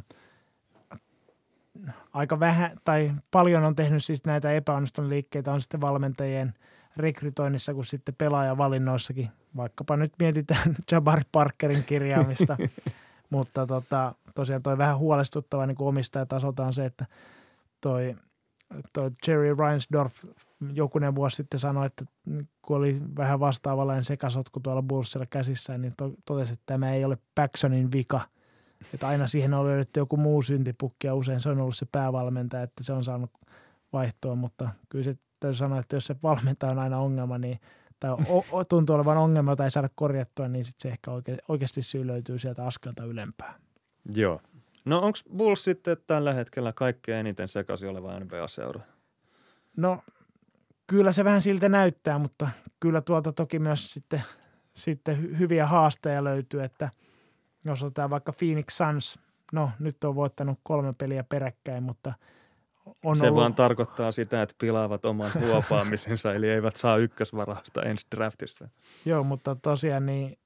aika vähän tai paljon on tehnyt siis näitä epäonnistunut liikkeitä on sitten valmentajien rekrytoinnissa kuin sitten pelaajavalinnoissakin. Vaikkapa nyt mietitään Jabari Parkerin kirjaamista, mutta tosiaan toi vähän huolestuttava niin kuin omistajatasolta on se, että toi Jerry Reinsdorf jokunen vuosi sitten sanoi, että kun oli vähän vastaavallainen sekasotku tuolla Bullsilla käsissään, niin totesi, että tämä ei ole Paxsonin vika. Että aina siihen on löydetty joku muu syntipukki ja usein se on ollut se päävalmentaja, että se on saanut vaihtoa, mutta kyllä se täytyy sanoa, että jos se valmentaja on aina ongelma, niin, tai tuntuu olevan ongelma, jota ei saada korjattua, niin sitten se ehkä oikeasti syy löytyy sieltä askelta ylempää. Joo. No onko Bulls sitten tällä hetkellä kaikkein eniten sekaisin oleva NBA-seura? No kyllä se vähän siltä näyttää, mutta kyllä tuolta toki myös sitten hyviä haasteja löytyy, että jos otetaan vaikka Phoenix Suns, no nyt on voittanut 3 peliä peräkkäin, mutta on se ollut... vaan tarkoittaa sitä, että pilaavat oman huopaamisensa, eli eivät saa ykkösvarausta ensi draftissa. Joo, mutta tosiaan niin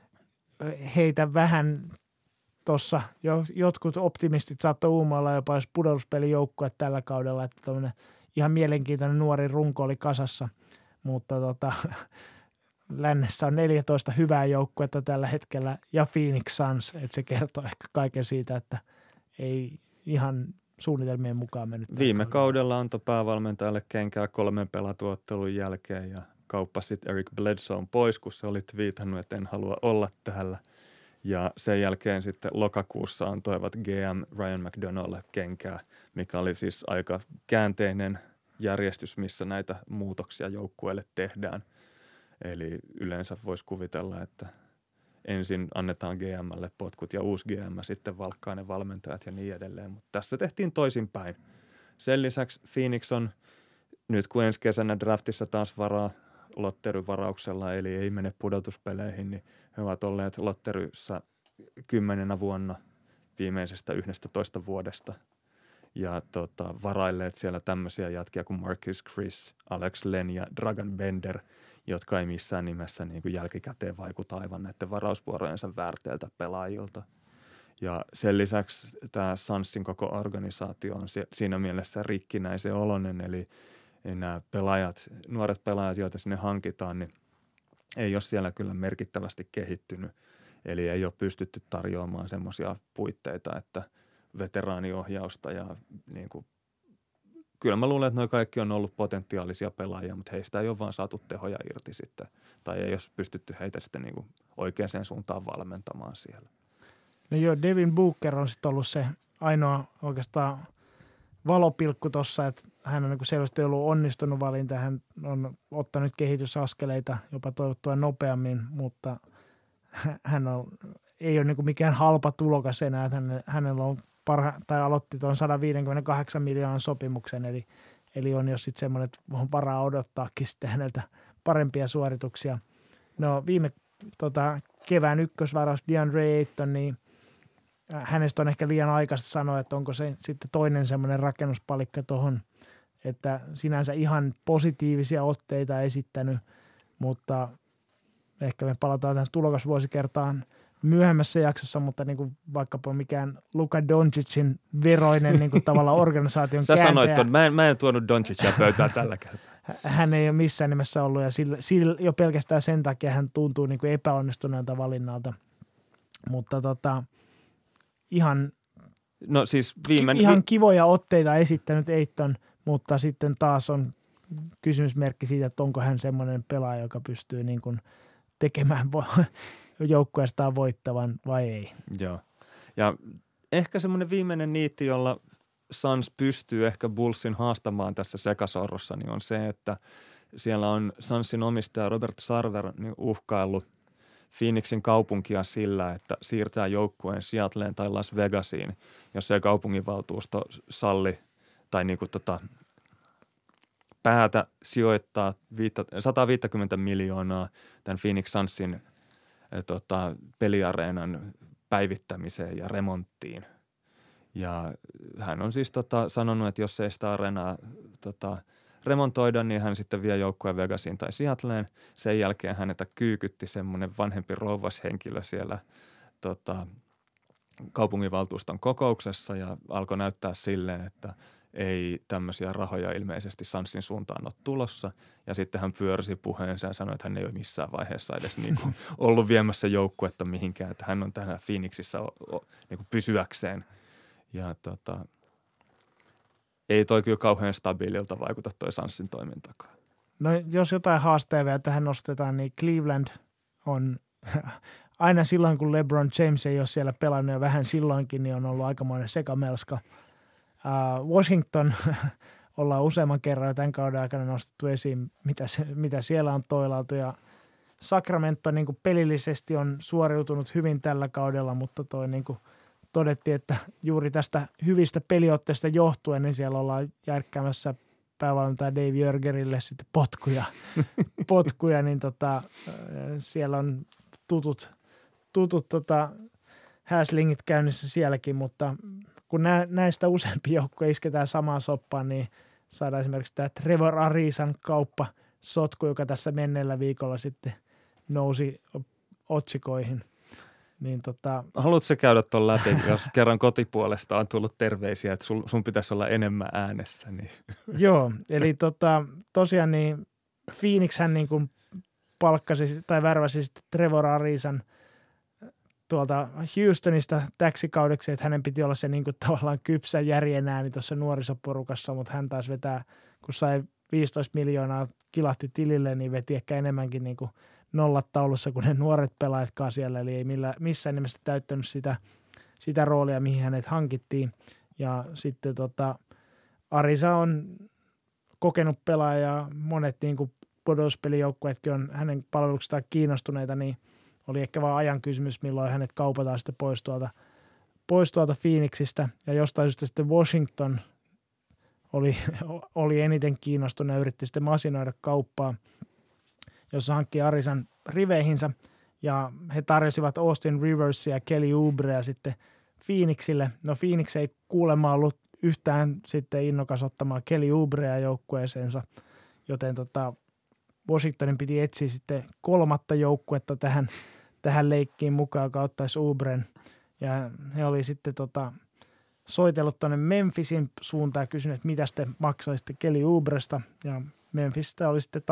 heitä vähän tuossa jotkut optimistit saattoi uumoilla jopa jos pudotuspelijoukkue tällä kaudella, että tämmöinen ihan mielenkiintoinen nuori runko oli kasassa, mutta lännessä on 14 hyvää joukkuetta tällä hetkellä ja Phoenix Suns, että se kertoo ehkä kaiken siitä, että ei ihan suunnitelmien mukaan mennyt. Viime kaudella antoi päävalmentajalle kenkää 3 pelatuottelun jälkeen ja kauppasi Eric Bledsoe pois, kun se oli twiitannut, että en halua olla täällä. Ja sen jälkeen sitten lokakuussa antoivat GM Ryan McDonoughille kenkää, mikä oli siis aika käänteinen järjestys, missä näitä muutoksia joukkueelle tehdään. Eli yleensä voisi kuvitella, että ensin annetaan GM:lle potkut ja uusi GM sitten valkkaa ne valmentajat ja niin edelleen. Mutta tässä tehtiin toisinpäin. Sen lisäksi Phoenix on nyt kun ensi kesänä draftissa taas varaa lotteryvarauksella, eli ei mene pudotuspeleihin, niin he ovat olleet lotteryssä 10 vuonna viimeisestä 11 vuodesta. Ja varailleet siellä tämmöisiä jätkiä kuin Marcus Chris, Alex Len ja Dragan Bender, jotka ei missään nimessä niin kuin jälkikäteen vaikuta aivan näiden varausvuorojensa väärteiltä pelaajilta. Ja sen lisäksi tämä Sunsin koko organisaatio on siinä mielessä rikkinäisen oloinen, eli nämä pelaajat, nuoret pelaajat, joita sinne hankitaan, niin ei ole siellä kyllä merkittävästi kehittynyt. Eli ei ole pystytty tarjoamaan semmoisia puitteita, että veteraaniohjausta ja niin kuin, kyllä mä luulen, että nuo kaikki on ollut potentiaalisia pelaajia, mutta heistä ei ole vaan saatu tehoja irti sitten. Tai ei ole pystytty heitä sitten niin kuin oikeaan suuntaan valmentamaan siellä. No joo, Devin Booker on sitten ollut se ainoa oikeastaan valopilkku tuossa, että hän on niin selvästi ollut onnistunut valinta. Hän on ottanut kehitysaskeleita jopa toivottua nopeammin, mutta hän ei ole niin mikään halpa tulokas enää. Hänellä on aloitti tuon 158 miljoonan sopimuksen, eli Eli on jo sitten semmoinen, että on varaa odottaakin sitten häneltä parempia suorituksia. No viime kevään ykkösvaraus DeAndre Ayton, niin hänestä on ehkä liian aikaista sanoa, että onko se sitten toinen semmoinen rakennuspalikka tuohon, että sinänsä ihan positiivisia otteita esittänyt, mutta ehkä me palataan tähän tulokasvuosikertaan myöhemmässä jaksossa, mutta niin kuin vaikkapa mikään Luka Doncicin veroinen niin kuin tavallaan organisaation Sä kääntäjä. sanoit, että mä en tuonut Doncicia pöytään tällä kertaa. Hän ei ole missään nimessä ollut, ja sillä jo pelkästään sen takia hän tuntuu niin kuin epäonnistuneelta valinnalta. Mutta ihan kivoja otteita esittänyt Ayton, mutta sitten taas on kysymysmerkki siitä, että onko hän semmoinen pelaaja, joka pystyy niin kuin tekemään joukkueestaan voittavan vai ei. Joo. Ja ehkä semmoinen viimeinen niitti, jolla Suns pystyy ehkä Bullsin haastamaan tässä sekasorrossa, niin on se, että siellä on Sunsin omistaja Robert Sarver niin uhkaillut Phoenixin kaupunkia sillä, että siirtää joukkueen Seattleen tai Las Vegasiin, jos ei kaupunginvaltuusto salli tai niin kuin päätä sijoittaa 150 miljoonaa tämän Phoenix Sunsin peliareenan päivittämiseen ja remonttiin. Ja hän on siis sanonut, että jos ei sitä areenaa remontoida, niin hän sitten vie joukkueen Vegasiin tai Seattleen. Sen jälkeen häneltä kyykytti semmoinen vanhempi rouvashenkilö siellä kaupunginvaltuuston kokouksessa ja alkoi näyttää silleen, että ei tämmöisiä rahoja ilmeisesti Sunsin suuntaan ole tulossa. Ja sitten hän pyörsi puheensa ja sanoi, että hän ei ole missään vaiheessa edes niin kuin ollut viemässä joukkuetta mihinkään, että hän on täällä Phoenixissa niin kuin pysyäkseen. Ja ei toi kyllä kauhean stabiililta vaikuta toi Sunsin toimintakaan. No jos jotain haasteavaa tähän nostetaan, niin Cleveland on aina silloin, kun LeBron James ei ole siellä pelannut ja vähän silloinkin, niin on ollut aikamoinen sekamelska. Washington ollaan useamman kerran tämän kauden aikana nostettu esiin, mitä siellä on toilailtu. Ja Sacramento niin kuin pelillisesti on suoriutunut hyvin tällä kaudella, mutta toi niin kuin todettiin, että juuri tästä hyvistä peliotteista johtuen, niin siellä ollaan järkkäämässä päävalmentaja Dave Jörgerille sitten potkuja niin siellä on tutut häslingit käynnissä sielläkin, mutta kun näistä useampi joukkue isketään samaan soppaan, niin saadaan esimerkiksi tämä Trevor Arisan kauppasotku, joka tässä menneellä viikolla sitten nousi otsikoihin. Niin haluatko käydä tuon läpi, jos kerran kotipuolesta on tullut terveisiä, että sun pitäisi olla enemmän äänessä? Niin. Joo, eli tosiaan niin Phoenix hän niin kuin palkkasi tai värväsi sitten Trevor Arisan tuolta Houstonista täksi kaudeksi, että hänen piti olla se niin kuin tavallaan kypsä järjen ääni tuossa nuorisoporukassa, mutta hän taas vetää, kun sai 15 miljoonaa kilahti tilille, niin veti ehkä enemmänkin niin kuin nollat taulussa kuin ne nuoret pelaajatkaan siellä, eli ei missään nimessä täyttänyt sitä roolia, mihin hänet hankittiin. Ja sitten Arisa on kokenut pelaaja, monet niin kuin pudotuspelijoukkueetkin on hänen palveluksestaan kiinnostuneita, niin oli ehkä vaan ajan kysymys, milloin hänet kaupataan sitten pois tuolta Phoenixistä. Ja jostain syystä sitten Washington oli eniten kiinnostunut ja yritti sitten masinoida kauppaa, jossa hankki Arisan riveihinsä. Ja he tarjosivat Austin Riversia ja Kelly Oubrea sitten Phoenixille. No Phoenix ei kuulemma ollut yhtään sitten innokas ottamaan Kelly Oubrea joukkueeseensa, joten Washingtonin piti etsiä sitten kolmatta joukkuetta tähän leikkiin mukaan, joka ottaisi Oubren. Ja he oli sitten soitellut tuonne Memphisin suuntaan ja kysynyt, että mitä sitten maksaisitte Kelly Oubresta. Ja Memphistä oli sitten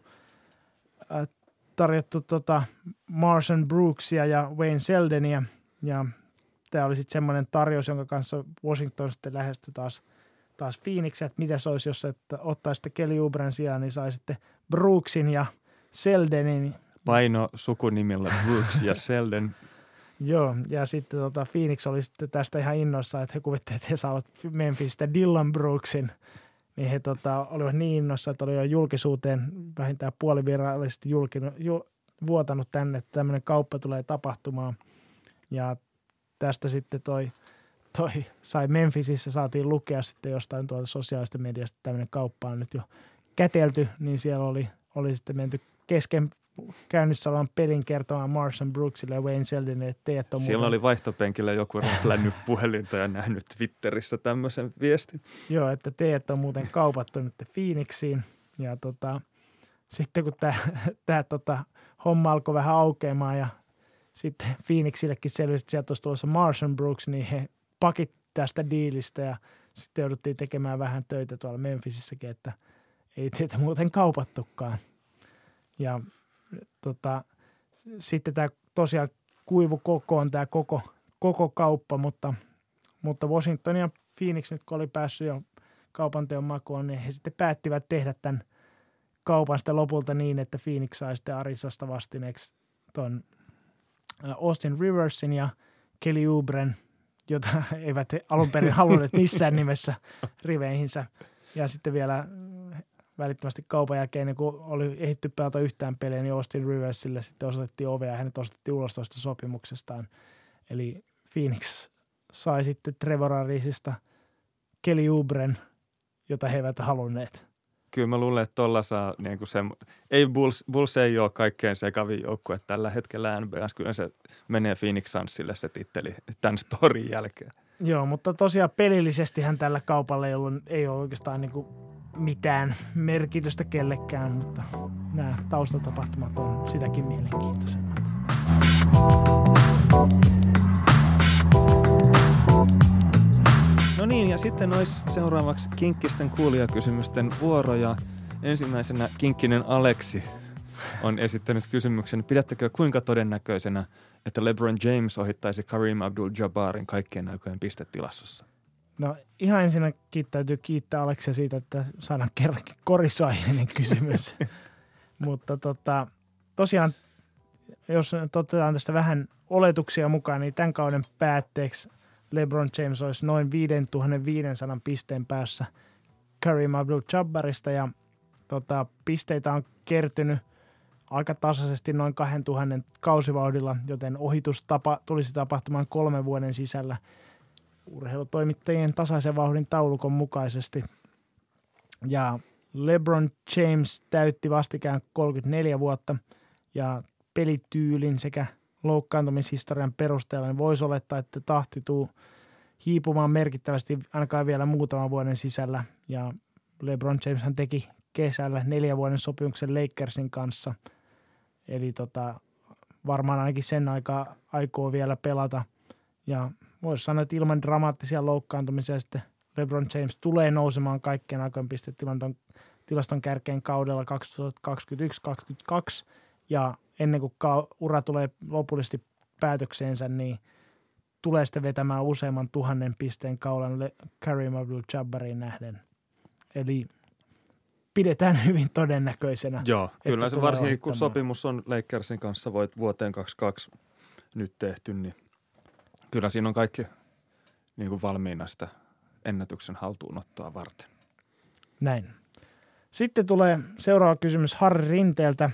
tarjottu Marson Brooksia ja Wayne Seldenia. Ja tämä oli sitten semmoinen tarjous, jonka kanssa Washington sitten lähestyi taas Phoenixia, että mitä se olisi, jos ottaisitte Kelly Oubren sijaan, niin sai sitten Brooksin ja Seldenin. Paino sukunimillä Brooks ja Selden. Joo, ja sitten Phoenix oli sitten tästä ihan innoissaan, että he kuvittelivat, että he saavat Memphistä Dillon Brooksin. Niin he olivat niin innoissaan, että oli jo julkisuuteen vähintään puolivirallisesti vuotanut tänne, että tämmöinen kauppa tulee tapahtumaan. Ja tästä sitten toi sai Memphisissä, saatiin lukea sitten jostain tuolta sosiaalista mediasta, tämmöinen kauppa on nyt jo kätelty, niin siellä oli sitten menty kesken käynnissä olevan pelin kertomaan Marson Brooksille ja Wayne Seldinille, että teet on Siellä oli vaihtopenkillä joku räplännyt puhelinta ja nähnyt Twitterissä tämmöisen viestin. Joo, että teet on muuten kaupattu nyt Phoenixiin. Ja sitten kun tämä homma alkoi vähän aukeamaan ja sitten Phoenixillekin selvisi, että sieltä olisi tulossa Marson Brooks, niin he pakit tästä diilistä ja sitten jouduttiin tekemään vähän töitä tuolla Memphisissäkin, että ei teitä muuten kaupattukaan. Ja sitten tämä tosiaan kuivu kokoon tämä koko kauppa, mutta Washington ja Phoenix nyt kun oli päässyt jo kaupanteon makuun, niin he sitten päättivät tehdä tämän kaupan sitten lopulta niin, että Phoenix sai sitten Arizasta vastineeksi ton Austin Riversin ja Kelly Oubren, jota eivät alun perin halunneet missään nimessä riveihinsä. Ja sitten vielä välittömästi kaupan jälkeen, niin kun oli ehditty pelata yhtään peliä, niin Austin Riversille sitten osoitettiin ovea ja hänet ostettiin ulos tuosta sopimuksestaan. Eli Phoenix sai sitten Trevor Arizista Kelly Oubren, jota he eivät halunneet. Kyllä mä luulen, että tuolla saa niin kuin Bulls ei ole kaikkein sekavin joukkue tällä hetkellä NBA:ssa. Kyllä se menee Phoenix Sunsille se titteli tämän storin jälkeen. Joo, mutta tosiaan pelillisestihän tällä kaupalla ei ole oikeastaan niin kuin mitään merkitystä kellekään, mutta nämä taustatapahtumat on sitäkin mielenkiintoisemmat. No niin, ja sitten olisi seuraavaksi kinkkisten kuulijakysymysten vuoro, ja ensimmäisenä kinkkinen Aleksi on esittänyt kysymyksen: pidättekö kuinka todennäköisenä, että LeBron James ohittaisi Kareem Abdul-Jabbarin kaikkien aikojen pistetilastossa? No ihan ensinnäkin täytyy kiittää Aleksia siitä, että saadaan kerrankin korisaiheinen kysymys. Mutta tosiaan, jos otetaan tästä vähän oletuksia mukaan, niin tämän kauden päätteeksi LeBron James olisi noin 5500 pisteen päässä Kareem Abdul-Jabbarista ja pisteitä on kertynyt aika tasaisesti noin 2000 kausivauhdilla, joten ohitus tulisi tapahtumaan 3 vuoden sisällä urheilutoimittajien tasaisen vauhdin taulukon mukaisesti. Ja LeBron James täytti vastikään 34 vuotta ja pelityylin sekä loukkaantumishistorian perusteella niin voisi olettaa, että tahti tuu hiipumaan merkittävästi ainakaan vielä muutaman vuoden sisällä. Ja LeBron Jameshan teki kesällä 4 vuoden sopimuksen Lakersin kanssa. Eli varmaan ainakin sen aikaa aikoo vielä pelata. Ja voisi sanoa, että ilman dramaattisia loukkaantumisia sitten LeBron James tulee nousemaan kaikkien aikojen pistetilaston kärkeen kaudella 2021-2022. Ja ennen kuin ura tulee lopullisesti päätökseensä, niin tulee sitten vetämään useamman 1000 pisteen kaulan Kareem Abdul-Jabbariin nähden. Eli pidetään hyvin todennäköisenä. Joo, kyllä se varsinkin kun sopimus on Lakersin kanssa vuoteen 2022 nyt tehty, niin kyllä siinä on kaikki niin kuin valmiina sitä ennätyksen haltuunottoa varten. Näin. Sitten tulee seuraava kysymys Harri Rinteeltä.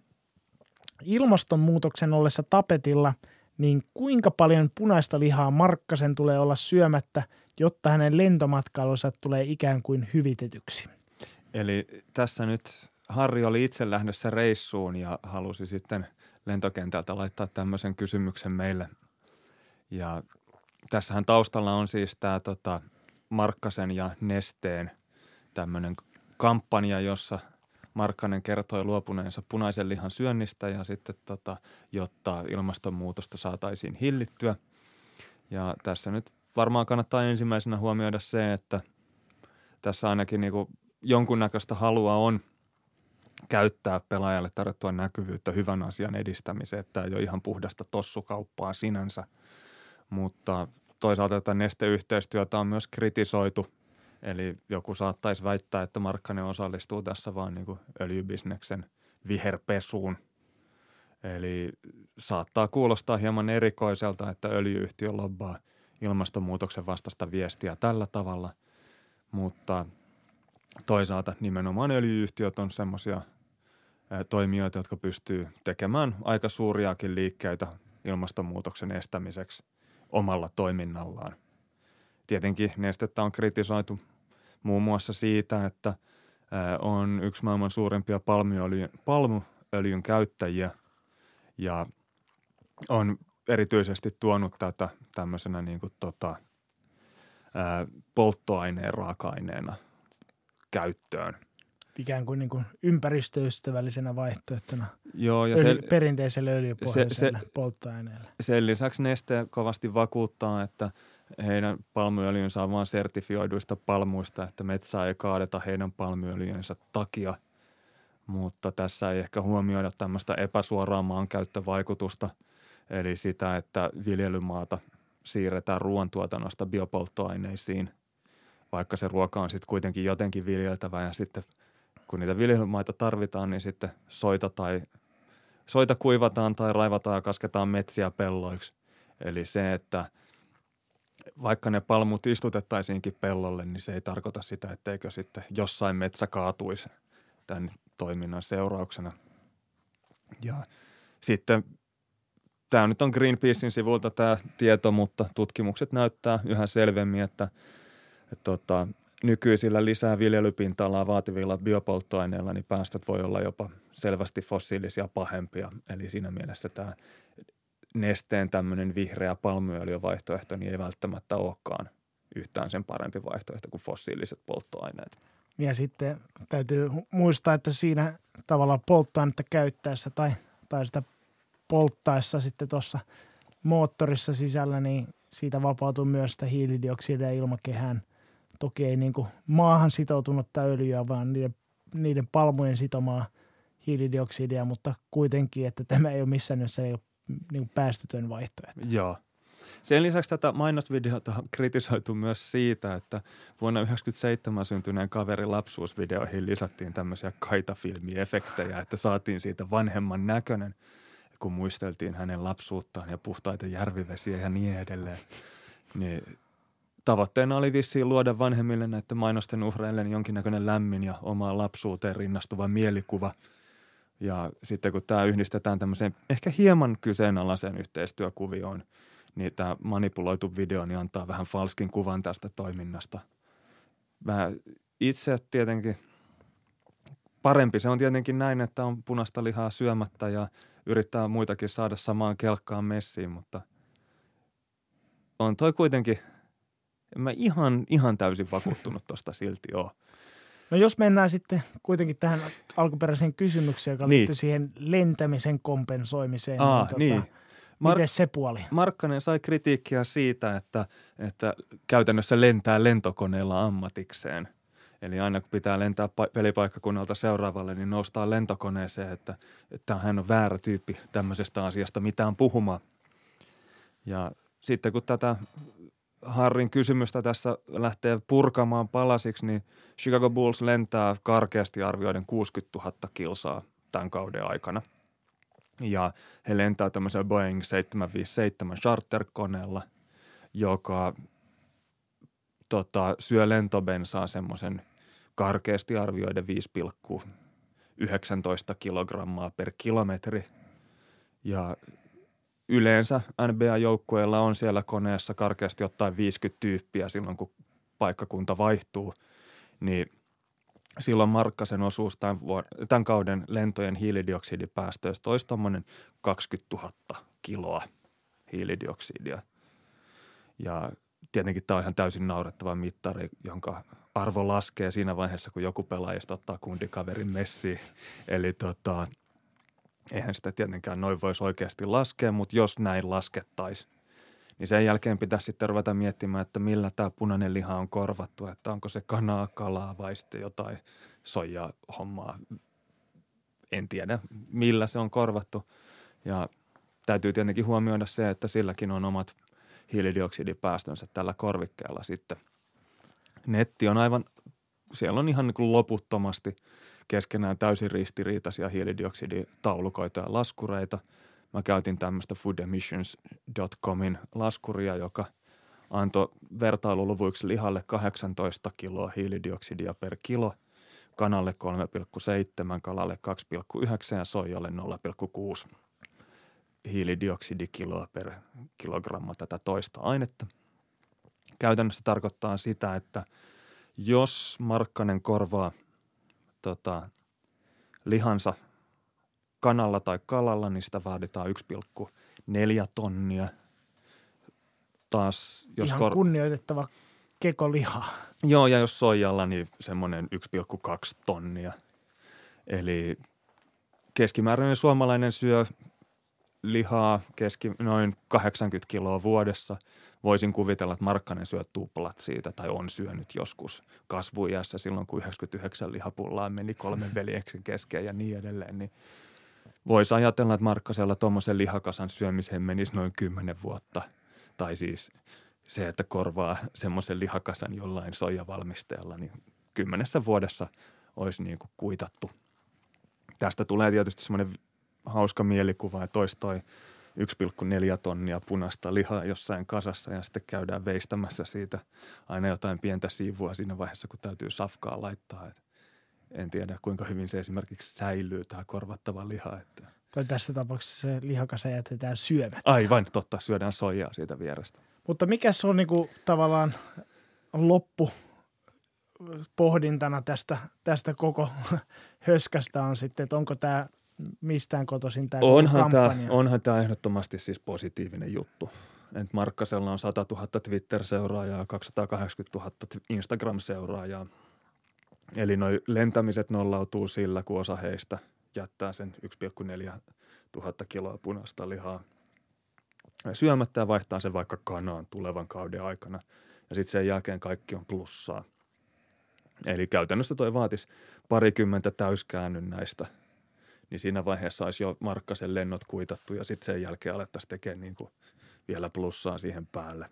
Ilmastonmuutoksen ollessa tapetilla, niin kuinka paljon punaista lihaa Markkasen tulee olla syömättä, jotta hänen lentomatkailunsa tulee ikään kuin hyvitetyksi? Eli tässä nyt Harri oli itse lähdössä reissuun ja halusi sitten lentokentältä laittaa tämmöisen kysymyksen meille. Ja tässähän taustalla on siis tämä Markkasen ja Nesteen tämmöinen kampanja, jossa Markkanen kertoi luopuneensa punaisen lihan syönnistä ja sitten jotta ilmastonmuutosta saataisiin hillittyä. Ja tässä nyt varmaan kannattaa ensimmäisenä huomioida se, että tässä ainakin niinku jonkunnäköistä halua on käyttää pelaajalle tarjottua näkyvyyttä hyvän asian edistämiseen. Tämä ei ole ihan puhdasta tossukauppaa sinänsä, mutta toisaalta tätä Neste-yhteistyötä on myös kritisoitu. Eli joku saattaisi väittää, että Markkanen osallistuu tässä vaan niin kuin öljybisneksen viherpesuun. Eli saattaa kuulostaa hieman erikoiselta, että öljyyhtiö lobbaa ilmastonmuutoksen vastaista viestiä tällä tavalla, mutta toisaalta nimenomaan öljyyhtiöt on semmoisia toimijoita, jotka pystyy tekemään aika suuriakin liikkeitä ilmastonmuutoksen estämiseksi omalla toiminnallaan. tietenkin Nestettä on kritisoitu muun muassa siitä, että on yksi maailman suurimpia palmuöljyn käyttäjiä ja on erityisesti tuonut tätä tämmöisenä niin kuin polttoaineen raaka-aineena käyttöön. Ikään kuin, ympäristöystävällisenä vaihtoehtona Joo, ja perinteiselle öljypohjaiselle polttoaineelle. Sen lisäksi Neste kovasti vakuuttaa, että heidän palmuöljynsä on vain sertifioiduista palmuista, että metsää ei kaadeta heidän palmuöljynsä takia, mutta tässä ei ehkä huomioida tämmöistä epäsuoraa maankäyttövaikutusta, eli sitä, että viljelymaata siirretään ruoantuotannosta biopolttoaineisiin, vaikka se ruoka on sitten kuitenkin jotenkin viljeltävä ja sitten kun niitä viljelymaita tarvitaan, niin sitten soita kuivataan tai raivataan ja kasketaan metsiä pelloiksi. Eli se, että vaikka ne palmut istutettaisiinkin pellolle, niin se ei tarkoita sitä, etteikö sitten jossain metsä kaatuisi tämän toiminnan seurauksena. Ja sitten tämä nyt on Greenpeacein sivulta tämä tieto, mutta tutkimukset näyttää yhä selvemmin, että nykyisillä lisää viljelypinta-alaa vaativilla biopolttoaineilla niin päästöt voi olla jopa selvästi fossiilisia pahempia. Eli siinä mielessä tämä Nesteen tämmöinen vihreä palmuöljyvaihtoehto niin ei välttämättä olekaan yhtään sen parempi vaihtoehto kuin fossiiliset polttoaineet. Ja sitten täytyy muistaa, että siinä tavallaan polttoainetta käyttäessä tai sitä polttaessa sitten tuossa moottorissa sisällä, niin siitä vapautuu myös sitä hiilidioksidia ilmakehään. Toki ei niin kuin maahan sitoutunutta öljyä, vaan niiden palmujen sitomaa hiilidioksidia, mutta kuitenkin, että tämä ei ole missään nimessä ei ole niin kuin päästötön vaihtoehto. Joo. Sen lisäksi tätä mainosvideota on kritisoitu myös siitä, että vuonna 1997 syntyneen kaverin lapsuusvideoihin lisättiin tämmöisiä kaitafilmiefektejä, että saatiin siitä vanhemman näköinen, kun muisteltiin hänen lapsuuttaan ja puhtaita järvivesiä ja niin edelleen. Niin tavoitteena oli vissiin luoda vanhemmille näiden mainosten uhreille jonkinnäköinen lämmin ja omaan lapsuuteen rinnastuva mielikuva. Ja sitten kun tämä yhdistetään tämmöiseen ehkä hieman kyseenalaiseen yhteistyökuvioon, niin tämä manipuloitu video niin antaa vähän falskin kuvan tästä toiminnasta. Mä itse tietenkin, parempi se on tietenkin näin, että on punaista lihaa syömättä ja yrittää muitakin saada samaan kelkkaan messiin, mutta on toi kuitenkin, en mä ihan täysin vakuuttunut tosta silti ole. No jos mennään sitten kuitenkin tähän alkuperäiseen kysymykseen, joka liittyy siihen lentämisen kompensoimiseen. Niin. Miten se puoli? Markkanen sai kritiikkiä siitä, että käytännössä lentää lentokoneella ammatikseen. Eli aina kun pitää lentää pelipaikkakunnalta seuraavalle, niin noustaan lentokoneeseen, että hän on väärä tyyppi tämmöisestä asiasta mitään puhumaan. Ja sitten kun tätä Harrin kysymystä tässä lähtee purkamaan palasiksi, niin Chicago Bulls lentää karkeasti arvioiden 60 000 kilsaa tämän kauden aikana. Ja he lentää tämmöisellä Boeing 757 charterkoneella, joka syö lentobensaa semmoisen karkeasti arvioiden 5,19 kilogrammaa per kilometri. Ja yleensä NBA-joukkueilla on siellä koneessa karkeasti ottaen 50 tyyppiä silloin, kun paikkakunta vaihtuu, niin silloin Markkasen osuus tämän kauden lentojen hiilidioksidipäästöistä olisi tuommoinen 20 000 kiloa hiilidioksidia. Ja tietenkin tämä on ihan täysin naurettava mittari, jonka arvo laskee siinä vaiheessa, kun joku pelaajista ottaa kundikaverin messiin. Eli eihän sitä tietenkään noin voisi oikeasti laskea, mutta jos näin laskettaisiin, niin sen jälkeen pitäisi sitten ruveta miettimään, että millä tämä punainen liha on korvattu, että onko se kanaa, kalaa vai sitten jotain soijahommaa. En tiedä, millä se on korvattu. Ja täytyy tietenkin huomioida se, että silläkin on omat hiilidioksidipäästönsä tällä korvikkeella sitten. Netti on siellä on ihan niin kuin loputtomasti keskenään täysin ristiriitaisia hiilidioksiditaulukoita ja laskureita. Mä käytin tämmöistä foodemissions.comin laskuria, joka antoi vertailuluvuiksi lihalle 18 kiloa hiilidioksidia per kilo, kanalle 3,7, kalalle 2,9 ja soijalle 0,6 hiilidioksidikiloa per kilogramma tätä toista ainetta. Käytännössä tarkoittaa sitä, että jos Markkanen korvaa lihansa kanalla tai kalalla, niin sitä vaaditaan 1,4 tonnia. Taas, jos Ihan kunnioitettava kekoliha. Joo, ja jos soijalla, niin semmoinen 1,2 tonnia. Eli keskimääräinen suomalainen syö lihaa noin 80 kiloa vuodessa. Voisin kuvitella, että Markkanen syö tuplat siitä tai on syönyt joskus kasvuiässä silloin, kun 99 lihapullaa meni 3 veljeksen kesken ja niin edelleen. Niin voisi ajatella, että Markkasella tuommoisen lihakasan syömiseen menisi noin 10 vuotta. Tai siis se, että korvaa semmoisen lihakasan jollain soijavalmisteella, niin 10 vuodessa olisi niin kuin kuitattu. Tästä tulee tietysti semmoinen hauska mielikuva, että olisi toi 1,4 tonnia punaista lihaa jossain kasassa ja sitten käydään veistämässä siitä aina jotain pientä siivua siinä vaiheessa, kun täytyy safkaa laittaa. Et en tiedä, kuinka hyvin se esimerkiksi säilyy tämä korvattava liha. Että Tai tässä tapauksessa se lihakasa jätetään syömättä. Aivan, totta. Syödään soijaa siitä vierestä. Mutta mikä se on niinku tavallaan loppu pohdintana tästä koko höskästä on sitten, että onko tämä mistään kotoisin tämä kampanja? Onhan tämä ehdottomasti siis positiivinen juttu. Et Markkasella on 100 000 Twitter-seuraajaa, 280 000 Instagram-seuraajaa. Eli noi lentämiset nollautuu sillä, kun osa heistä jättää sen 1,4 tuhatta kiloa punaista lihaa syömättä ja vaihtaa sen vaikka kanaan tulevan kauden aikana. Ja sitten sen jälkeen kaikki on plussaa. Eli käytännössä toi vaatisi 20 täyskäännynnäistä, niin siinä vaiheessa olisi jo Markkasen lennot kuitattu ja sitten sen jälkeen alettaisiin tekemään niin kuin vielä plussaa siihen päälle.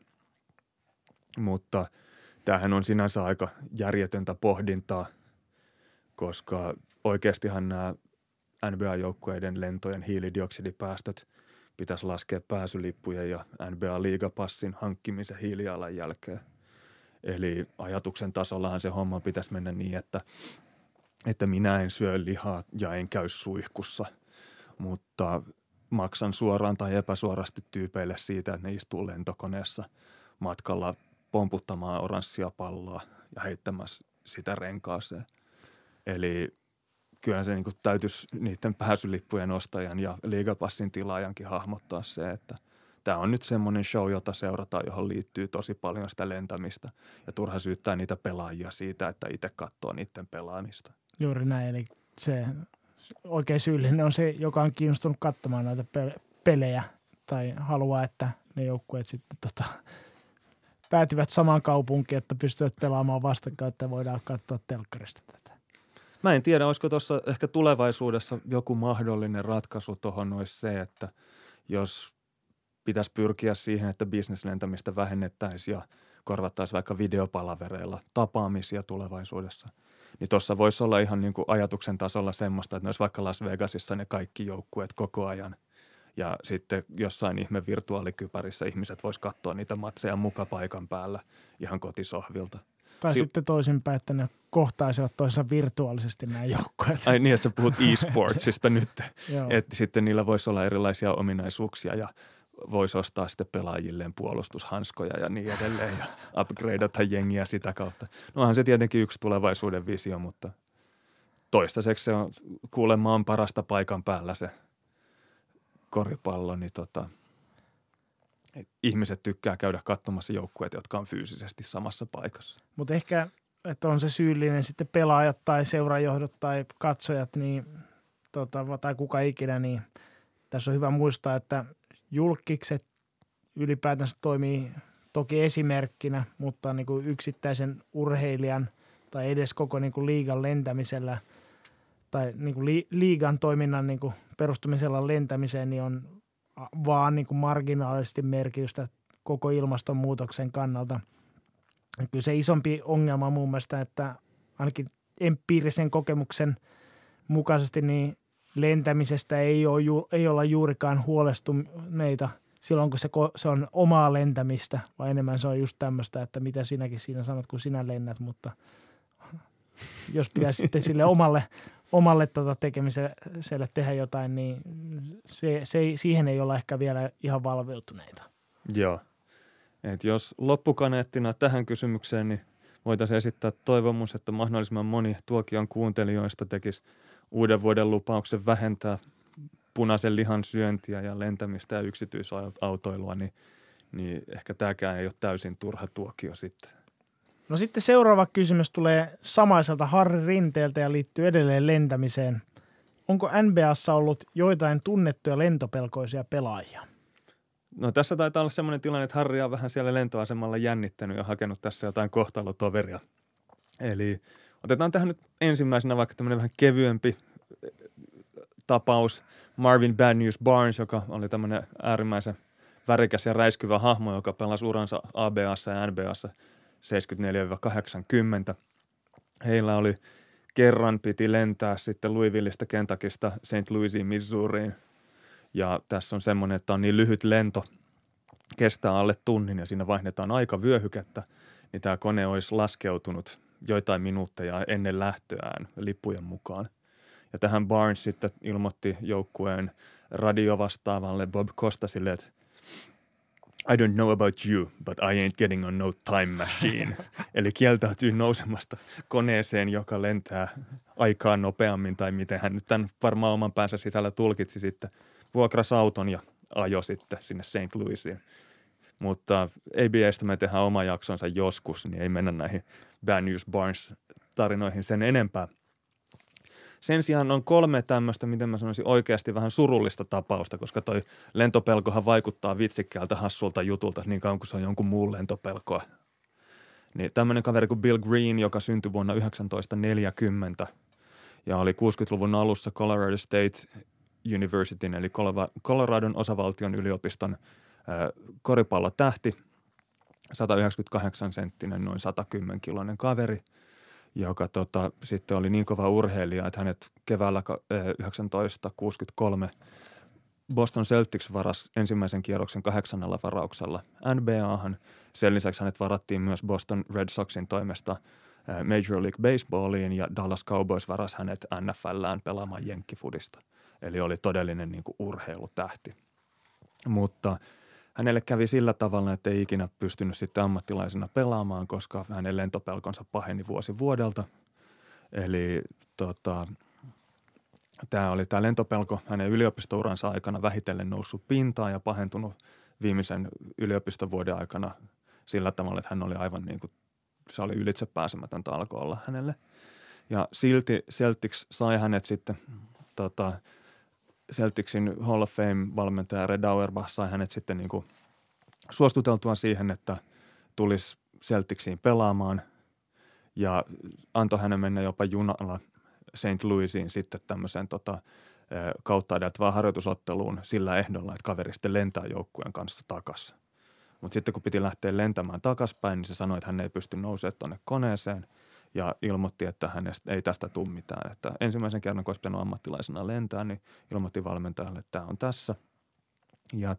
Mutta tämähän on sinänsä aika järjetöntä pohdintaa, koska oikeastihan nämä NBA-joukkueiden lentojen hiilidioksidipäästöt pitäisi laskea pääsylippujen ja NBA-liigapassin hankkimisen hiilijalanjälkeen. Eli ajatuksen tasollahan se homma pitäisi mennä niin, että minä en syö lihaa ja en käy suihkussa, mutta maksan suoraan tai epäsuorasti tyypeille siitä, että ne istuu lentokoneessa matkalla pomputtamaan oranssia palloa ja heittämässä sitä renkaaseen. Eli kyllä se niin kuin täytyisi niiden pääsylippujen ostajan ja liigapassin tilaajankin hahmottaa se, että tämä on nyt semmoinen show, jota seurataan, johon liittyy tosi paljon sitä lentämistä ja turha syyttää niitä pelaajia siitä, että itse katsoo niiden pelaamista. Juuri näin, eli se oikein syyllinen on se, joka on kiinnostunut katsomaan näitä pelejä tai haluaa, että ne joukkueet sitten päätyvät samaan kaupunkiin, että pystyvät pelaamaan vastakkain, että voidaan katsoa telkkarista tätä. Mä en tiedä, olisiko tuossa ehkä tulevaisuudessa joku mahdollinen ratkaisu tuohon olisi se, että jos pitäisi pyrkiä siihen, että bisneslentämistä vähennettäisiin ja korvattaisiin vaikka videopalavereilla tapaamisia tulevaisuudessa, niin tuossa voisi olla ihan niin kuin ajatuksen tasolla semmoista, että ne olisi vaikka Las Vegasissa ne kaikki joukkueet koko ajan. Ja sitten jossain ihme virtuaalikypärissä ihmiset vois katsoa niitä matseja muka paikan päällä ihan kotisohvilta. Tai sitten toisinpäin, että ne kohtaisivat toisensa virtuaalisesti nämä joukkueet. Ai niin, että sä puhut e-sportsista nyt. Että sitten niillä voisi olla erilaisia ominaisuuksia ja voisi ostaa sitten pelaajilleen puolustushanskoja ja niin edelleen ja upgradeata jengiä sitä kautta. No onhan se tietenkin yksi tulevaisuuden visio, mutta toistaiseksi se on kuulemaan parasta paikan päällä se koripallo, niin ihmiset tykkää käydä katsomassa joukkueita, jotka on fyysisesti samassa paikassa. Mutta ehkä, että on se syyllinen sitten pelaajat tai seurajohdot tai katsojat, niin, tai kuka ikinä, niin tässä on hyvä muistaa, että julkikset ylipäätänsä toimii toki esimerkkinä, mutta niin kuin yksittäisen urheilijan tai edes koko niin kuin liigan lentämisellä tai niin kuin liigan toiminnan niin kuin perustumisella lentämiseen, niin on vaan niin kuin marginaalisesti merkitystä koko ilmastonmuutoksen kannalta. Ja kyllä se isompi ongelma on mun mielestä, että ainakin empiirisen kokemuksen mukaisesti niin lentämisestä ei olla juurikaan huolestuneita silloin, kun se on omaa lentämistä, vaan enemmän se on just tämmöistä, että mitä sinäkin siinä sanot, kun sinä lennät, mutta jos pitäisi sitten sille omalle tekemiselle tehdä jotain, niin siihen ei olla ehkä vielä ihan valveutuneita. Joo. Et jos loppukaneettina tähän kysymykseen, niin voitaisiin esittää toivomus, että mahdollisimman moni Tuokion kuuntelijoista tekisi uuden vuoden lupauksen vähentää punaisen lihan syöntiä ja lentämistä ja yksityisautoilua, niin ehkä tämäkään ei ole täysin turha tuokio sitten. No sitten seuraava kysymys tulee samaiselta Harri Rinteeltä ja liittyy edelleen lentämiseen. Onko NBA:ssa ollut joitain tunnettuja lentopelkoisia pelaajia? No tässä taitaa olla semmoinen tilanne, että Harri on vähän siellä lentoasemalla jännittänyt ja hakenut tässä jotain kohtalotoveria. Eli otetaan tähän nyt ensimmäisenä vaikka tämmöinen vähän kevyempi tapaus. Marvin Bad News Barnes, joka oli tämmöinen äärimmäisen värikäs ja räiskyvä hahmo, joka pelasi uransa ABA:ssa ja NBA:ssa 74-80. Heillä oli piti lentää sitten Louisvilleista Kentuckysta St. Louisiin, Missouriin. Ja tässä on semmoinen, että on niin lyhyt lento, kestää alle tunnin ja siinä vaihdetaan aikavyöhykettä, niin tämä kone olisi laskeutunut joitain minuutteja ennen lähtöään lippujen mukaan. Ja tähän Barnes sitten ilmoitti joukkueen radiovastaavalle Bob Costasille, että I don't know about you, but I ain't getting on no time machine. Eli kieltäytyy nousemasta koneeseen, joka lentää aikaa nopeammin, tai miten hän nyt tämän varmaan oman päänsä sisällä tulkitsi sitten. Vuokrasi auton ja ajoi sitten sinne St. Louisiin. Mutta ABA:sta me tehdään oma jaksonsa joskus, niin ei mennä näihin Bad News Barnes-tarinoihin sen enempää. Sen sijaan on 3 tämmöistä, miten mä sanoisin, oikeasti vähän surullista tapausta, koska toi lentopelkohan vaikuttaa vitsikkäältä hassulta jutulta niin kauan kuin se on jonkun muun lentopelkoa. Niin tämmöinen kaveri kuin Bill Green, joka syntyi vuonna 1940 ja oli 60-luvun alussa Colorado State Universityn eli Coloradon osavaltion yliopiston koripallotähti, 198-senttinen, noin 110-kiloinen kaveri, joka sitten oli niin kova urheilija, että hänet keväällä 1963 Boston Celtics varasi ensimmäisen kierroksen 8 varauksella NBA:han. Sen lisäksi hänet varattiin myös Boston Red Soxin toimesta Major League Baseballiin ja Dallas Cowboys varasi hänet NFLään pelaamaan jenkkifudista. Eli oli todellinen niin kuin urheilutähti. Mutta hänelle kävi sillä tavalla, että ei ikinä pystynyt sitten ammattilaisena pelaamaan, koska hänen lentopelkonsa paheni vuosi vuodelta. Eli tämä lentopelko hänen yliopistouransa aikana vähitellen noussut pintaan ja pahentunut viimeisen yliopistovuoden aikana sillä tavalla, että hän oli aivan niin kuin, se oli ylitsepääsemätöntä alkoi olla hänelle. Ja silti Celtics sai hänet sitten, Celticsin Hall of Fame-valmentaja Red Auerbach sai hänet sitten niin kuin suostuteltua siihen, että tulisi Celticsiin pelaamaan ja antoi hänen mennä jopa junalla St. Louisiin sitten tämmöiseen kautta edeltävään harjoitusotteluun sillä ehdolla, että kaveri sitten lentää joukkueen kanssa takaisin. Mutta sitten kun piti lähteä lentämään takaspäin, niin se sanoi, että hän ei pysty nousemaan tuonne koneeseen ja ilmoitti, että hänestä ei tästä tule mitään. Että ensimmäisen kerran, kun olisi pitänyt ammattilaisena lentää, niin ilmoitti valmentajalle, että tämä on tässä. Ja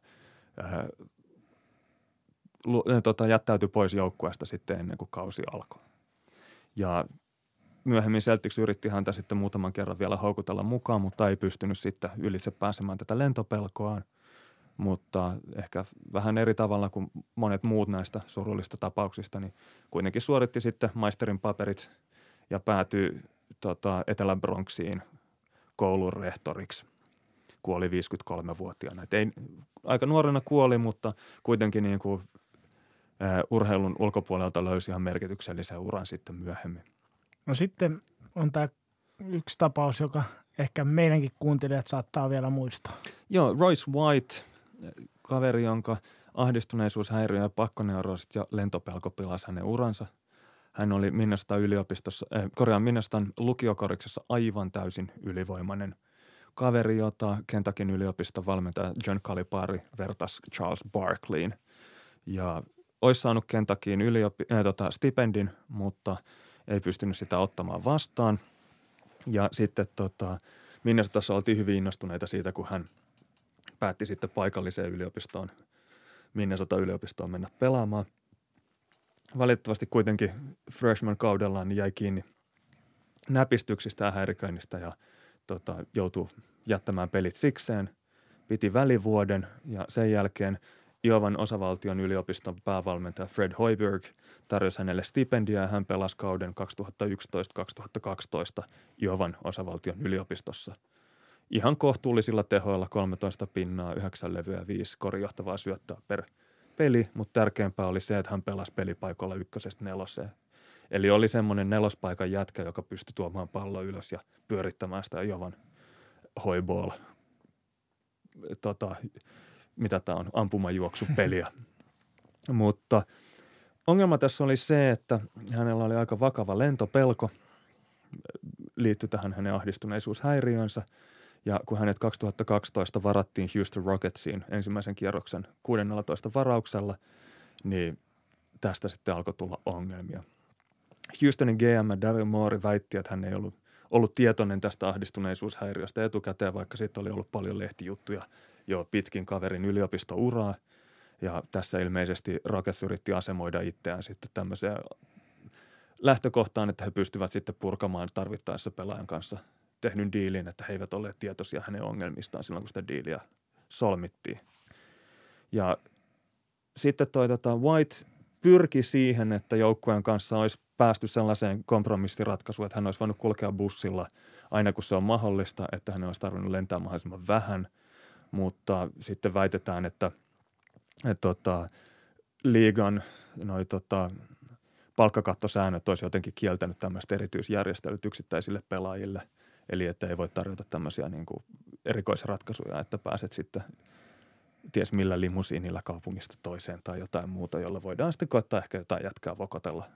jättäytyi pois joukkueesta sitten ennen kuin kausi alkoi. Ja myöhemmin Celtics yritti häntä sitten muutaman kerran vielä houkutella mukaan, mutta ei pystynyt sitten ylitse pääsemään tätä lentopelkoaan. Mutta ehkä vähän eri tavalla kuin monet muut näistä surullista tapauksista, niin kuitenkin suoritti sitten maisterin paperit ja päätyi Etelä-Bronxiin koulun rehtoriksi. Kuoli 53-vuotiaana. Aika nuorena kuoli, mutta kuitenkin niin kuin, urheilun ulkopuolelta löysi ihan merkityksellisen uran sitten myöhemmin. No sitten on tämä yksi tapaus, joka ehkä meidänkin kuuntelijat saattaa vielä muistaa. Joo, Royce White, kaveri, jonka ahdistuneisuushäiriö ja pakkoneurosit ja lentopelko pilasi hänen uransa. Hän oli Minnesotan lukiokoriksessa aivan täysin ylivoimainen kaveri, jota Kentuckyn yliopiston valmentaja John Calipari vertasi Charles Barkleyin. Ja olisi saanut Kentuckyin stipendin, mutta ei pystynyt sitä ottamaan vastaan. Ja sitten Minnesotassa oltiin hyvin innostuneita siitä, kun hän päätti sitten paikalliseen yliopistoon, Minnesota-yliopistoon mennä pelaamaan. Valitettavasti kuitenkin freshman-kaudellaan niin jäi kiinni näpistyksistä ja häiriköinnistä ja joutui jättämään pelit sikseen. Piti välivuoden ja sen jälkeen Iowan osavaltion yliopiston päävalmentaja Fred Hoiberg tarjosi hänelle stipendiä ja hän pelasi kauden 2011-2012 Iowan osavaltion yliopistossa. Ihan kohtuullisilla tehoilla 13 pinnaa, 9 levyä, 5 korijohtavaa syöttöä per peli, mutta tärkeämpää oli se, että hän pelasi pelipaikoilla 1-4. Eli oli semmoinen 4-paikan jätkä, joka pystyi tuomaan pallo ylös ja pyörittämään sitä Iowan hoiball, mitä tämä on, ampumajuoksupeliä. Mutta ongelma tässä oli se, että hänellä oli aika vakava lentopelko, liittyi tähän hänen ahdistuneisuushäiriönsä. Ja kun hänet 2012 varattiin Houston Rocketsiin ensimmäisen kierroksen 16 varauksella, niin tästä sitten alkoi tulla ongelmia. Houstonin GM Daryl Morey väitti, että hän ei ollut tietoinen tästä ahdistuneisuushäiriöstä etukäteen, vaikka siitä oli ollut paljon lehtijuttuja jo pitkin kaverin yliopistouraa. Ja tässä ilmeisesti Rockets yritti asemoida itseään sitten tämmöiseen lähtökohtaan, että he pystyvät sitten purkamaan tarvittaessa pelaajan kanssa tehnyt diilin, että he eivät olleet tietoisia hänen ongelmistaan silloin, kun sitä diiliä solmittiin. Ja sitten White pyrki siihen, että joukkueen kanssa olisi päästy sellaiseen kompromissiratkaisuun, että hän olisi voinut kulkea bussilla aina kun se on mahdollista, että hän olisi tarvinnut lentää mahdollisimman vähän, mutta sitten väitetään, että liigan palkkakattosäännöt olisi jotenkin kieltänyt tämmöiset erityisjärjestelyt yksittäisille pelaajille, eli että ei voi tarjota tämmöisiä niin kuin erikoisratkaisuja, että pääset sitten ties millä limusiinilla kaupungista toiseen tai jotain muuta, jolla voidaan sitten koettaa ehkä jotain jätkää vokotella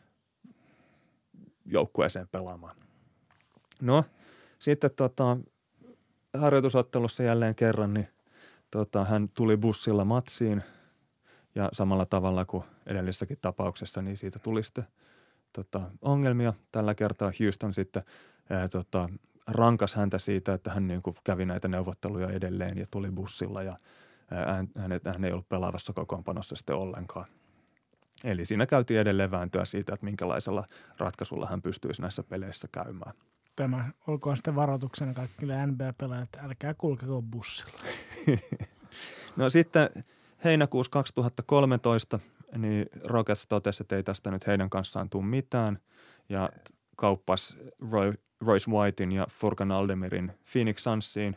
joukkueeseen pelaamaan. No, sitten harjoitusottelussa jälleen kerran, niin hän tuli bussilla matsiin ja samalla tavalla kuin edellisessäkin tapauksessa, niin siitä tuli sitten ongelmia. Tällä kertaa Houston sitten rankas häntä siitä, että hän niin kuin kävi näitä neuvotteluja edelleen ja tuli bussilla ja hän ei ollut pelaavassa kokoonpanossa sitten ollenkaan. Eli siinä käytiin edelleen vääntöä siitä, että minkälaisella ratkaisulla hän pystyisi näissä peleissä käymään. Tämä olkoon sitten varoituksena kaikille NBA-pelaajille, että älkää kulkeko bussilla. No sitten heinäkuussa 2013 niin Rockets totesi, että ei tästä nyt heidän kanssaan tule mitään ja kauppasi Royce Whitein ja Furkan Aldemirin Phoenix Sunsiin.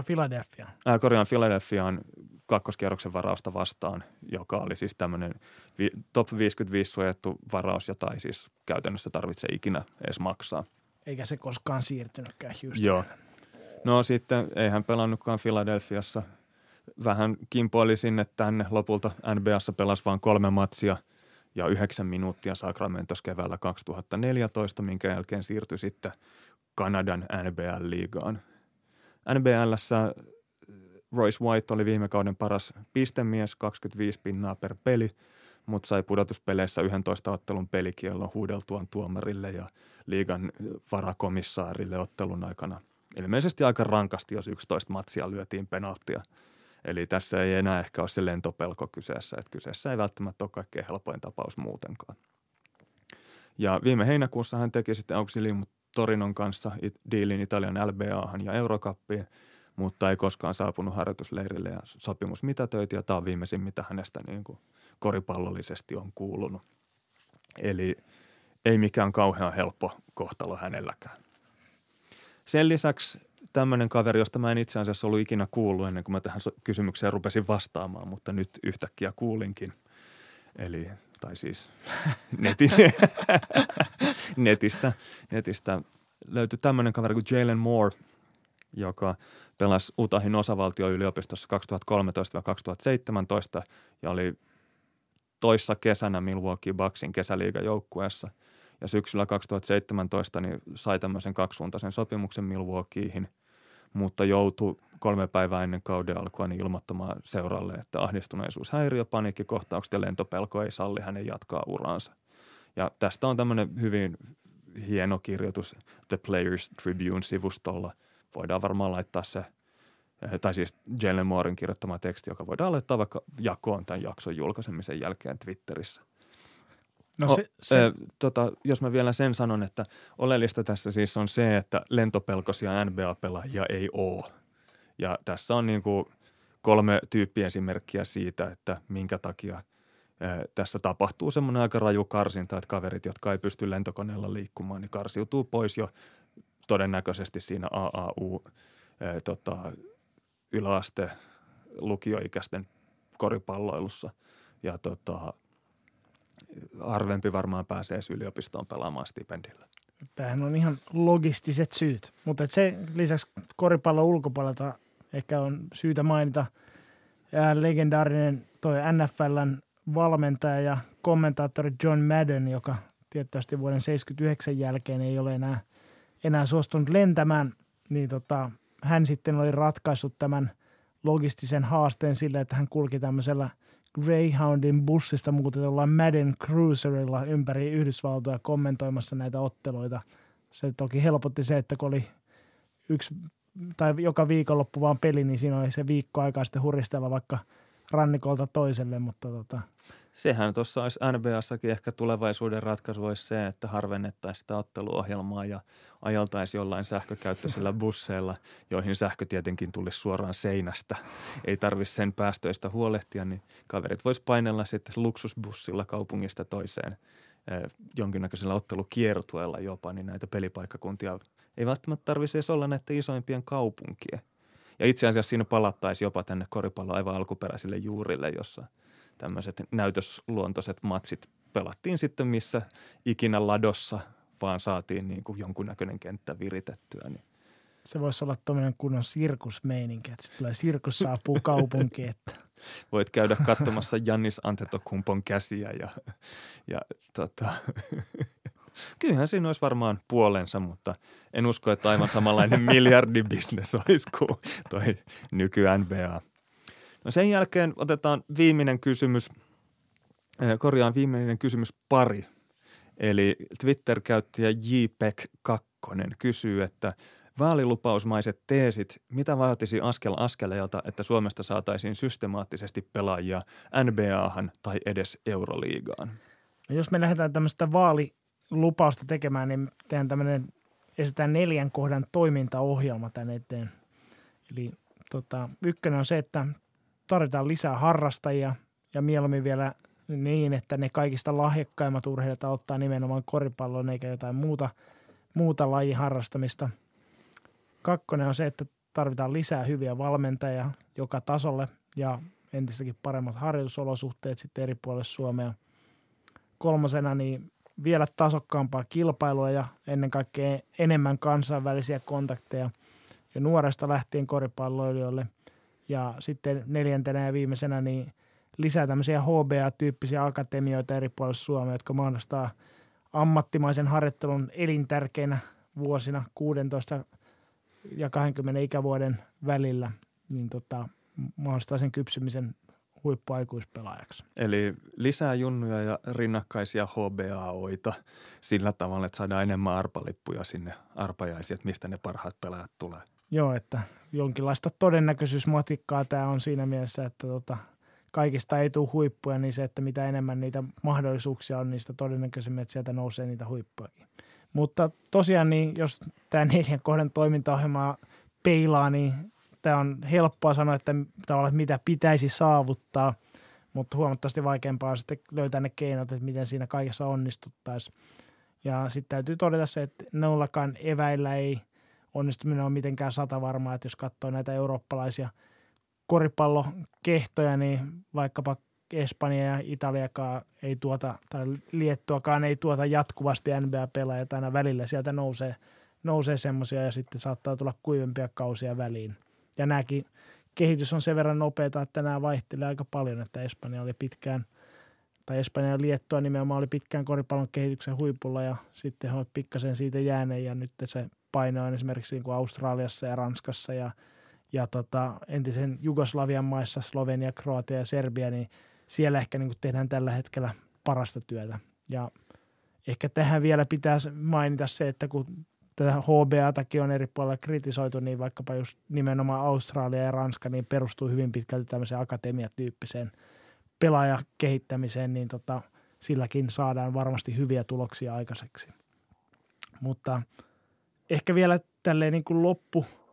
Philadelphiaan kakkoskierroksen varausta vastaan, joka oli siis tämmöinen top 55 suojattu varaus, jota ei siis käytännössä tarvitse ikinä edes maksaa. Eikä se koskaan siirtynytkään Houstonille. Joo. No sitten ei hän pelannutkaan Philadelphiassa. Vähän kimpoili sinne tänne. Lopulta NBAssa pelasi vain 3 matsia ja 9 minuuttia Sacramentossa keväällä 2014, minkä jälkeen siirtyi sitten Kanadan NBL-liigaan. NBL:ssä Royce White oli viime kauden paras pistemies, 25 pinnaa per peli, mutta sai pudotuspeleissä 11 ottelun pelikiellon huudeltuaan tuomarille ja liigan varakomissaarille ottelun aikana. Ilmeisesti aika rankasti, jos 11 matsia lyötiin penalttia. Eli tässä ei enää ehkä ole se lentopelko kyseessä, että kyseessä ei välttämättä ole kaikkein helpoin tapaus muutenkaan. Ja viime heinäkuussa hän teki sitten Auxilium Torinon kanssa diilin Italian LBAhan ja Eurocuppiin, mutta ei koskaan saapunut harjoitusleirille ja sopimus mitätöiti ja tämä on viimeisin, mitä hänestä niin kuin koripallollisesti on kuulunut. Eli ei mikään kauhean helppo kohtalo hänelläkään. Sen lisäksi tämmöinen kaveri, josta mä en itse asiassa ollut ikinä kuullut ennen kuin mä tähän kysymykseen rupesin vastaamaan, mutta nyt yhtäkkiä kuulinkin. Eli, tai siis netistä löytyi tämmöinen kaveri kuin Jalen Moore, joka pelasi Utahin osavaltioyliopistossa 2013-2017 ja oli toissa kesänä Milwaukee Bucksin kesäliigajoukkueessa. Ja syksyllä 2017 niin sai tämmöisen kaksisuuntaisen sopimuksen Milwaukeeihin, mutta joutui 3 päivää ennen kauden alkua niin ilmoittamaan seuralle, että ahdistuneisuushäiriö, paniikkikohtaukset ja lentopelko ei salli hänen jatkaa uraansa. Ja tästä on tämmöinen hyvin hieno kirjoitus The Players Tribune-sivustolla. Voidaan varmaan laittaa se, tai siis Jalen Mooren kirjoittama teksti, joka voidaan laittaa vaikka jakoon tämän jakson julkaisemisen jälkeen Twitterissä. No jos mä vielä sen sanon, että oleellista tässä siis on se, että lentopelkoisia NBA-pelaajia ei ole. Ja tässä on niin kuin 3 tyyppiesimerkkiä siitä, että minkä takia tässä tapahtuu semmoinen aika raju karsinta, että kaverit, jotka ei pysty lentokoneella liikkumaan, niin karsiutuu pois jo todennäköisesti siinä AAU yläaste lukioikäisten koripalloilussa. Ja harvempi varmaan pääsee edes yliopistoon pelaamaan stipendillä. Tämähän on ihan logistiset syyt, mutta se lisäksi koripallon ulkopuolelta ehkä on syytä mainita legendaarinen toi NFL:n valmentaja ja kommentaattori John Madden, joka tietysti vuoden 1979 jälkeen ei ole enää suostunut lentämään, niin hän sitten oli ratkaissut tämän logistisen haasteen sille, että hän kulki tämmöisellä Greyhoundin bussista muutetulla Madden Cruiserilla ympäri Yhdysvaltoja kommentoimassa näitä otteluita. Se toki helpotti se, että kun oli joka viikonloppu vaan peli, niin siinä oli se viikko aikaa sitten huristella vaikka rannikolta toiselle, mutta Sehän tuossa olisi NBAssakin ehkä tulevaisuuden ratkaisu olisi se, että harvennettaisiin sitä otteluohjelmaa ja ajeltaisiin jollain sähkökäyttöisillä busseilla, joihin sähkö tietenkin tulisi suoraan seinästä. Ei tarvitse sen päästöistä huolehtia, niin kaverit vois painella sitten luksusbussilla kaupungista toiseen jonkinnäköisellä ottelukiertueella jopa, niin näitä pelipaikkakuntia ei välttämättä tarvitse edes olla näiden isoimpien kaupunkien. Ja itse asiassa siinä palattaisiin jopa tänne koripallon aivan alkuperäisille juurille, jossa tämmöiset näytösluontoiset matsit pelattiin sitten missä ikinä ladossa, vaan saatiin niin kuin jonkunnäköinen kenttä viritettyä. Niin. Se voisi olla tuommoinen kunnon sirkusmeininki, että sitten tulee sirkus saapuu kaupunkiin. Että. Voit käydä katsomassa Giannis Antetokounmpon käsiä ja kyllähän siinä olisi varmaan puolensa, mutta en usko, että aivan samanlainen miljardibisnes olisi kuin toi nyky-NBA. No sen jälkeen otetaan viimeinen kysymys pari. Eli Twitter-käyttäjä JPEG2 kysyy, että vaalilupausmaiset teesit, mitä vaatisi askel askeleelta, että Suomesta saataisiin systemaattisesti pelaajia NBAhan tai edes Euroliigaan? No jos me lähdetään tämmöistä vaalilupausta tekemään, niin esitään 4 kohdan toimintaohjelma tänne eteen. Eli ykkönen on se, että tarvitaan lisää harrastajia ja mieluummin vielä niin, että ne kaikista lahjakkaimmat urheilijat ottaa nimenomaan koripallon eikä jotain muuta lajin harrastamista. 2 on se, että tarvitaan lisää hyviä valmentajia joka tasolle ja entistäkin paremmat harjoitusolosuhteet sitten eri puolille Suomea. 3 niin vielä tasokkaampaa kilpailua ja ennen kaikkea enemmän kansainvälisiä kontakteja jo nuoresta lähtien koripalloilijoille. Ja sitten 4. ja viimeisenä niin lisää tämmöisiä HBA-tyyppisiä akatemioita eri puolilla Suomea, jotka mahdollistaa ammattimaisen harjoittelun elintärkeinä vuosina 16 ja 20 ikävuoden välillä, niin mahdollistaa sen kypsymisen huippuaikuispelaajaksi. Eli lisää junnuja ja rinnakkaisia HBA-oita sillä tavalla, että saadaan enemmän arpalippuja sinne arpajaisiin, että mistä ne parhaat pelaajat tulee. Joo, että jonkinlaista todennäköisyysmatikkaa tämä on siinä mielessä, että kaikista ei tule huippuja, niin se, että mitä enemmän niitä mahdollisuuksia on, niistä todennäköisemmin, että sieltä nousee niitä huippujakin. Mutta tosiaan, niin jos tämä 4 kohdan toimintaohjelmaa peilaa, niin tämä on helppoa sanoa, että tavallaan mitä pitäisi saavuttaa, mutta huomattavasti vaikeampaa on sitten löytää ne keinot, että miten siinä kaikessa onnistuttaisiin. Ja sitten täytyy todeta se, että nollakaan eväillä ei onnistuminen on mitenkään satavarmaa, että jos katsoo näitä eurooppalaisia koripallokehtoja, niin vaikkapa Espanja ja Italiakaan ei tuota, tai Liettuakaan ei tuota jatkuvasti NBA-pelaajia, aina välillä sieltä nousee semmoisia ja sitten saattaa tulla kuivempia kausia väliin. Ja nämäkin kehitys on sen verran nopeata, että nämä vaihtelee aika paljon, että Espanja ja Liettua nimenomaan oli pitkään koripallon kehityksen huipulla ja sitten he ovat pikkasen siitä jääneen ja nyt se paino on esimerkiksi niin kuin Australiassa ja Ranskassa ja entisen Jugoslavian maissa, Slovenia, Kroatia ja Serbia, niin siellä ehkä niin kuin tehdään tällä hetkellä parasta työtä. Ja ehkä tähän vielä pitäisi mainita se, että kun tätä HBAtakin on eri puolilla kritisoitu, niin vaikkapa just nimenomaan Australia ja Ranska niin perustuu hyvin pitkälti tämmöiseen akatemiatyyppiseen pelaajakehittämiseen, niin silläkin saadaan varmasti hyviä tuloksia aikaiseksi. Mutta ehkä vielä tälleen niin kuin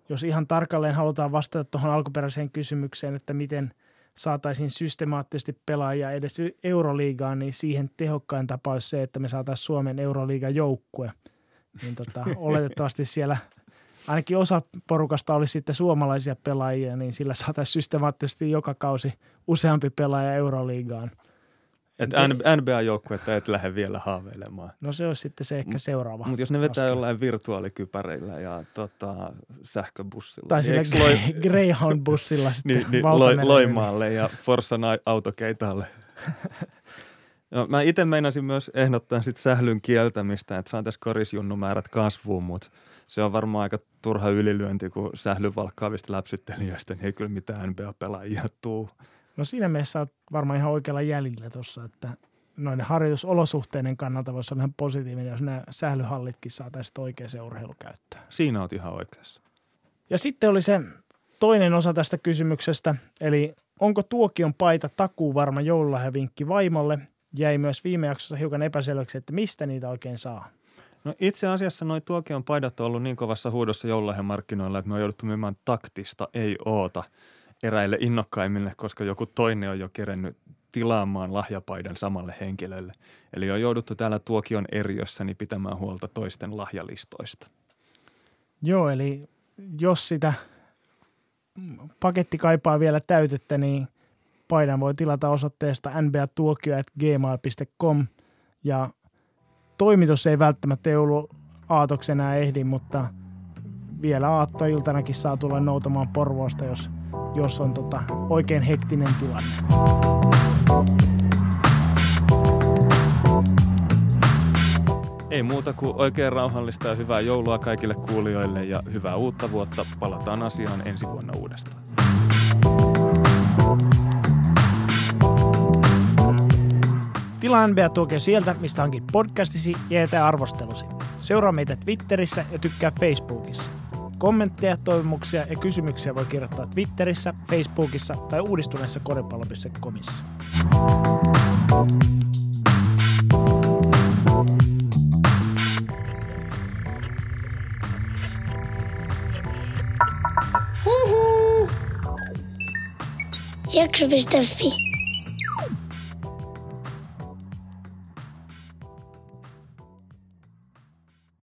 jos ihan tarkalleen halutaan vastata tuohon alkuperäiseen kysymykseen, että miten saataisiin systemaattisesti pelaajia edes Euroliigaan, niin siihen tehokkain tapa olisi se, että me saataisiin Suomen Euroliigan joukkue. Niin oletettavasti siellä ainakin osa porukasta olisi sitten suomalaisia pelaajia, niin sillä saataisiin systemaattisesti joka kausi useampi pelaaja Euroliigaan. Että NBA-joukkuetta et lähde vielä haaveilemaan. No se olisi sitten se ehkä seuraava. Mutta jos ne vetää jollain virtuaalikypäreillä ja sähköbussilla. Tai niin sillä Greyhound-bussilla sitten Loimaalle ja Forssan autokeitalle. No, mä itse meinasin myös ehdottaa sit sählyn kieltämistä, että saataisiin korisjunnumäärät kasvuun, mutta se on varmaan aika turha ylilyönti, kun sählyn valkkaavista läpsyttelijöistä niin ei kyllä mitään NBA-pelaajia tuu. No siinä mielessä olet varmaan ihan oikealla jäljellä tuossa, että noiden harjoitusolosuhteiden kannalta voisi olla ihan positiivinen, jos nämä sählyhallitkin saataisiin oikeaan urheilukäyttöön. Siinä olet ihan oikeassa. Ja sitten oli se toinen osa tästä kysymyksestä, eli onko Tuokion paita takuuvarma joululahjavinkki vaimolle? Jäi myös viime jaksossa hiukan epäselväksi, että mistä niitä oikein saa. No itse asiassa noi Tuokion paidat on ollut niin kovassa huudossa joululahjamarkkinoilla, että me on jouduttu myymään taktista, ei oota eräille innokkaimmille, koska joku toinen on jo kerennyt tilaamaan lahjapaidan samalle henkilölle. Eli on jouduttu täällä Tuokion eriössä niin pitämään huolta toisten lahjalistoista. Joo, eli jos sitä paketti kaipaa vielä täytettä, niin paidan voi tilata osoitteesta nbatuokio@gmail.com ja toimitus ei välttämättä jouluaatoksi enää ehdi, mutta vielä aattoiltanakin saa tulla noutamaan Porvoosta, jos on oikein hektinen tilanne. Ei muuta kuin oikein rauhallista ja hyvää joulua kaikille kuulijoille ja hyvää uutta vuotta. Palataan asiaan ensi vuonna uudestaan. Tilaa NBA Tuokio sieltä, mistä hankit podcastisi ja jätä arvostelusi. Seuraa meitä Twitterissä ja tykkää Facebookissa. Kommentteja, toivomuksia ja kysymyksiä voi kirjoittaa Twitterissä, Facebookissa tai uudistuneessa koripallo.comissa. Jakso.fi